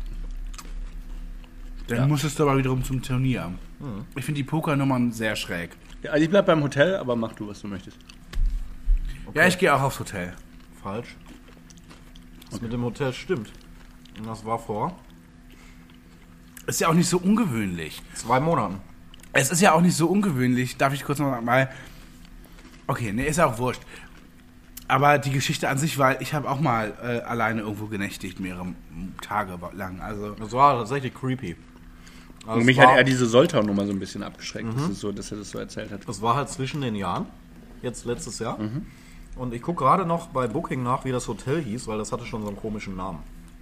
Dann muss es aber wiederum zum Turnier. Ich finde die Pokernummern sehr schräg. Ja, also ich bleib beim Hotel, aber mach du, was du möchtest. Ja, ich gehe auch aufs Hotel. Falsch. Das mit dem Hotel stimmt. Und das war vor Ist ja auch nicht so ungewöhnlich. zwei Monaten. Es ist ja auch nicht so ungewöhnlich. Darf ich kurz noch mal... Okay, ne, ist ja auch wurscht. Aber die Geschichte an sich, weil ich habe auch mal äh, alleine irgendwo genächtigt, mehrere Tage lang. Also Das war tatsächlich creepy. Also Und es mich war, hat eher diese Soltau-Nummer so ein bisschen abgeschreckt, das ist so, dass er das so erzählt hat. Das war halt zwischen den Jahren. Jetzt letztes Jahr. Und ich gucke gerade noch bei Booking nach, wie das Hotel hieß, weil das hatte schon so einen komischen Namen.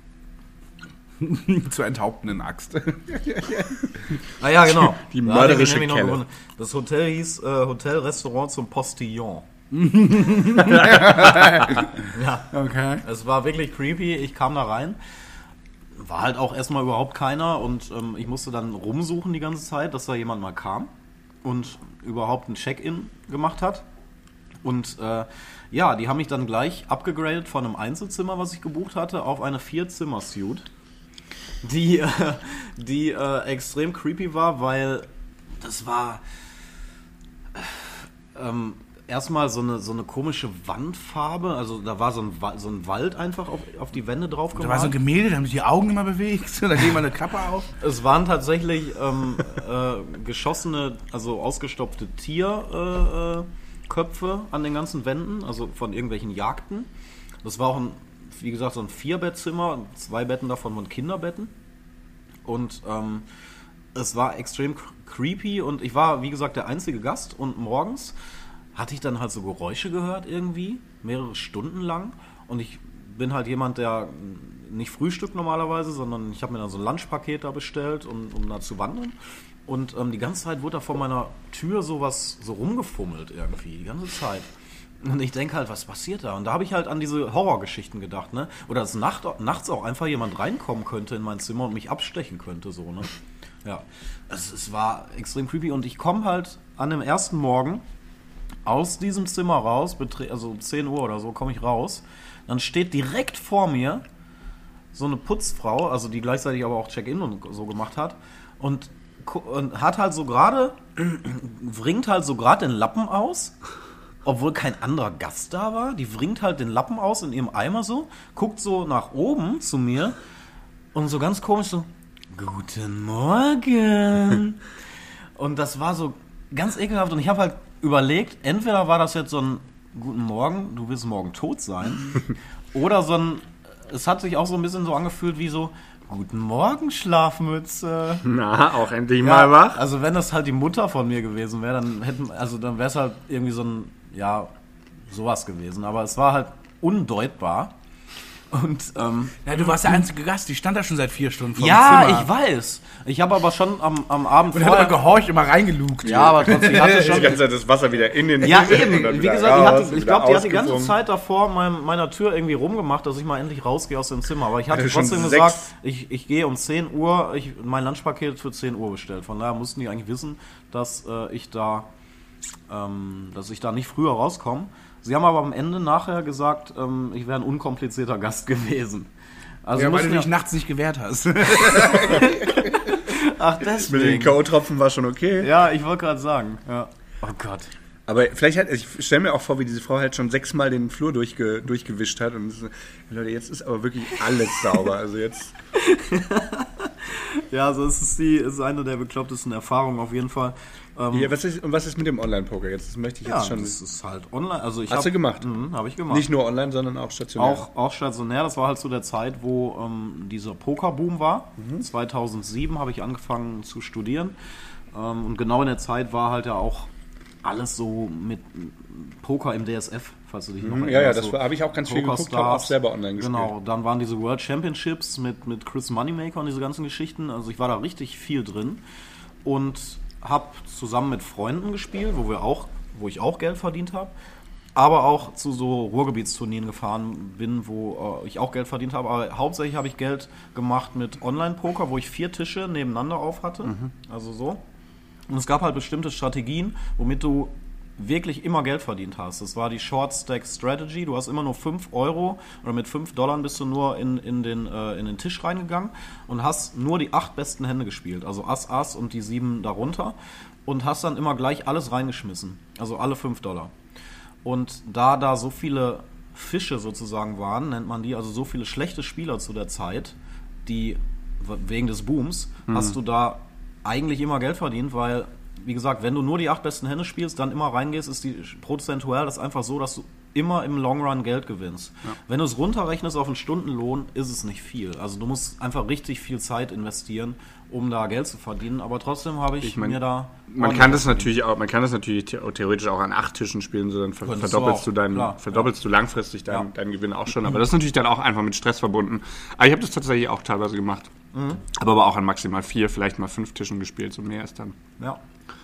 zur enthauptenden Axt. Ah ja, genau. Die Da mörderische hatte ich nämlich noch Kelle. gefunden. Das Hotel hieß äh, Hotel Restaurant zum Postillon. Ja, Okay. es war wirklich creepy. Ich kam da rein. War halt auch erstmal überhaupt keiner und ähm, ich musste dann rumsuchen die ganze Zeit, dass da jemand mal kam und überhaupt ein Check-in gemacht hat. Und äh, ja, die haben mich dann gleich abgegradet von einem Einzelzimmer, was ich gebucht hatte, auf eine Vier-Zimmer-Suite. Die, äh, die äh, extrem creepy war, weil das war äh, ähm, erstmal so eine, so eine komische Wandfarbe. Also da war so ein, Wa- so ein Wald einfach auf, auf die Wände drauf Da war so ein Gemälde, da haben sich die Augen immer bewegt. Da geht mal eine Kappe auf. Es waren tatsächlich ähm, äh, geschossene, also ausgestopfte Tierköpfe äh, Köpfe an den ganzen Wänden, also von irgendwelchen Jagden. Das war auch, ein, wie gesagt, so ein Vierbettzimmer, zwei Betten davon waren Kinderbetten. Und ähm, Es war extrem creepy und ich war, wie gesagt, der einzige Gast und morgens hatte ich dann halt so Geräusche gehört irgendwie, mehrere Stunden lang und ich bin halt jemand, der nicht frühstückt normalerweise, sondern ich habe mir dann so ein Lunchpaket da bestellt, um, um da zu wandern und ähm, die ganze Zeit wurde da vor meiner Tür sowas so rumgefummelt irgendwie, die ganze Zeit. Und ich denke halt, was passiert da? Und da habe ich halt an diese Horrorgeschichten gedacht, ne? Oder dass Nacht, nachts auch einfach jemand reinkommen könnte in mein Zimmer und mich abstechen könnte, so, ne? Ja, es, es war extrem creepy und ich komme halt an dem ersten Morgen aus diesem Zimmer raus, betre- also um zehn Uhr oder so komme ich raus, dann steht direkt vor mir so eine Putzfrau, also die gleichzeitig aber auch Check-in und so gemacht hat und, und hat halt so gerade, wringt halt so gerade den Lappen aus, obwohl kein anderer Gast da war, die wringt halt den Lappen aus in ihrem Eimer so, guckt so nach oben zu mir und so ganz komisch so, guten Morgen. Und das war so ganz ekelhaft und ich habe halt überlegt, entweder war das jetzt so ein guten Morgen, du wirst morgen tot sein, oder so ein, es hat sich auch so ein bisschen so angefühlt wie so, guten Morgen, Schlafmütze. Na, auch endlich Ja, mal wach. Also wenn das halt die Mutter von mir gewesen wäre, dann hätten, also dann wäre es halt irgendwie so ein, ja, sowas gewesen. Aber es war halt undeutbar. Und ähm, Ja, du warst der einzige Gast, die stand da schon seit vier Stunden vor ja, dem Zimmer. ich weiß. Ich habe aber schon am, am Abend Und hat aber gehorcht, immer reingelugt. ja, aber trotzdem, ich hatte Die schon ganze Zeit das Wasser wieder in den ja, und eben. dann Wie wieder gesagt, die raus, hatte, wieder ich glaube, die hat die ganze ausgesprungen. Zeit davor mein, meiner Tür irgendwie rumgemacht, dass ich mal endlich rausgehe aus dem Zimmer. Aber ich hatte Hatte schon trotzdem sechs- gesagt, ich, ich gehe um zehn Uhr, ich, mein Lunchpaket für zehn Uhr bestellt. Von daher mussten die eigentlich wissen, dass äh, ich da ähm, dass ich da nicht früher rauskomme. Sie haben aber am Ende nachher gesagt, ähm, ich wäre ein unkomplizierter Gast gewesen. Also Ja, weil mussten du dich ja, nachts nicht gewehrt hast. ach, Mit den deswegen. K O-Tropfen war schon okay. Ja, ich wollte gerade sagen. Ja. Oh Gott. Aber vielleicht hat, ich stelle mir auch vor, wie diese Frau halt schon sechsmal den Flur durchge, durchgewischt hat. Und es ist, Leute, jetzt ist aber wirklich alles sauber. Also jetzt. Ja, also es ist die, es ist eine der beklopptesten Erfahrungen auf jeden Fall. Ähm, Hier, was ist, und was ist mit dem Online-Poker jetzt? Das möchte ich ja, jetzt schon. das ist halt online. Also ich Hast hab, du gemacht? Mhm, habe ich gemacht. Nicht nur online, sondern auch stationär. Auch, auch stationär, das war halt zu der Zeit, wo ähm, dieser Pokerboom war. Mhm. zweitausendsieben habe ich angefangen zu studieren. Ähm, und genau in der Zeit war halt ja auch alles so mit Poker im D S F, falls du dich noch Mhm, erinnerst. ja, ja, das so war- habe ich auch ganz viel geguckt, Pokerstars. habe auch selber online gespielt. Genau, dann waren diese World Championships mit, mit Chris Moneymaker und diese ganzen Geschichten. Also ich war da richtig viel drin und habe zusammen mit Freunden gespielt, wo wir auch, wo ich auch Geld verdient habe, aber auch zu so Ruhrgebietsturnieren gefahren bin, wo äh, ich auch Geld verdient habe. Aber hauptsächlich habe ich Geld gemacht mit Online-Poker, wo ich vier Tische nebeneinander auf hatte, Mhm. also so. Und es gab halt bestimmte Strategien, womit du wirklich immer Geld verdient hast. Das war die Short Stack Strategy. Du hast immer nur fünf Euro oder mit fünf Dollar bist du nur in, in, den, äh, in den Tisch reingegangen und hast nur die acht besten Hände gespielt. Also Ass, Ass und die sieben darunter. Und hast dann immer gleich alles reingeschmissen. Also alle fünf Dollar. Und da da so viele Fische sozusagen waren, nennt man die, also so viele schlechte Spieler zu der Zeit, die wegen des Booms, hast du da eigentlich immer Geld verdient, weil, wie gesagt, wenn du nur die acht besten Hände spielst, dann immer reingehst, ist die prozentuell das einfach so, dass du immer im Long Run Geld gewinnst. Ja. Wenn du es runterrechnest auf einen Stundenlohn, ist es nicht viel. Also du musst einfach richtig viel Zeit investieren, um da Geld zu verdienen. Aber trotzdem habe ich, Ich mein, mir da... Man kann das natürlich auch, man kann das natürlich theoretisch auch an acht Tischen spielen, so dann ver Könntest verdoppelst du du, auch, deinen, klar, verdoppelst ja. du langfristig deinen, Ja. deinen Gewinn auch schon. Aber das ist natürlich dann auch einfach mit Stress verbunden. Aber ich habe das tatsächlich auch teilweise gemacht. Mhm. Habe aber auch an maximal vier, vielleicht mal fünf Tischen gespielt, so mehr ist dann. Ja.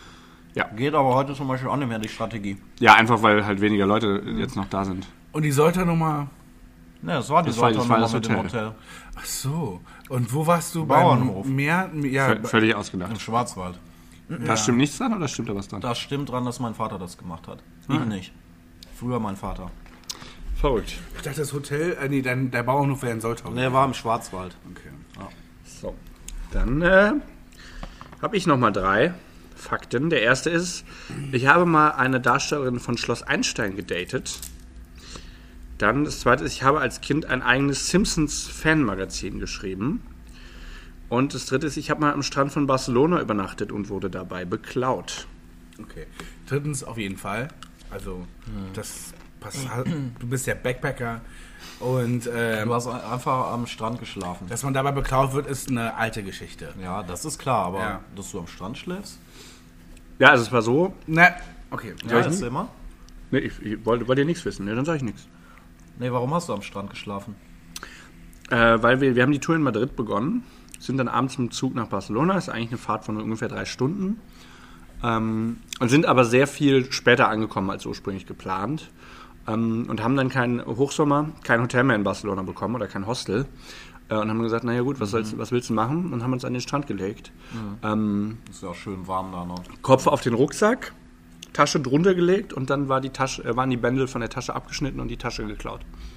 Ja. Geht aber heute zum Beispiel auch nicht mehr, die Strategie. Ja, einfach weil halt weniger Leute jetzt noch da sind. Und die Solternummer. Ne, das war die Das war- das war das mit dem Hotel. Hotel. Ach so. Und wo warst du Bauernhof. beim Meer? Ja, V völlig ausgedacht. Im Schwarzwald. Da stimmt nichts dran oder stimmt da was dran? Da stimmt dran, dass mein Vater das gemacht hat. Ich nicht. Früher mein Vater. Verrückt. ich dachte, das Hotel, äh, nee, dann der Bauernhof wäre in Soltau. Ne, er war im Schwarzwald. Okay. So, dann äh, habe ich noch mal drei Fakten. Der erste ist, ich habe mal eine Darstellerin von Schloss Einstein gedatet. Dann das zweite ist, ich habe als Kind ein eigenes Simpsons-Fanmagazin geschrieben. Und das dritte ist, ich habe mal am Strand von Barcelona übernachtet und wurde dabei beklaut. Okay. Drittens auf jeden Fall. Also, das pass, du bist ja Backpacker und ähm, Du hast einfach am Strand geschlafen. dass man dabei beklaut wird, ist eine alte Geschichte. Ja, das ist klar, aber Ja. dass du am Strand schläfst? Ja, also es war so. Ne, okay. Ja, ich erzähl mal. Nee, ich, ich wollte, wollte ihr nichts wissen. Ne, dann sage ich nichts. Nee, warum hast du am Strand geschlafen? Äh, weil wir, wir haben die Tour in Madrid begonnen, sind dann abends im Zug nach Barcelona. Ist eigentlich eine Fahrt von ungefähr drei Stunden. Ähm, und sind aber sehr viel später angekommen als ursprünglich geplant. Ähm, und haben dann keinen Hochsommer, kein Hotel mehr in Barcelona bekommen oder kein Hostel. Äh, und haben gesagt, naja gut, was, sollst, was willst du machen? Und haben uns an den Strand gelegt. Ähm, Ist ja auch schön warm da noch. Kopf auf den Rucksack, Tasche drunter gelegt und dann war die Tasche, äh, waren die Bändel von der Tasche abgeschnitten und die Tasche geklaut.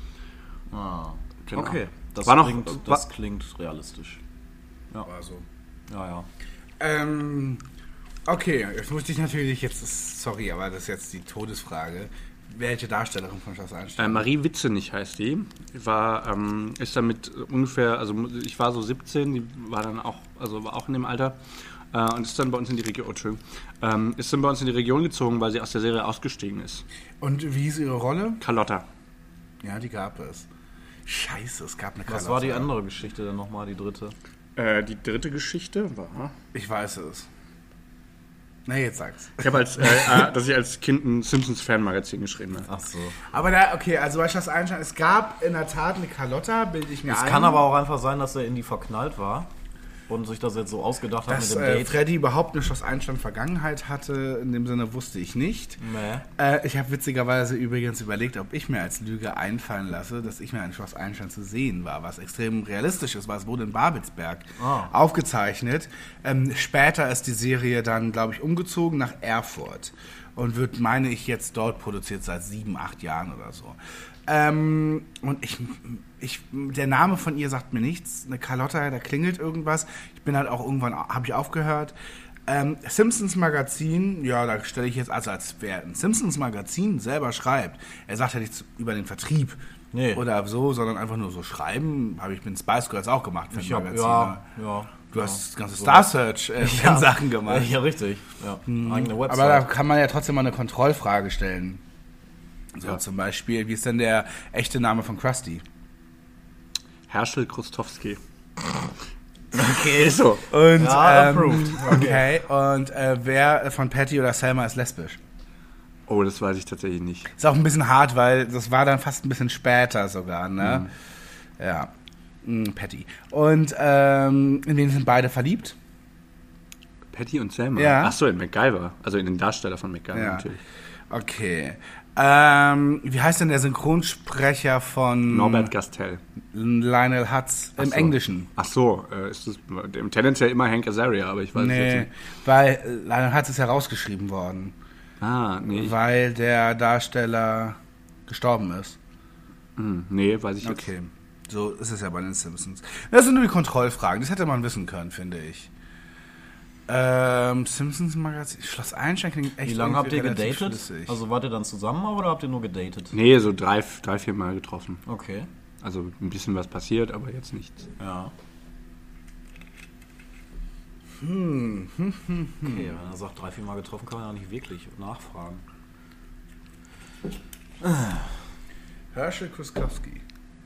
Ah, Genau. okay. Das, War noch- klingt, war- das klingt realistisch. War so. Ja, ja. Ähm, okay, jetzt musste ich natürlich jetzt, sorry, aber das ist jetzt die Todesfrage. Welche Darstellerin von Schloss Äh, Einstein? Marie Witzenich heißt die. War, ähm, ist damit ungefähr, also ich war so siebzehn, die war dann auch, also war auch in dem Alter. Äh, und ist dann bei uns in die Region, oh, Entschuldigung, ähm, ist dann bei uns in die Region gezogen, weil sie aus der Serie ausgestiegen ist. Und wie hieß ihre Rolle? Carlotta. Ja, die gab es. Scheiße, es gab eine Was Carlotta. war die andere Geschichte denn nochmal, die dritte? Äh, die dritte Geschichte war, Ich weiß es. Na, jetzt sag's. ich habe als, äh, äh, dass ich als Kind ein Simpsons-Fanmagazin geschrieben habe. Ach so. Aber da, okay, also bei Schloss Einstein, es gab in der Tat eine Carlotta, bilde ich mir Es ein. kann aber auch einfach sein, dass er in die verknallt war und sich das jetzt so ausgedacht hat Dass mit dem äh, Date. Freddy überhaupt eine Schloss Einstein-Vergangenheit hatte, in dem Sinne wusste ich nicht. Nee. Äh, ich habe witzigerweise übrigens überlegt, ob ich mir als Lüge einfallen lasse, dass ich mir ein Schloss Einstein zu sehen war, was extrem realistisch ist, weil es wurde in Babelsberg Ah. aufgezeichnet. Ähm, später ist die Serie dann, glaube ich, umgezogen nach Erfurt und wird, meine ich, jetzt dort produziert seit sieben, acht Jahren oder so. Ähm, und ich, ich, der Name von ihr sagt mir nichts. Eine Carlotta, da klingelt irgendwas. Ich bin halt auch irgendwann, habe ich aufgehört. Ähm, Simpsons Magazin, ja, da stelle ich jetzt, also als wer ein Simpsons Magazin selber schreibt, er sagt ja nichts über den Vertrieb Nee. oder so, sondern einfach nur so schreiben, habe ich mit Spice Girls auch gemacht. Ich hab, Magazine. ja, ja. Du ja. hast das ganze Star Search äh, Ja. Sachen gemacht. Ja, richtig. Ja. Eigene Website. Aber da kann man ja trotzdem mal eine Kontrollfrage stellen. So Ja. zum Beispiel, wie ist denn der echte Name von Krusty? Herschel Krustowski. Okay. Ist so. Und, Ja, ähm, approved. okay. Und äh, wer von Patty oder Selma ist lesbisch? Oh, das weiß ich tatsächlich nicht. Ist auch ein bisschen hart, weil das war dann fast ein bisschen später sogar, ne? Ja. Mm, Patty. Und ähm, in wen sind beide verliebt? Patty und Selma? Ja. Ach so, in MacGyver. Also in den Darsteller von MacGyver Ja. natürlich. Okay. Ähm, wie heißt denn der Synchronsprecher von Norbert Gastel. Lionel Hutz im Ach so. Englischen? Ach so, äh, ist das im tendenziell immer Hank Azaria, aber ich weiß es Nee, jetzt nicht. weil äh, Lionel Hutz ist herausgeschrieben worden, Ah, nee. Ich, weil der Darsteller gestorben ist. hm, nee, weiß ich jetzt. Okay, so ist es ja bei den Simpsons. Das sind nur die Kontrollfragen, das hätte man wissen können, finde ich. Ähm, Simpsons Magazin, Schloss Einstein klingt echt Wie lange habt ihr irgendwie relativ gedatet? schlüssig. Also wart ihr dann zusammen oder habt ihr nur gedatet? Nee, so drei, drei, vier Mal getroffen. Okay. Also ein bisschen was passiert, aber jetzt nichts. Ja. Hm, hm, hm, hm. Okay, wenn er sagt, drei, vier Mal getroffen, kann man ja nicht wirklich nachfragen. Herschel Kruskowski.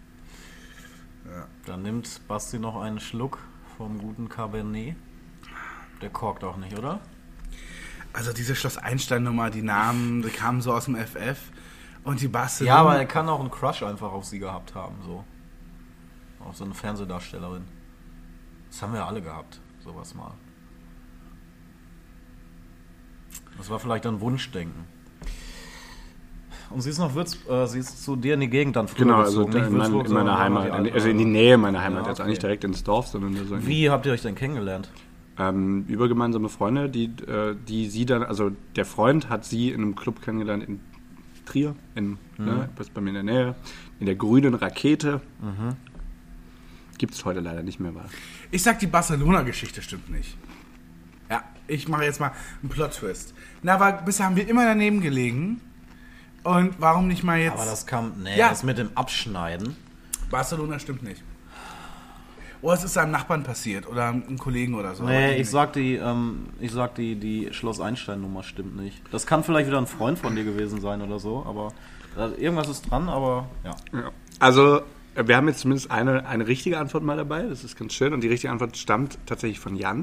Dann nimmt Basti noch einen Schluck vom guten Cabernet. Der korkt auch nicht, oder? Also diese Schloss Einstein-Nummer, die Namen, die kamen so aus dem F F und die Basse. Ja, aber er kann auch einen Crush einfach auf sie gehabt haben, so. Auf so eine Fernsehdarstellerin. Das haben wir ja alle gehabt, sowas mal. Das war vielleicht ein Wunschdenken. Und sie ist nach Würz, äh, sie ist zu dir in die Gegend dann früher Genau, also gezogen, in, nicht mein, Würzburg, in meiner sondern Heimat, die in, alte- also in die Nähe meiner Heimat, Ja, jetzt auch okay. nicht direkt ins Dorf, sondern so in Wie habt ihr euch denn kennengelernt? Ähm, über gemeinsame Freunde, die, äh, die sie dann, also der Freund hat sie in einem Club kennengelernt in Trier, in, Mhm. ne, was bei mir in der Nähe, in der grünen Rakete. Mhm. Gibt es heute leider nicht mehr. War. Ich sag, die Barcelona-Geschichte stimmt nicht. Ja, ich mache jetzt mal einen Plot-Twist. Na, aber bisher haben wir immer daneben gelegen. Und warum nicht mal jetzt... Aber das kam, nee, Ja. das mit dem Abschneiden. Barcelona stimmt nicht. Oh, es ist einem Nachbarn passiert oder einem Kollegen oder so. Nee, ich sag die, ähm, ich sag die, die Schloss Einstein-Nummer stimmt nicht. Das kann vielleicht wieder ein Freund von dir gewesen sein oder so, aber da, irgendwas ist dran, aber ja. Ja. Also, wir haben jetzt zumindest eine, eine richtige Antwort mal dabei, das ist ganz schön. Und die richtige Antwort stammt tatsächlich von Jan.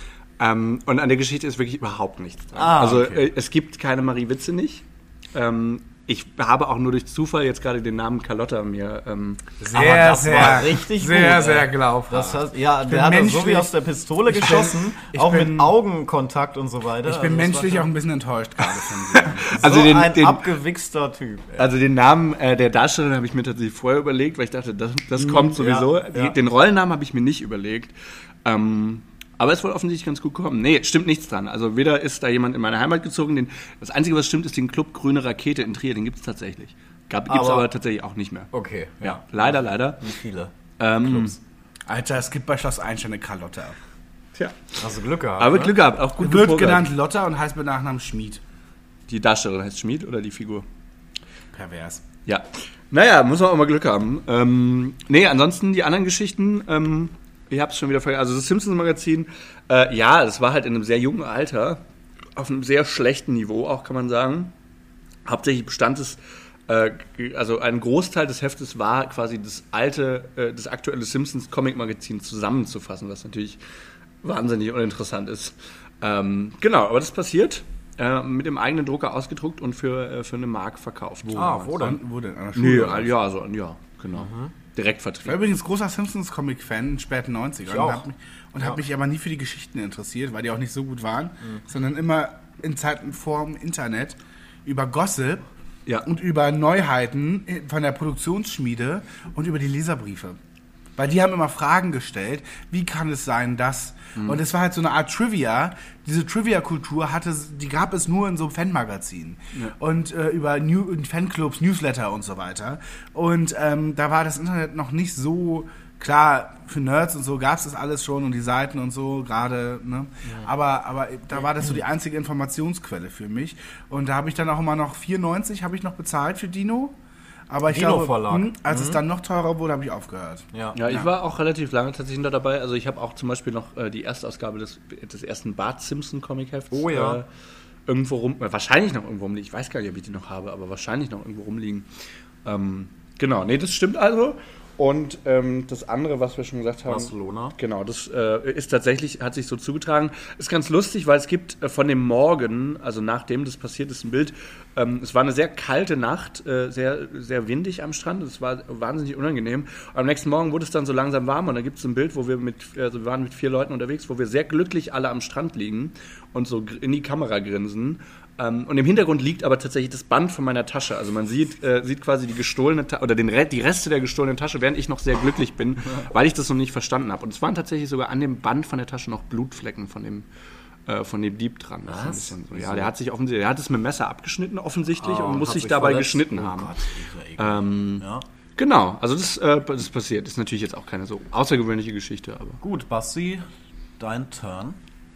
Ähm, und an der Geschichte ist wirklich überhaupt nichts dran. Ah, also, okay. äh, es gibt keine Marie Witze nicht. Ähm, ich habe auch nur durch Zufall jetzt gerade den Namen Carlotta mir... Ähm, Sehr, Aber das sehr, war richtig sehr, gut, sehr ey. glaubhaft. Das heißt, ja, bin der hat das so menschlich- wie aus der Pistole ich bin- geschossen, ich auch bin- mit Augenkontakt und so weiter. Ich bin Also das menschlich war auch schon ein bisschen enttäuscht gerade von dir. also so den, ein den, abgewichster Typ. Ey. Also den Namen äh, der Darstellerin habe ich mir tatsächlich vorher überlegt, weil ich dachte, das, das kommt sowieso. ja, ja. Die, den Rollennamen habe ich mir nicht überlegt. Ähm, aber es ist wohl offensichtlich ganz gut gekommen. Nee, stimmt nichts dran. Also weder ist da jemand in meine Heimat gezogen. Den, das Einzige, was stimmt, ist den Club Grüne Rakete in Trier. Den gibt es tatsächlich. Gab, gibt's Aber- aber tatsächlich auch nicht mehr. Okay, Ja, leider, leider. Wie viele? Ähm, Alter, es gibt bei Schloss Einstein eine Carlotta. tja. Hast du Glück gehabt? Aber ne? Glück gehabt, auch gut Wird gepokert. genannt Lotta und heißt mit Nachnamen Schmied. Die Darstellerin heißt Schmied oder die Figur? Pervers. Ja. Naja, muss man auch mal Glück haben. Ähm, nee, ansonsten die anderen Geschichten, ähm, ich hab's schon wieder vergessen. Also das Simpsons-Magazin, äh, ja, das war halt in einem sehr jungen Alter, auf einem sehr schlechten Niveau auch, kann man sagen. Hauptsächlich bestand es, äh, also ein Großteil des Heftes war quasi das alte, äh, das aktuelle Simpsons-Comic-Magazin zusammenzufassen, was natürlich wahnsinnig uninteressant ist. Ähm, genau, aber das passiert. Äh, mit dem eigenen Drucker ausgedruckt und für, äh, für eine Mark verkauft. Ah, wo denn? Wo denn? An der Nee, Schule? oder was? ja, so, ja, genau. Direkt Ich war vertrieben. übrigens großer Simpsons-Comic-Fan in den späten neunzigern Ich und auch. habe mich, und hab mich aber nie für die Geschichten interessiert, weil die auch nicht so gut waren, sondern immer in Zeiten vor dem Internet über Gossip Ja. und über Neuheiten von der Produktionsschmiede und über die Leserbriefe. Weil die haben immer Fragen gestellt, wie kann es sein, dass... Und es war halt so eine Art Trivia. Diese Trivia-Kultur hatte, die gab es nur in so einem Fanmagazin. Und äh, über New, in Fanclubs, Newsletter und so weiter. Und ähm, da war das Internet noch nicht so... Klar, für Nerds und so gab es das alles schon und die Seiten und so gerade, ne? Aber, aber da war das so die einzige Informationsquelle für mich. Und da habe ich dann auch immer noch vierundneunzig habe ich noch bezahlt für Dino. Aber ich Dino glaube, Verlag. hm, als es dann noch teurer wurde, habe ich aufgehört. Ja. Ja, ich Ja. war auch relativ lange tatsächlich noch dabei. Also ich habe auch zum Beispiel noch äh, die Erstausgabe des, des ersten Bart Simpson Comic-Hefts Oh ja. äh, irgendwo rum, äh, wahrscheinlich noch irgendwo rumliegen. Ich weiß gar nicht, ob ich die noch habe, aber wahrscheinlich noch irgendwo rumliegen. Ähm, genau, nee, das stimmt also. Und ähm, das andere, was wir schon gesagt haben, Barcelona. genau, das äh, ist tatsächlich, hat sich so zugetragen. Ist ganz lustig, weil es gibt äh, von dem Morgen, also nachdem das passiert ist, ein Bild. Ähm, es war eine sehr kalte Nacht, äh, sehr, sehr windig am Strand. Es war wahnsinnig unangenehm. Am nächsten Morgen wurde es dann so langsam warm und da gibt es ein Bild, wo wir mit, also wir waren mit vier Leuten unterwegs, wo wir sehr glücklich alle am Strand liegen und so gr- in die Kamera grinsen. Ähm, und im Hintergrund liegt aber tatsächlich das Band von meiner Tasche. Also man sieht, äh, sieht quasi die gestohlene Ta- oder den Re- die Reste der gestohlenen Tasche, während ich noch sehr glücklich bin, weil ich das noch nicht verstanden habe. Und es waren tatsächlich sogar an dem Band von der Tasche noch Blutflecken von dem äh, von dem Dieb dran. Das ist ein bisschen so. Ja, der hat sich offensichtlich, der hat es mit dem Messer abgeschnitten offensichtlich Ah, und muss hat sich sich dabei verletzt. geschnitten Oh haben. Gott, das ist ja eklig. Ähm, Ja. Genau, also das, äh, das ist passiert. Ist natürlich jetzt auch keine so außergewöhnliche Geschichte, aber Gut, Basti, dein Turn.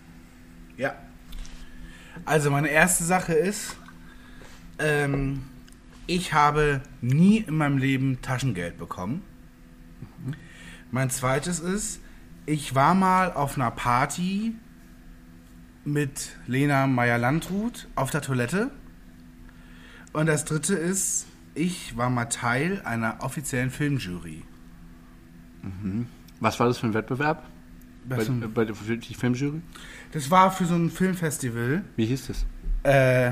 Ja. Also meine erste Sache ist, ähm, ich habe nie in meinem Leben Taschengeld bekommen. Mein zweites ist, ich war mal auf einer Party mit Lena Meyer-Landrut auf der Toilette. Und das dritte ist, ich war mal Teil einer offiziellen Filmjury. was war das für ein Wettbewerb? Bei, Was denn? bei der für die Filmjury? Das war für so ein Filmfestival. Wie hieß das? Äh,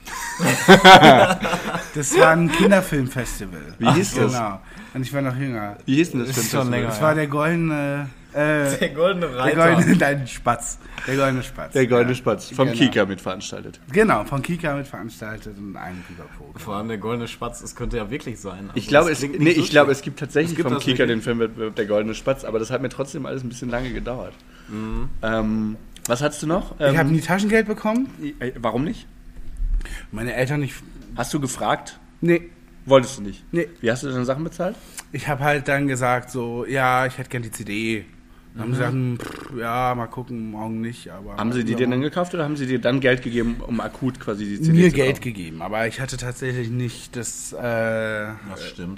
das war ein Kinderfilmfestival. Wie hieß das? Genau. Und ich war noch jünger. Wie hieß denn das? Ist Filmfestival? schon länger. Das war der goldene, äh, Der goldene der goldene, nein, Spatz. Der goldene Spatz. Der Goldene Ja. Spatz, vom Genau. Kika mitveranstaltet. Genau, von Kika mit veranstaltet und einem Pipapo. Vor allem der goldene Spatz, es könnte ja wirklich sein. Also Ich glaube, das es, klingt nee, nicht so ich glaube, schlecht. es gibt tatsächlich Es gibt vom das Kika wirklich? den Filmwettbewerb Der Goldene Spatz, aber das hat mir trotzdem alles ein bisschen lange gedauert. Ähm, was hattest du noch? Ich habe Ähm, nie Taschengeld bekommen. äh, warum nicht? Meine Eltern nicht. Hast du gefragt? Nee. Wolltest du nicht? Nee. Wie hast du deine Sachen bezahlt? Ich habe halt dann gesagt so, ja, ich hätte gern die C D. Dann haben sie gesagt, hm, pff, ja, mal gucken, morgen nicht. Aber Haben sie die dir dann gekauft oder haben sie dir dann Geld gegeben, um akut quasi die C D mir zu Geld kaufen? gegeben, aber ich hatte tatsächlich nicht das, äh, Das stimmt.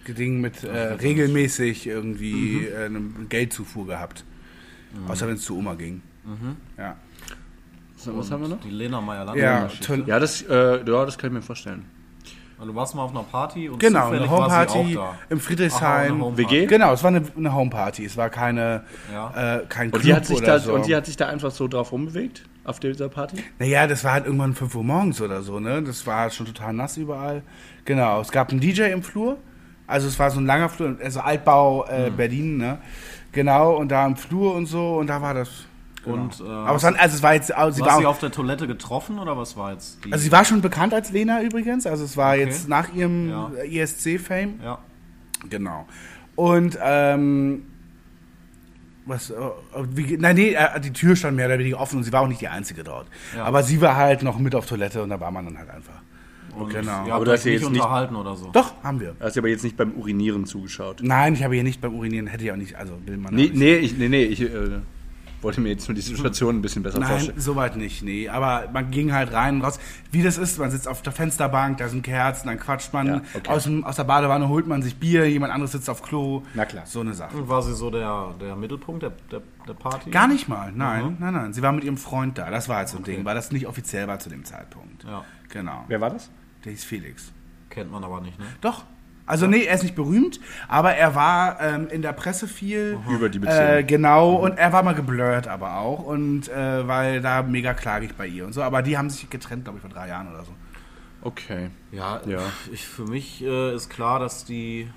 Ding mit äh, regelmäßig irgendwie äh, eine Geldzufuhr gehabt. Außer wenn es zu Oma ging. Ja. So, was haben wir noch? Die Lena Meyer-Landrut. Ja, toll. Ja, das, äh, ja, das kann ich mir vorstellen. Du warst mal auf einer Party und Genau, zufällig eine war sie Homeparty auch da. im Aha, Friedrichshain. eine Homeparty. W G? Genau, es war eine, eine Homeparty. Es war keine, Ja. äh, kein Und Club die, hat sich oder da, so. und die hat sich da einfach so drauf rumbewegt, auf dieser Party? Naja, das war halt irgendwann fünf Uhr morgens oder so, ne? Das war schon total nass überall. Genau, es gab einen D J im Flur. Also es war so ein langer Flur, also Altbau äh, Mhm. Berlin, ne? Genau, und da im Flur und so, und da war das. Genau. Und, äh, Aber es war, also es war jetzt, also sie Warst war, du sie auf der Toilette getroffen oder was war jetzt die? also sie war schon bekannt als Lena übrigens, also es war Okay. jetzt nach ihrem Ja. E S C-Fame. ja. Genau. Und, ähm, was, äh, wie, nein, nee, äh, die Tür stand mehr oder weniger offen und sie war auch nicht die Einzige dort. Ja. Aber sie war halt noch mit auf Toilette und da war man dann halt einfach. Und Genau. ihr Aber habt du euch hast ja nicht jetzt nicht- unterhalten oder so. Doch, haben wir. Du hast aber jetzt nicht beim Urinieren zugeschaut. Nein, ich habe hier nicht beim Urinieren, hätte ich auch nicht, also will man auch Nee, nicht. nee, ich, nee, nee, ich äh, wollte mir jetzt nur die Situation ein bisschen besser Nein, vorstellen. soweit nicht, nee. Aber man ging halt rein und raus. Wie das ist, man sitzt auf der Fensterbank, da sind Kerzen, dann quatscht man. Ja, okay. aus, dem, aus der Badewanne holt man sich Bier, jemand anderes sitzt auf Klo. Na klar. So eine Sache. Und war sie so der, der Mittelpunkt der, der, der Party? Gar nicht mal, nein, Mhm. nein, nein. Sie war mit ihrem Freund da, das war halt so ein Ding, weil das nicht offiziell war zu dem Zeitpunkt. Ja, Genau. Wer war das? Der hieß Felix. kennt man aber nicht, ne? Doch. Also nee, er ist nicht berühmt, aber er war ähm, in der Presse viel. Über die Beziehung. Äh, genau, und er war mal geblurrt aber auch. Und äh, weil da mega klagig bei ihr und so. Aber die haben sich getrennt, glaube ich, vor drei Jahren oder so. Okay. Ja, Ja. Ich, für mich äh, ist klar, dass die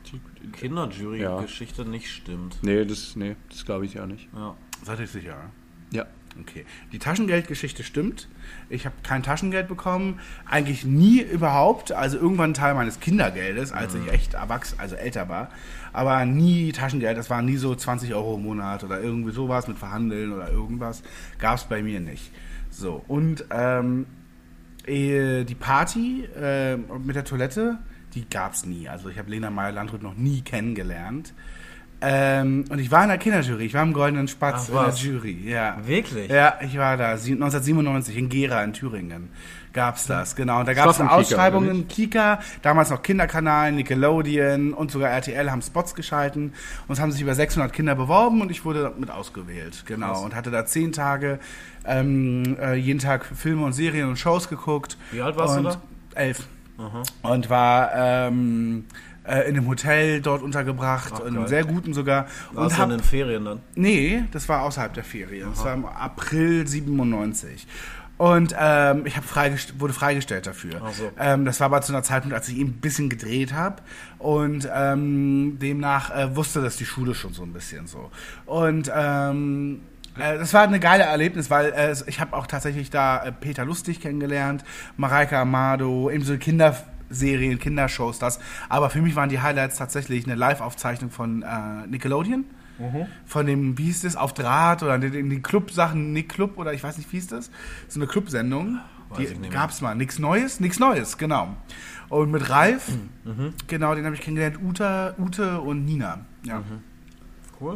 Kinderjury-Geschichte Ja. nicht stimmt. Nee, das, nee, das glaube ich ja nicht. Ja. Seid ihr sicher? Ja. Okay. Die Taschengeldgeschichte stimmt. Ich habe kein Taschengeld bekommen. Eigentlich nie überhaupt. Also irgendwann ein Teil meines Kindergeldes, als ich echt erwachsen, also älter war. Aber nie Taschengeld. Das waren nie so zwanzig Euro im Monat oder irgendwie sowas mit Verhandeln oder irgendwas. Gab es bei mir nicht. So. Und ähm, äh, die Party äh, mit der Toilette, die gab es nie. Also ich habe Lena Meyer-Landrut noch nie kennengelernt. Ähm, und ich war in der Kinderjury, ich war im Goldenen Spatz Ach, in der was? Jury. Ja. Wirklich? Ja, ich war da. Sie- neunzehnhundertsiebenundneunzig in Gera in Thüringen gab's das, genau. Und da Das gab's war eine vom Kika, Ausschreibung oder in Kika, damals noch Kinderkanal, Nickelodeon und sogar R T L haben Spots geschalten. Und es haben sich über sechshundert Kinder beworben und ich wurde mit ausgewählt, genau. Krass. Und hatte da zehn Tage, ähm, äh, jeden Tag Filme und Serien und Shows geguckt. Wie alt warst du und da? Elf. Und war ähm, äh, in einem Hotel dort untergebracht, Ach, in einem geil. sehr guten sogar. Warst und du hab, in den Ferien dann? Nee, das war außerhalb der Ferien. Das war im April siebenundneunzig. Und ähm, ich hab freigest- wurde freigestellt dafür. Ach so. Ähm, das war aber zu einer Zeitpunkt, als ich ihn ein bisschen gedreht habe. Und ähm, demnach äh, wusste das die Schule schon so ein bisschen so. Und ähm, äh, das war eine geile Erlebnis, weil äh, ich habe auch tatsächlich da äh, Peter Lustig kennengelernt, Mareike Amado, eben so Kinderserien, Kindershows, das. Aber für mich waren die Highlights tatsächlich eine Live-Aufzeichnung von äh, Nickelodeon. Von dem, wie hieß das, auf Draht oder in den Club-Sachen, Nick Club oder ich weiß nicht, wie hieß das? So eine Club-Sendung. Weiß Die ich nicht mehr. gab's mal. Nichts Neues? Nichts Neues, genau. Und mit Ralf, Mhm. genau, den habe ich kennengelernt, Ute, Ute und Nina. Ja. Cool.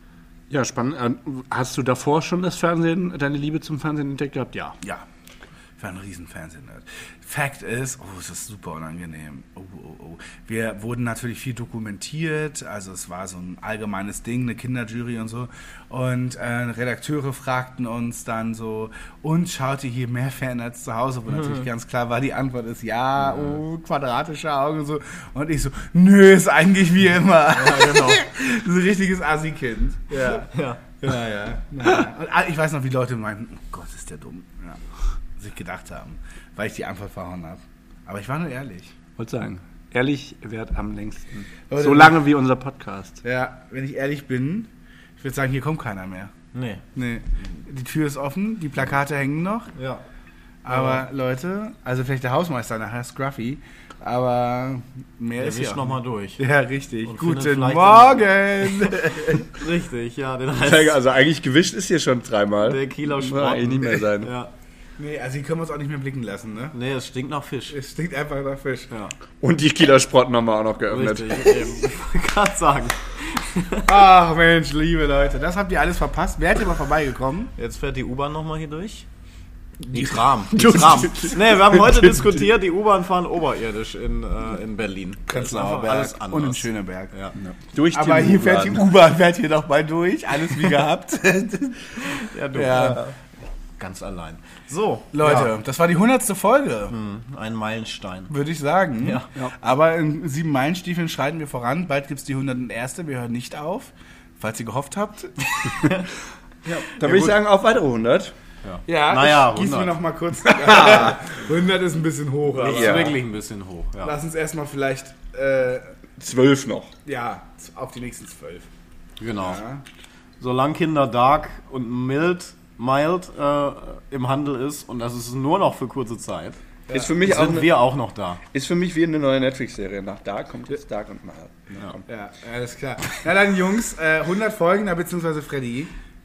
Ja, spannend. Ähm, Hast du davor schon das Fernsehen, deine Liebe zum Fernsehen entdeckt gehabt? Ja. Ja. Ich war ein riesen Fernsehnerd. Fact ist, oh, es ist super unangenehm. Oh, oh, oh. Wir wurden natürlich viel dokumentiert, also es war so ein allgemeines Ding, eine Kinderjury und so. Und äh, Redakteure fragten uns dann so, und schaut ihr hier mehr Fern als zu Hause? Wo natürlich ganz klar war, die Antwort ist ja, oh, quadratische Augen und so. Und ich so, nö, ist eigentlich wie immer. Ja, genau. So ein richtiges Assi-Kind. Ja. Ja. Ja, ja. ja. Und ah, ich weiß noch, wie Leute meinten, oh Gott, ist der dumm. Ja. Sich gedacht haben, weil ich die Antwort verhauen habe. Aber ich war nur ehrlich. Wollte sagen, ehrlich währt am längsten. Leute, So lange wie unser Podcast. Ja, wenn ich ehrlich bin, ich würde sagen, hier kommt keiner mehr. Nee. Nee. Die Tür ist offen, die Plakate hängen noch. Ja. Aber Leute, also vielleicht der Hausmeister nachher, Scruffy, aber mehr Der ist ja wischt nochmal durch. Ja, richtig. Und findet Guten vielleicht Morgen! Richtig, ja. Den Rest, Also eigentlich gewischt ist hier schon dreimal. der Kieler Muss Sport. eigentlich nicht mehr sein. Ja. Nee, also hier können wir uns auch nicht mehr blicken lassen, ne? Nee, es stinkt nach Fisch. Es stinkt einfach nach Fisch. Ja. Und die Kieler Sprotten haben wir auch noch geöffnet. Richtig. Eben. Ich wollte gerade sagen. Ach Mensch, liebe Leute, das habt ihr alles verpasst. Wärt ihr mal vorbeigekommen? Jetzt fährt die U-Bahn nochmal hier durch. Die Tram. Die Tram. Nee, wir haben heute diskutiert, die U-Bahn fahren oberirdisch in, äh, in Berlin. Prenzlauer Alles Berg anders. und in Schöneberg. Ja. Durch die Aber hier fährt die U-Bahn. U-Bahn, fährt hier doch mal durch, alles wie gehabt. Ja, du. Ja. Ganz allein. So, Leute, das war die hundertste Folge, ja, ein Meilenstein. würde ich sagen. Ja. Aber in sieben Meilenstiefeln schreiten wir voran. Bald gibt es die hunderterste. Wir hören nicht auf, falls ihr gehofft habt. Da würde ich sagen, auf weitere hundert. Ja, Naja, ich gieße mir hundert. noch mal kurz. hundert ist ein bisschen hoch, aber Das Ja. ist wirklich ein bisschen hoch. Ja. lass uns erstmal vielleicht äh, zwölf noch. ja, auf die nächsten zwölf. Genau. Ja. Solange Kinder Dark und Mild, mild äh, im Handel ist und das ist nur noch für kurze Zeit, Ist für mich auch sind eine, wir auch noch da. ist für mich wie eine neue Netflix-Serie. Nach Dark kommt jetzt Dark und Mild. Ja. Ja, alles klar. Na dann, Jungs, äh, hundert Folgen, na, beziehungsweise Freddy.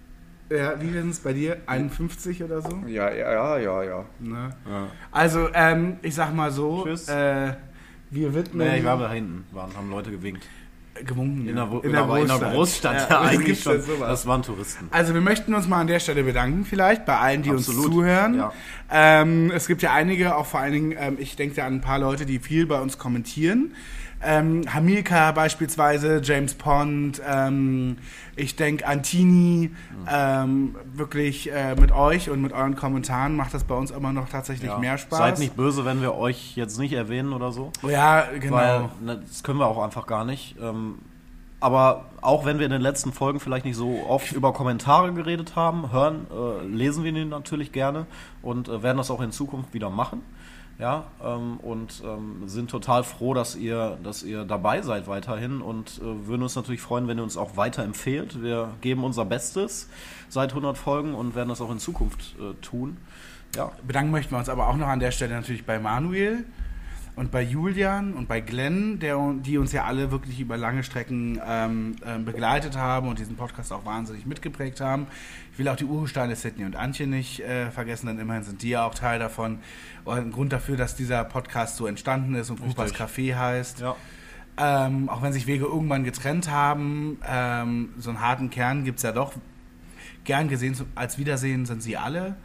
Ja, wie sind es bei dir? einundfünfzig oder so? Ja, ja, ja, ja, ja. Ne? Also, ähm, ich sag mal so, Tschüss. äh, wir widmen... Nee, ich war da hinten, waren, haben Leute gewinkt. gewunken. In der, Wo- in der aber in der Großstadt. Großstadt, Ja, ja, was eigentlich gibt's schon. denn sowas? Das waren Touristen. Also wir möchten uns mal an der Stelle bedanken vielleicht bei allen, die Absolut, uns zuhören. ja. Ähm, es gibt ja einige, auch vor allen Dingen, ähm, ich denke da an ein paar Leute, die viel bei uns kommentieren. Ähm, Hamilka beispielsweise, James Pond, ähm, ich denke an Tini, ähm, wirklich äh, mit euch und mit euren Kommentaren macht das bei uns immer noch tatsächlich Ja. mehr Spaß. Seid nicht böse, wenn wir euch jetzt nicht erwähnen oder so. Ja, genau. Weil ne, das können wir auch einfach gar nicht. Ähm, aber auch wenn wir in den letzten Folgen vielleicht nicht so oft über Kommentare geredet haben, hören, äh, lesen wir die natürlich gerne und äh, werden das auch in Zukunft wieder machen. Ja, ähm, und ähm, sind total froh, dass ihr, dass ihr dabei seid weiterhin und äh, würden uns natürlich freuen, wenn ihr uns auch weiterempfehlt. Wir geben unser Bestes seit hundert Folgen und werden das auch in Zukunft äh, tun. Ja, Bedanken möchten wir uns aber auch noch an der Stelle natürlich bei Manuel und bei Julian und bei Glenn, der, die uns ja alle wirklich über lange Strecken ähm, ähm, begleitet haben und diesen Podcast auch wahnsinnig mitgeprägt haben. Ich will auch die Urgesteine Sydney und Antje nicht äh, vergessen, denn immerhin sind die ja auch Teil davon. Und ein Grund dafür, dass dieser Podcast so entstanden ist und Kupas Café heißt. ja. Ähm, auch wenn sich Wege irgendwann getrennt haben, ähm, so einen harten Kern gibt es ja doch. Gern gesehen als Wiedersehen sind sie alle.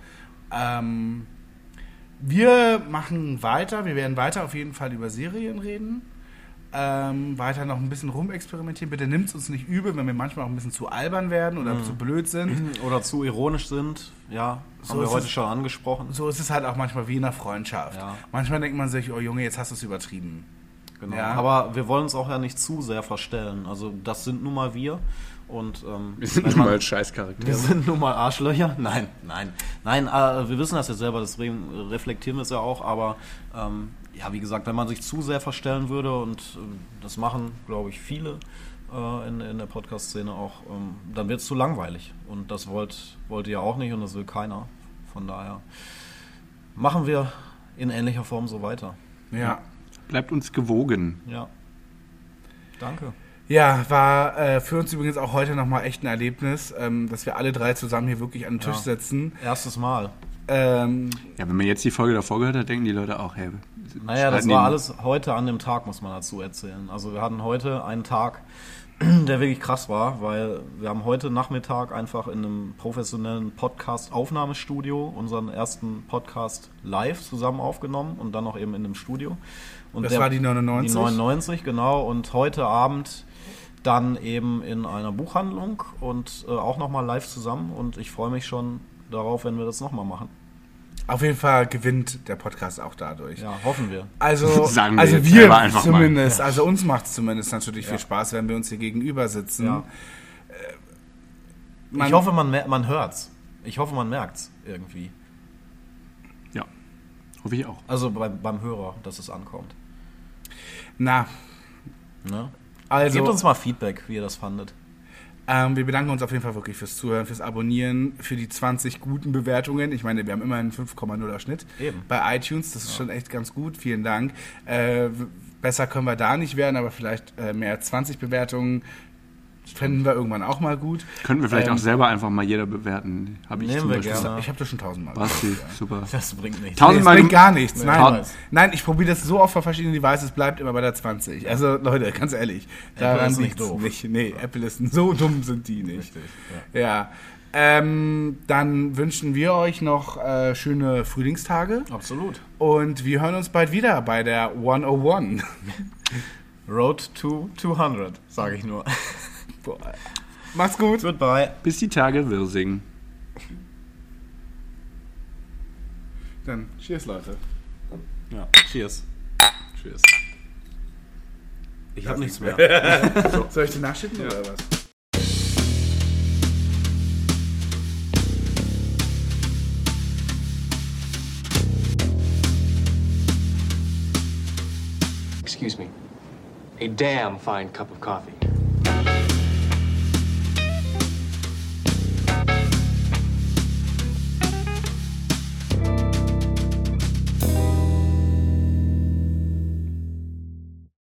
Ähm, wir machen weiter, wir werden weiter auf jeden Fall über Serien reden. Ähm, weiter noch ein bisschen rumexperimentieren. Bitte nimmt es uns nicht übel, wenn wir manchmal auch ein bisschen zu albern werden oder zu blöd sind. Oder zu ironisch sind, ja, So haben wir ist heute es. schon angesprochen. So ist es halt auch manchmal wie in einer Freundschaft. Ja. Manchmal denkt man sich, oh Junge, jetzt hast du es übertrieben. Genau. Ja. Aber wir wollen uns auch ja nicht zu sehr verstellen. Also das sind nun mal wir. Und ähm, Wir sind wenn nun man- mal Scheißcharaktere. wir sind nun mal Arschlöcher. Nein, nein, nein. Äh, wir wissen das ja selber, deswegen reflektieren wir es ja auch. Aber ähm, ja, wie gesagt, wenn man sich zu sehr verstellen würde und ähm, das machen, glaube ich, viele äh, in, in der Podcast-Szene auch, ähm, dann wird es zu langweilig. Und das wollt, wollt ihr auch nicht und das will keiner. Von daher machen wir in ähnlicher Form so weiter. Ja. Bleibt uns gewogen. Ja. Danke. Ja, war äh, für uns übrigens auch heute nochmal echt ein Erlebnis, ähm, dass wir alle drei zusammen hier wirklich an den Tisch Ja. sitzen. Erstes Mal. Ähm, Ja, wenn man jetzt die Folge davor gehört hat, denken die Leute auch, hey, Naja, das schneiden war die- alles heute an dem Tag, muss man dazu erzählen. Also wir hatten heute einen Tag, der wirklich krass war, weil wir haben heute Nachmittag einfach in einem professionellen Podcast-Aufnahmestudio unseren ersten Podcast live zusammen aufgenommen und dann noch eben in dem Studio. Und Das war die neunundneunzig? Die neunundneunzig, genau. Und heute Abend dann eben in einer Buchhandlung und äh, auch nochmal live zusammen. Und ich freue mich schon darauf, wenn wir das nochmal machen. auf jeden Fall gewinnt der Podcast auch dadurch. Ja, hoffen wir. Also, Sagen wir also jetzt wir selber einfach mal. zumindest, also uns macht es zumindest natürlich Ja. viel Spaß, wenn wir uns hier gegenüber sitzen. Ja. Man- Ich hoffe, man, mer- man hört's. Ich hoffe, man merkt's irgendwie. Ja, hoffe ich auch. Also beim, beim Hörer, dass es ankommt. Na, Ne? also, Gebt uns mal Feedback, wie ihr das fandet. ähm, wir bedanken uns auf jeden Fall wirklich fürs Zuhören, fürs Abonnieren, für die zwanzig guten Bewertungen. Ich meine, wir haben immer einen fünf Komma nuller Schnitt Eben. bei iTunes. Das ist schon echt ganz gut. Vielen Dank. Äh, w- besser können wir da nicht werden, aber vielleicht äh, mehr als zwanzig Bewertungen fänden wir irgendwann auch mal gut. Könnten wir vielleicht Ähm, auch selber einfach mal jeder bewerten. Habe ich Nehmen zum wir Beispiel. gerne. Ich habe das schon tausendmal Basti, gemacht, ja. super. Das bringt nichts. Tausend- Nee, es Tausendmal bringt gem- gar nichts. Nein, Tausend- nein, ich probiere das so oft auf verschiedene Devices, es bleibt immer bei der zwanzig. Also Leute, ganz ehrlich, daran ist nicht liegt's doof. nicht. Nee, Apple ist so dumm sind die nicht. Richtig, Ja. Ähm, dann wünschen wir euch noch äh, schöne Frühlingstage. Absolut. Und wir hören uns bald wieder bei der hundertundeins. Road to zweihundert, sage ich nur. Macht's gut. Goodbye. Bis die Tage Wirsing. Dann cheers, Leute. Ja, cheers. Cheers. Ich habe nichts mehr. So, soll ich den nachschütten oder was? Excuse me. A damn fine cup of coffee.